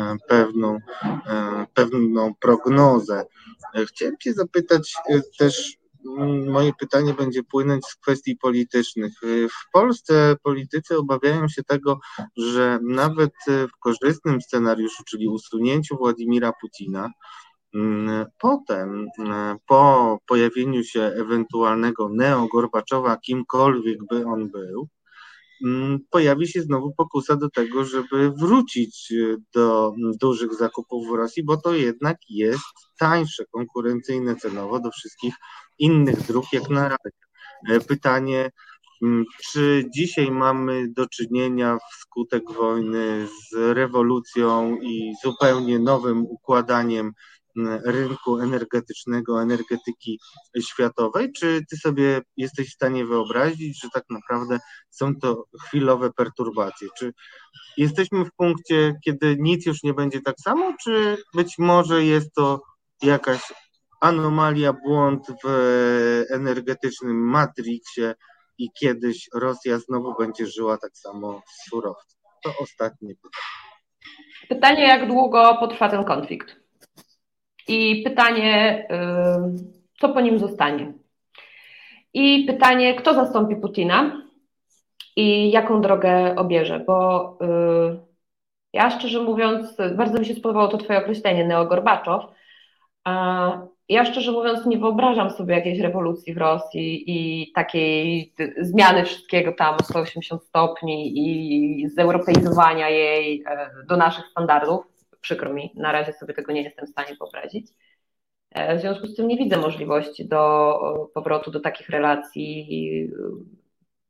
pewną prognozę. Chciałem Cię zapytać też, moje pytanie będzie płynąć z kwestii politycznych. W Polsce politycy obawiają się tego, że nawet w korzystnym scenariuszu, czyli usunięciu Władimira Putina, potem po pojawieniu się ewentualnego neo-Gorbaczowa, kimkolwiek by on był, pojawi się znowu pokusa do tego, żeby wrócić do dużych zakupów w Rosji, bo to jednak jest tańsze, konkurencyjne cenowo do wszystkich innych dróg jak na razie. Pytanie, czy dzisiaj mamy do czynienia wskutek wojny z rewolucją i zupełnie nowym układaniem rynku energetycznego, energetyki światowej, czy ty sobie jesteś w stanie wyobrazić, że tak naprawdę są to chwilowe perturbacje? Czy jesteśmy w punkcie, kiedy nic już nie będzie tak samo, czy być może jest to jakaś anomalia, błąd w energetycznym matrixie i kiedyś Rosja znowu będzie żyła tak samo z surowcem? To ostatnie pytanie. Pytanie, jak długo potrwa ten konflikt? I pytanie, co po nim zostanie? I pytanie, kto zastąpi Putina i jaką drogę obierze? Bo ja szczerze mówiąc, bardzo mi się spodobało to twoje określenie, neo-Gorbaczow. Ja szczerze mówiąc nie wyobrażam sobie jakiejś rewolucji w Rosji i takiej zmiany wszystkiego tam o 180 stopni i zeuropeizowania jej do naszych standardów. Przykro mi, na razie sobie tego nie jestem w stanie wyobrazić. W związku z tym nie widzę możliwości do powrotu do takich relacji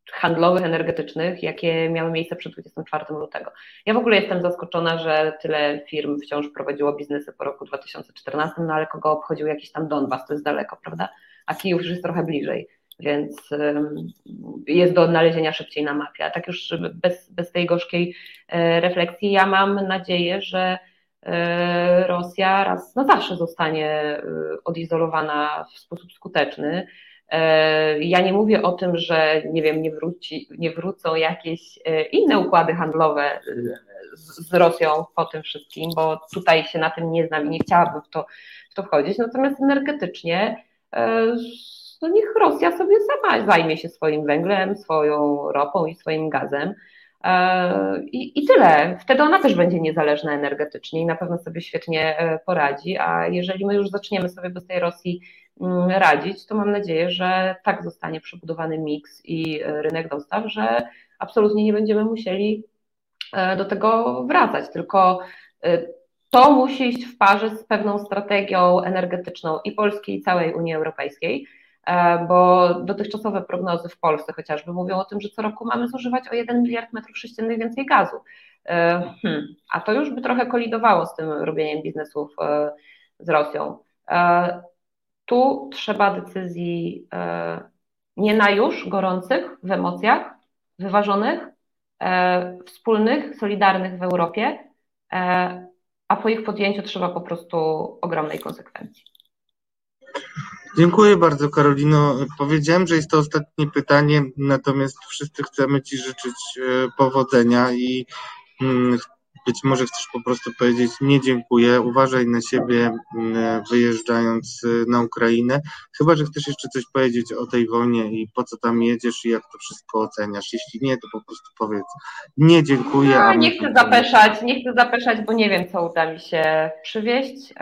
handlowych, energetycznych, jakie miały miejsce przed 24 lutego. Ja w ogóle jestem zaskoczona, że tyle firm wciąż prowadziło biznesy po roku 2014, no ale kogo obchodził jakiś tam Donbas, to jest daleko, prawda? A Kijów już jest trochę bliżej, więc jest do odnalezienia szybciej na mapie. A tak już bez tej gorzkiej refleksji, ja mam nadzieję, że Rosja raz na zawsze zostanie odizolowana w sposób skuteczny. Ja nie mówię o tym, że nie wiem, nie wrócą jakieś inne układy handlowe z Rosją po tym wszystkim, bo tutaj się na tym nie znam i nie chciałabym w to wchodzić. Natomiast energetycznie no niech Rosja sobie sama zajmie się swoim węglem, swoją ropą i swoim gazem. I tyle. Wtedy ona też będzie niezależna energetycznie i na pewno sobie świetnie poradzi, a jeżeli my już zaczniemy sobie bez tej Rosji radzić, to mam nadzieję, że tak zostanie przebudowany miks i rynek dostaw, że absolutnie nie będziemy musieli do tego wracać, tylko to musi iść w parze z pewną strategią energetyczną i Polski, i całej Unii Europejskiej, bo dotychczasowe prognozy w Polsce chociażby mówią o tym, że co roku mamy zużywać o 1 miliard metrów sześciennych więcej gazu, a to już by trochę kolidowało z tym robieniem biznesów z Rosją. Tu trzeba decyzji nie na już, gorących, w emocjach, wyważonych, wspólnych, solidarnych w Europie, a po ich podjęciu trzeba po prostu ogromnej konsekwencji. Dziękuję bardzo, Karolino. Powiedziałem, że jest to ostatnie pytanie, natomiast wszyscy chcemy Ci życzyć powodzenia i być może chcesz po prostu powiedzieć nie dziękuję, uważaj na siebie wyjeżdżając na Ukrainę, chyba że chcesz jeszcze coś powiedzieć o tej wojnie i po co tam jedziesz i jak to wszystko oceniasz. Jeśli nie, to po prostu powiedz nie dziękuję. No, nie chcę zapeszać, bo nie wiem, co uda mi się przywieźć.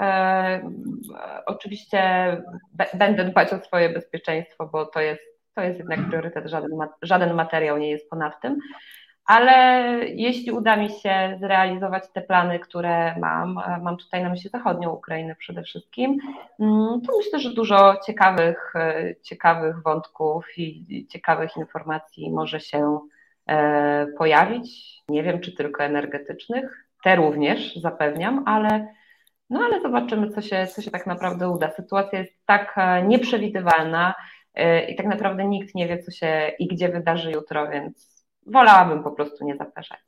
Oczywiście będę dbać o swoje bezpieczeństwo, bo to jest jednak priorytet, żaden materiał nie jest ponad tym. Ale jeśli uda mi się zrealizować te plany, które mam tutaj na myśli zachodnią Ukrainę przede wszystkim, to myślę, że dużo ciekawych wątków i ciekawych informacji może się pojawić. Nie wiem, czy tylko energetycznych, te również zapewniam, ale zobaczymy, co się tak naprawdę uda. Sytuacja jest tak nieprzewidywalna i tak naprawdę nikt nie wie, co się i gdzie wydarzy jutro, więc wolałabym po prostu nie zapeszać.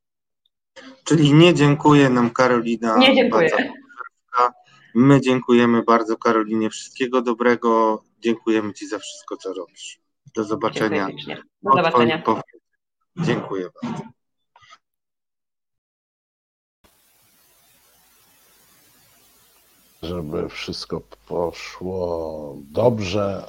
Czyli nie dziękuję nam Karolina. Nie dziękuję. My dziękujemy bardzo Karolinie. Wszystkiego dobrego. Dziękujemy Ci za wszystko, co robisz. Do zobaczenia. Do zobaczenia. Dziękuję bardzo. Żeby wszystko poszło dobrze,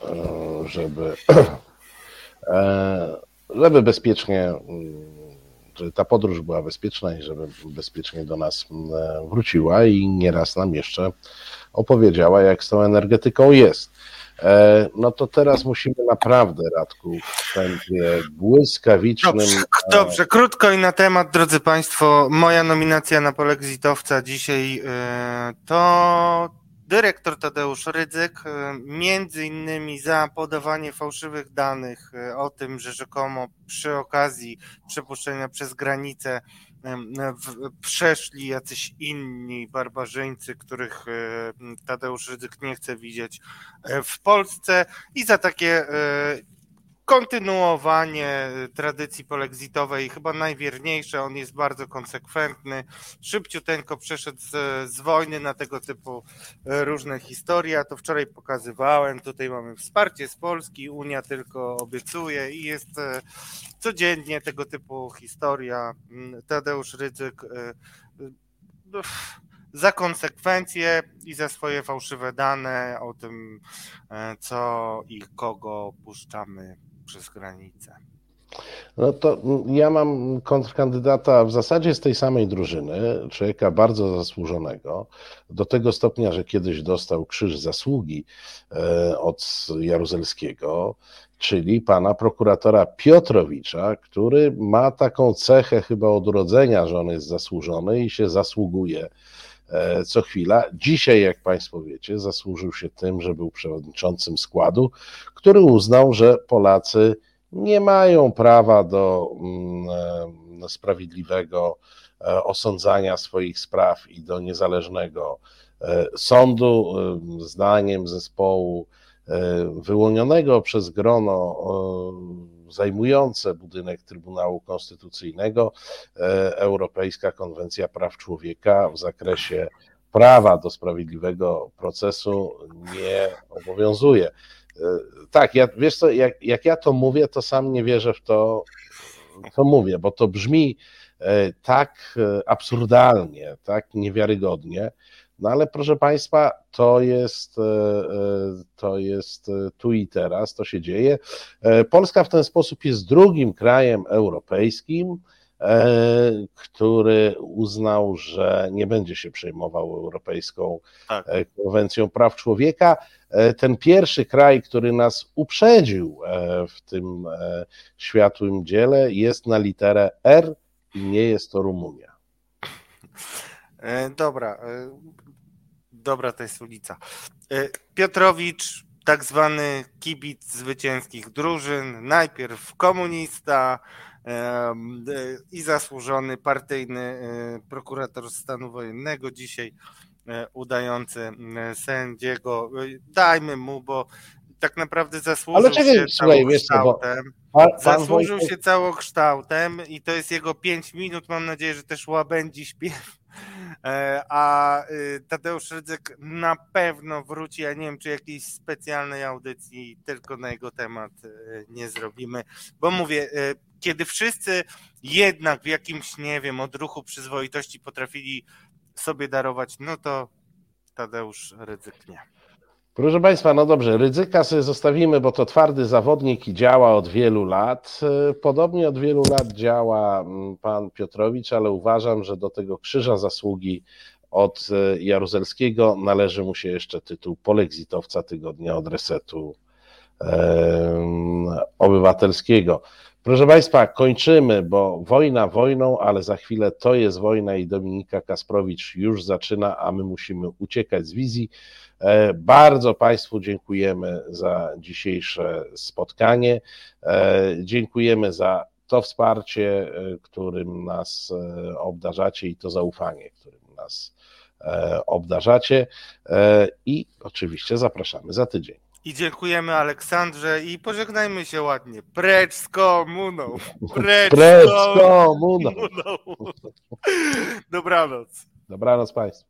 żeby bezpiecznie, żeby ta podróż była bezpieczna i żeby bezpiecznie do nas wróciła i nieraz nam jeszcze opowiedziała, jak z tą energetyką jest. No to teraz musimy naprawdę, Radku, w tempie błyskawicznym... Dobrze, krótko i na temat, drodzy Państwo, moja nominacja na polexitowca dzisiaj to dyrektor Tadeusz Rydzyk, między innymi za podawanie fałszywych danych o tym, że rzekomo przy okazji przepuszczenia przez granicę przeszli jacyś inni barbarzyńcy, których Tadeusz Rydzyk nie chce widzieć w Polsce i za takie kontynuowanie tradycji polexitowej, chyba najwierniejsze, on jest bardzo konsekwentny, szybciuteńko przeszedł z wojny na tego typu różne historie, ja to wczoraj pokazywałem, tutaj mamy wsparcie z Polski, Unia tylko obiecuje i jest codziennie tego typu historia. Tadeusz Rydzyk za konsekwencje i za swoje fałszywe dane o tym, co i kogo puszczamy przez granicę. No to ja mam kontrkandydata w zasadzie z tej samej drużyny, człowieka bardzo zasłużonego, do tego stopnia, że kiedyś dostał Krzyż Zasługi od Jaruzelskiego, czyli pana prokuratora Piotrowicza, który ma taką cechę chyba od urodzenia, że on jest zasłużony i się zasługuje co chwila. Dzisiaj, jak Państwo wiecie, zasłużył się tym, że był przewodniczącym składu, który uznał, że Polacy nie mają prawa do sprawiedliwego osądzania swoich spraw i do niezależnego sądu. Zdaniem zespołu wyłonionego przez grono zajmujące budynek Trybunału Konstytucyjnego, Europejska Konwencja Praw Człowieka w zakresie prawa do sprawiedliwego procesu nie obowiązuje. Tak, wiesz co, jak ja to mówię, to sam nie wierzę w to, co mówię, bo to brzmi tak absurdalnie, tak niewiarygodnie, no ale proszę Państwa, to jest tu i teraz, to się dzieje. Polska w ten sposób jest drugim krajem europejskim, który uznał, że nie będzie się przejmował Europejską Konwencją Praw Człowieka. Ten pierwszy kraj, który nas uprzedził w tym światłym dziele, jest na literę R i nie jest to Rumunia. Dobra to jest ulica. Piotrowicz, tak zwany kibic zwycięskich drużyn, najpierw komunista i zasłużony partyjny prokurator stanu wojennego, dzisiaj udający sędziego. Dajmy mu, bo tak naprawdę zasłużył się całokształtem. Zasłużył się całokształtem i to jest jego 5 minut. Mam nadzieję, że też łabędzi śpiew. A Tadeusz Rydzyk na pewno wróci. Ja nie wiem, czy jakiejś specjalnej audycji tylko na jego temat nie zrobimy, bo mówię, kiedy wszyscy jednak w jakimś, nie wiem, odruchu przyzwoitości potrafili sobie darować, no to Tadeusz Rydzyk nie. Proszę Państwa, no dobrze, Rydzyka sobie zostawimy, bo to twardy zawodnik i działa od wielu lat. Podobnie od wielu lat działa pan Piotrowicz, ale uważam, że do tego krzyża zasługi od Jaruzelskiego należy mu się jeszcze tytuł polexitowca tygodnia od Resetu Obywatelskiego. Proszę Państwa, kończymy, bo wojna wojną, ale za chwilę to jest wojna i Dominika Kasprowicz już zaczyna, a my musimy uciekać z wizji. Bardzo Państwu dziękujemy za dzisiejsze spotkanie. Dziękujemy za to wsparcie, którym nas obdarzacie i to zaufanie, którym nas obdarzacie. I oczywiście zapraszamy za tydzień. I dziękujemy Aleksandrze i pożegnajmy się ładnie. Precz z komuną! Precz z komuną! Dobranoc. Dobranoc Państwu.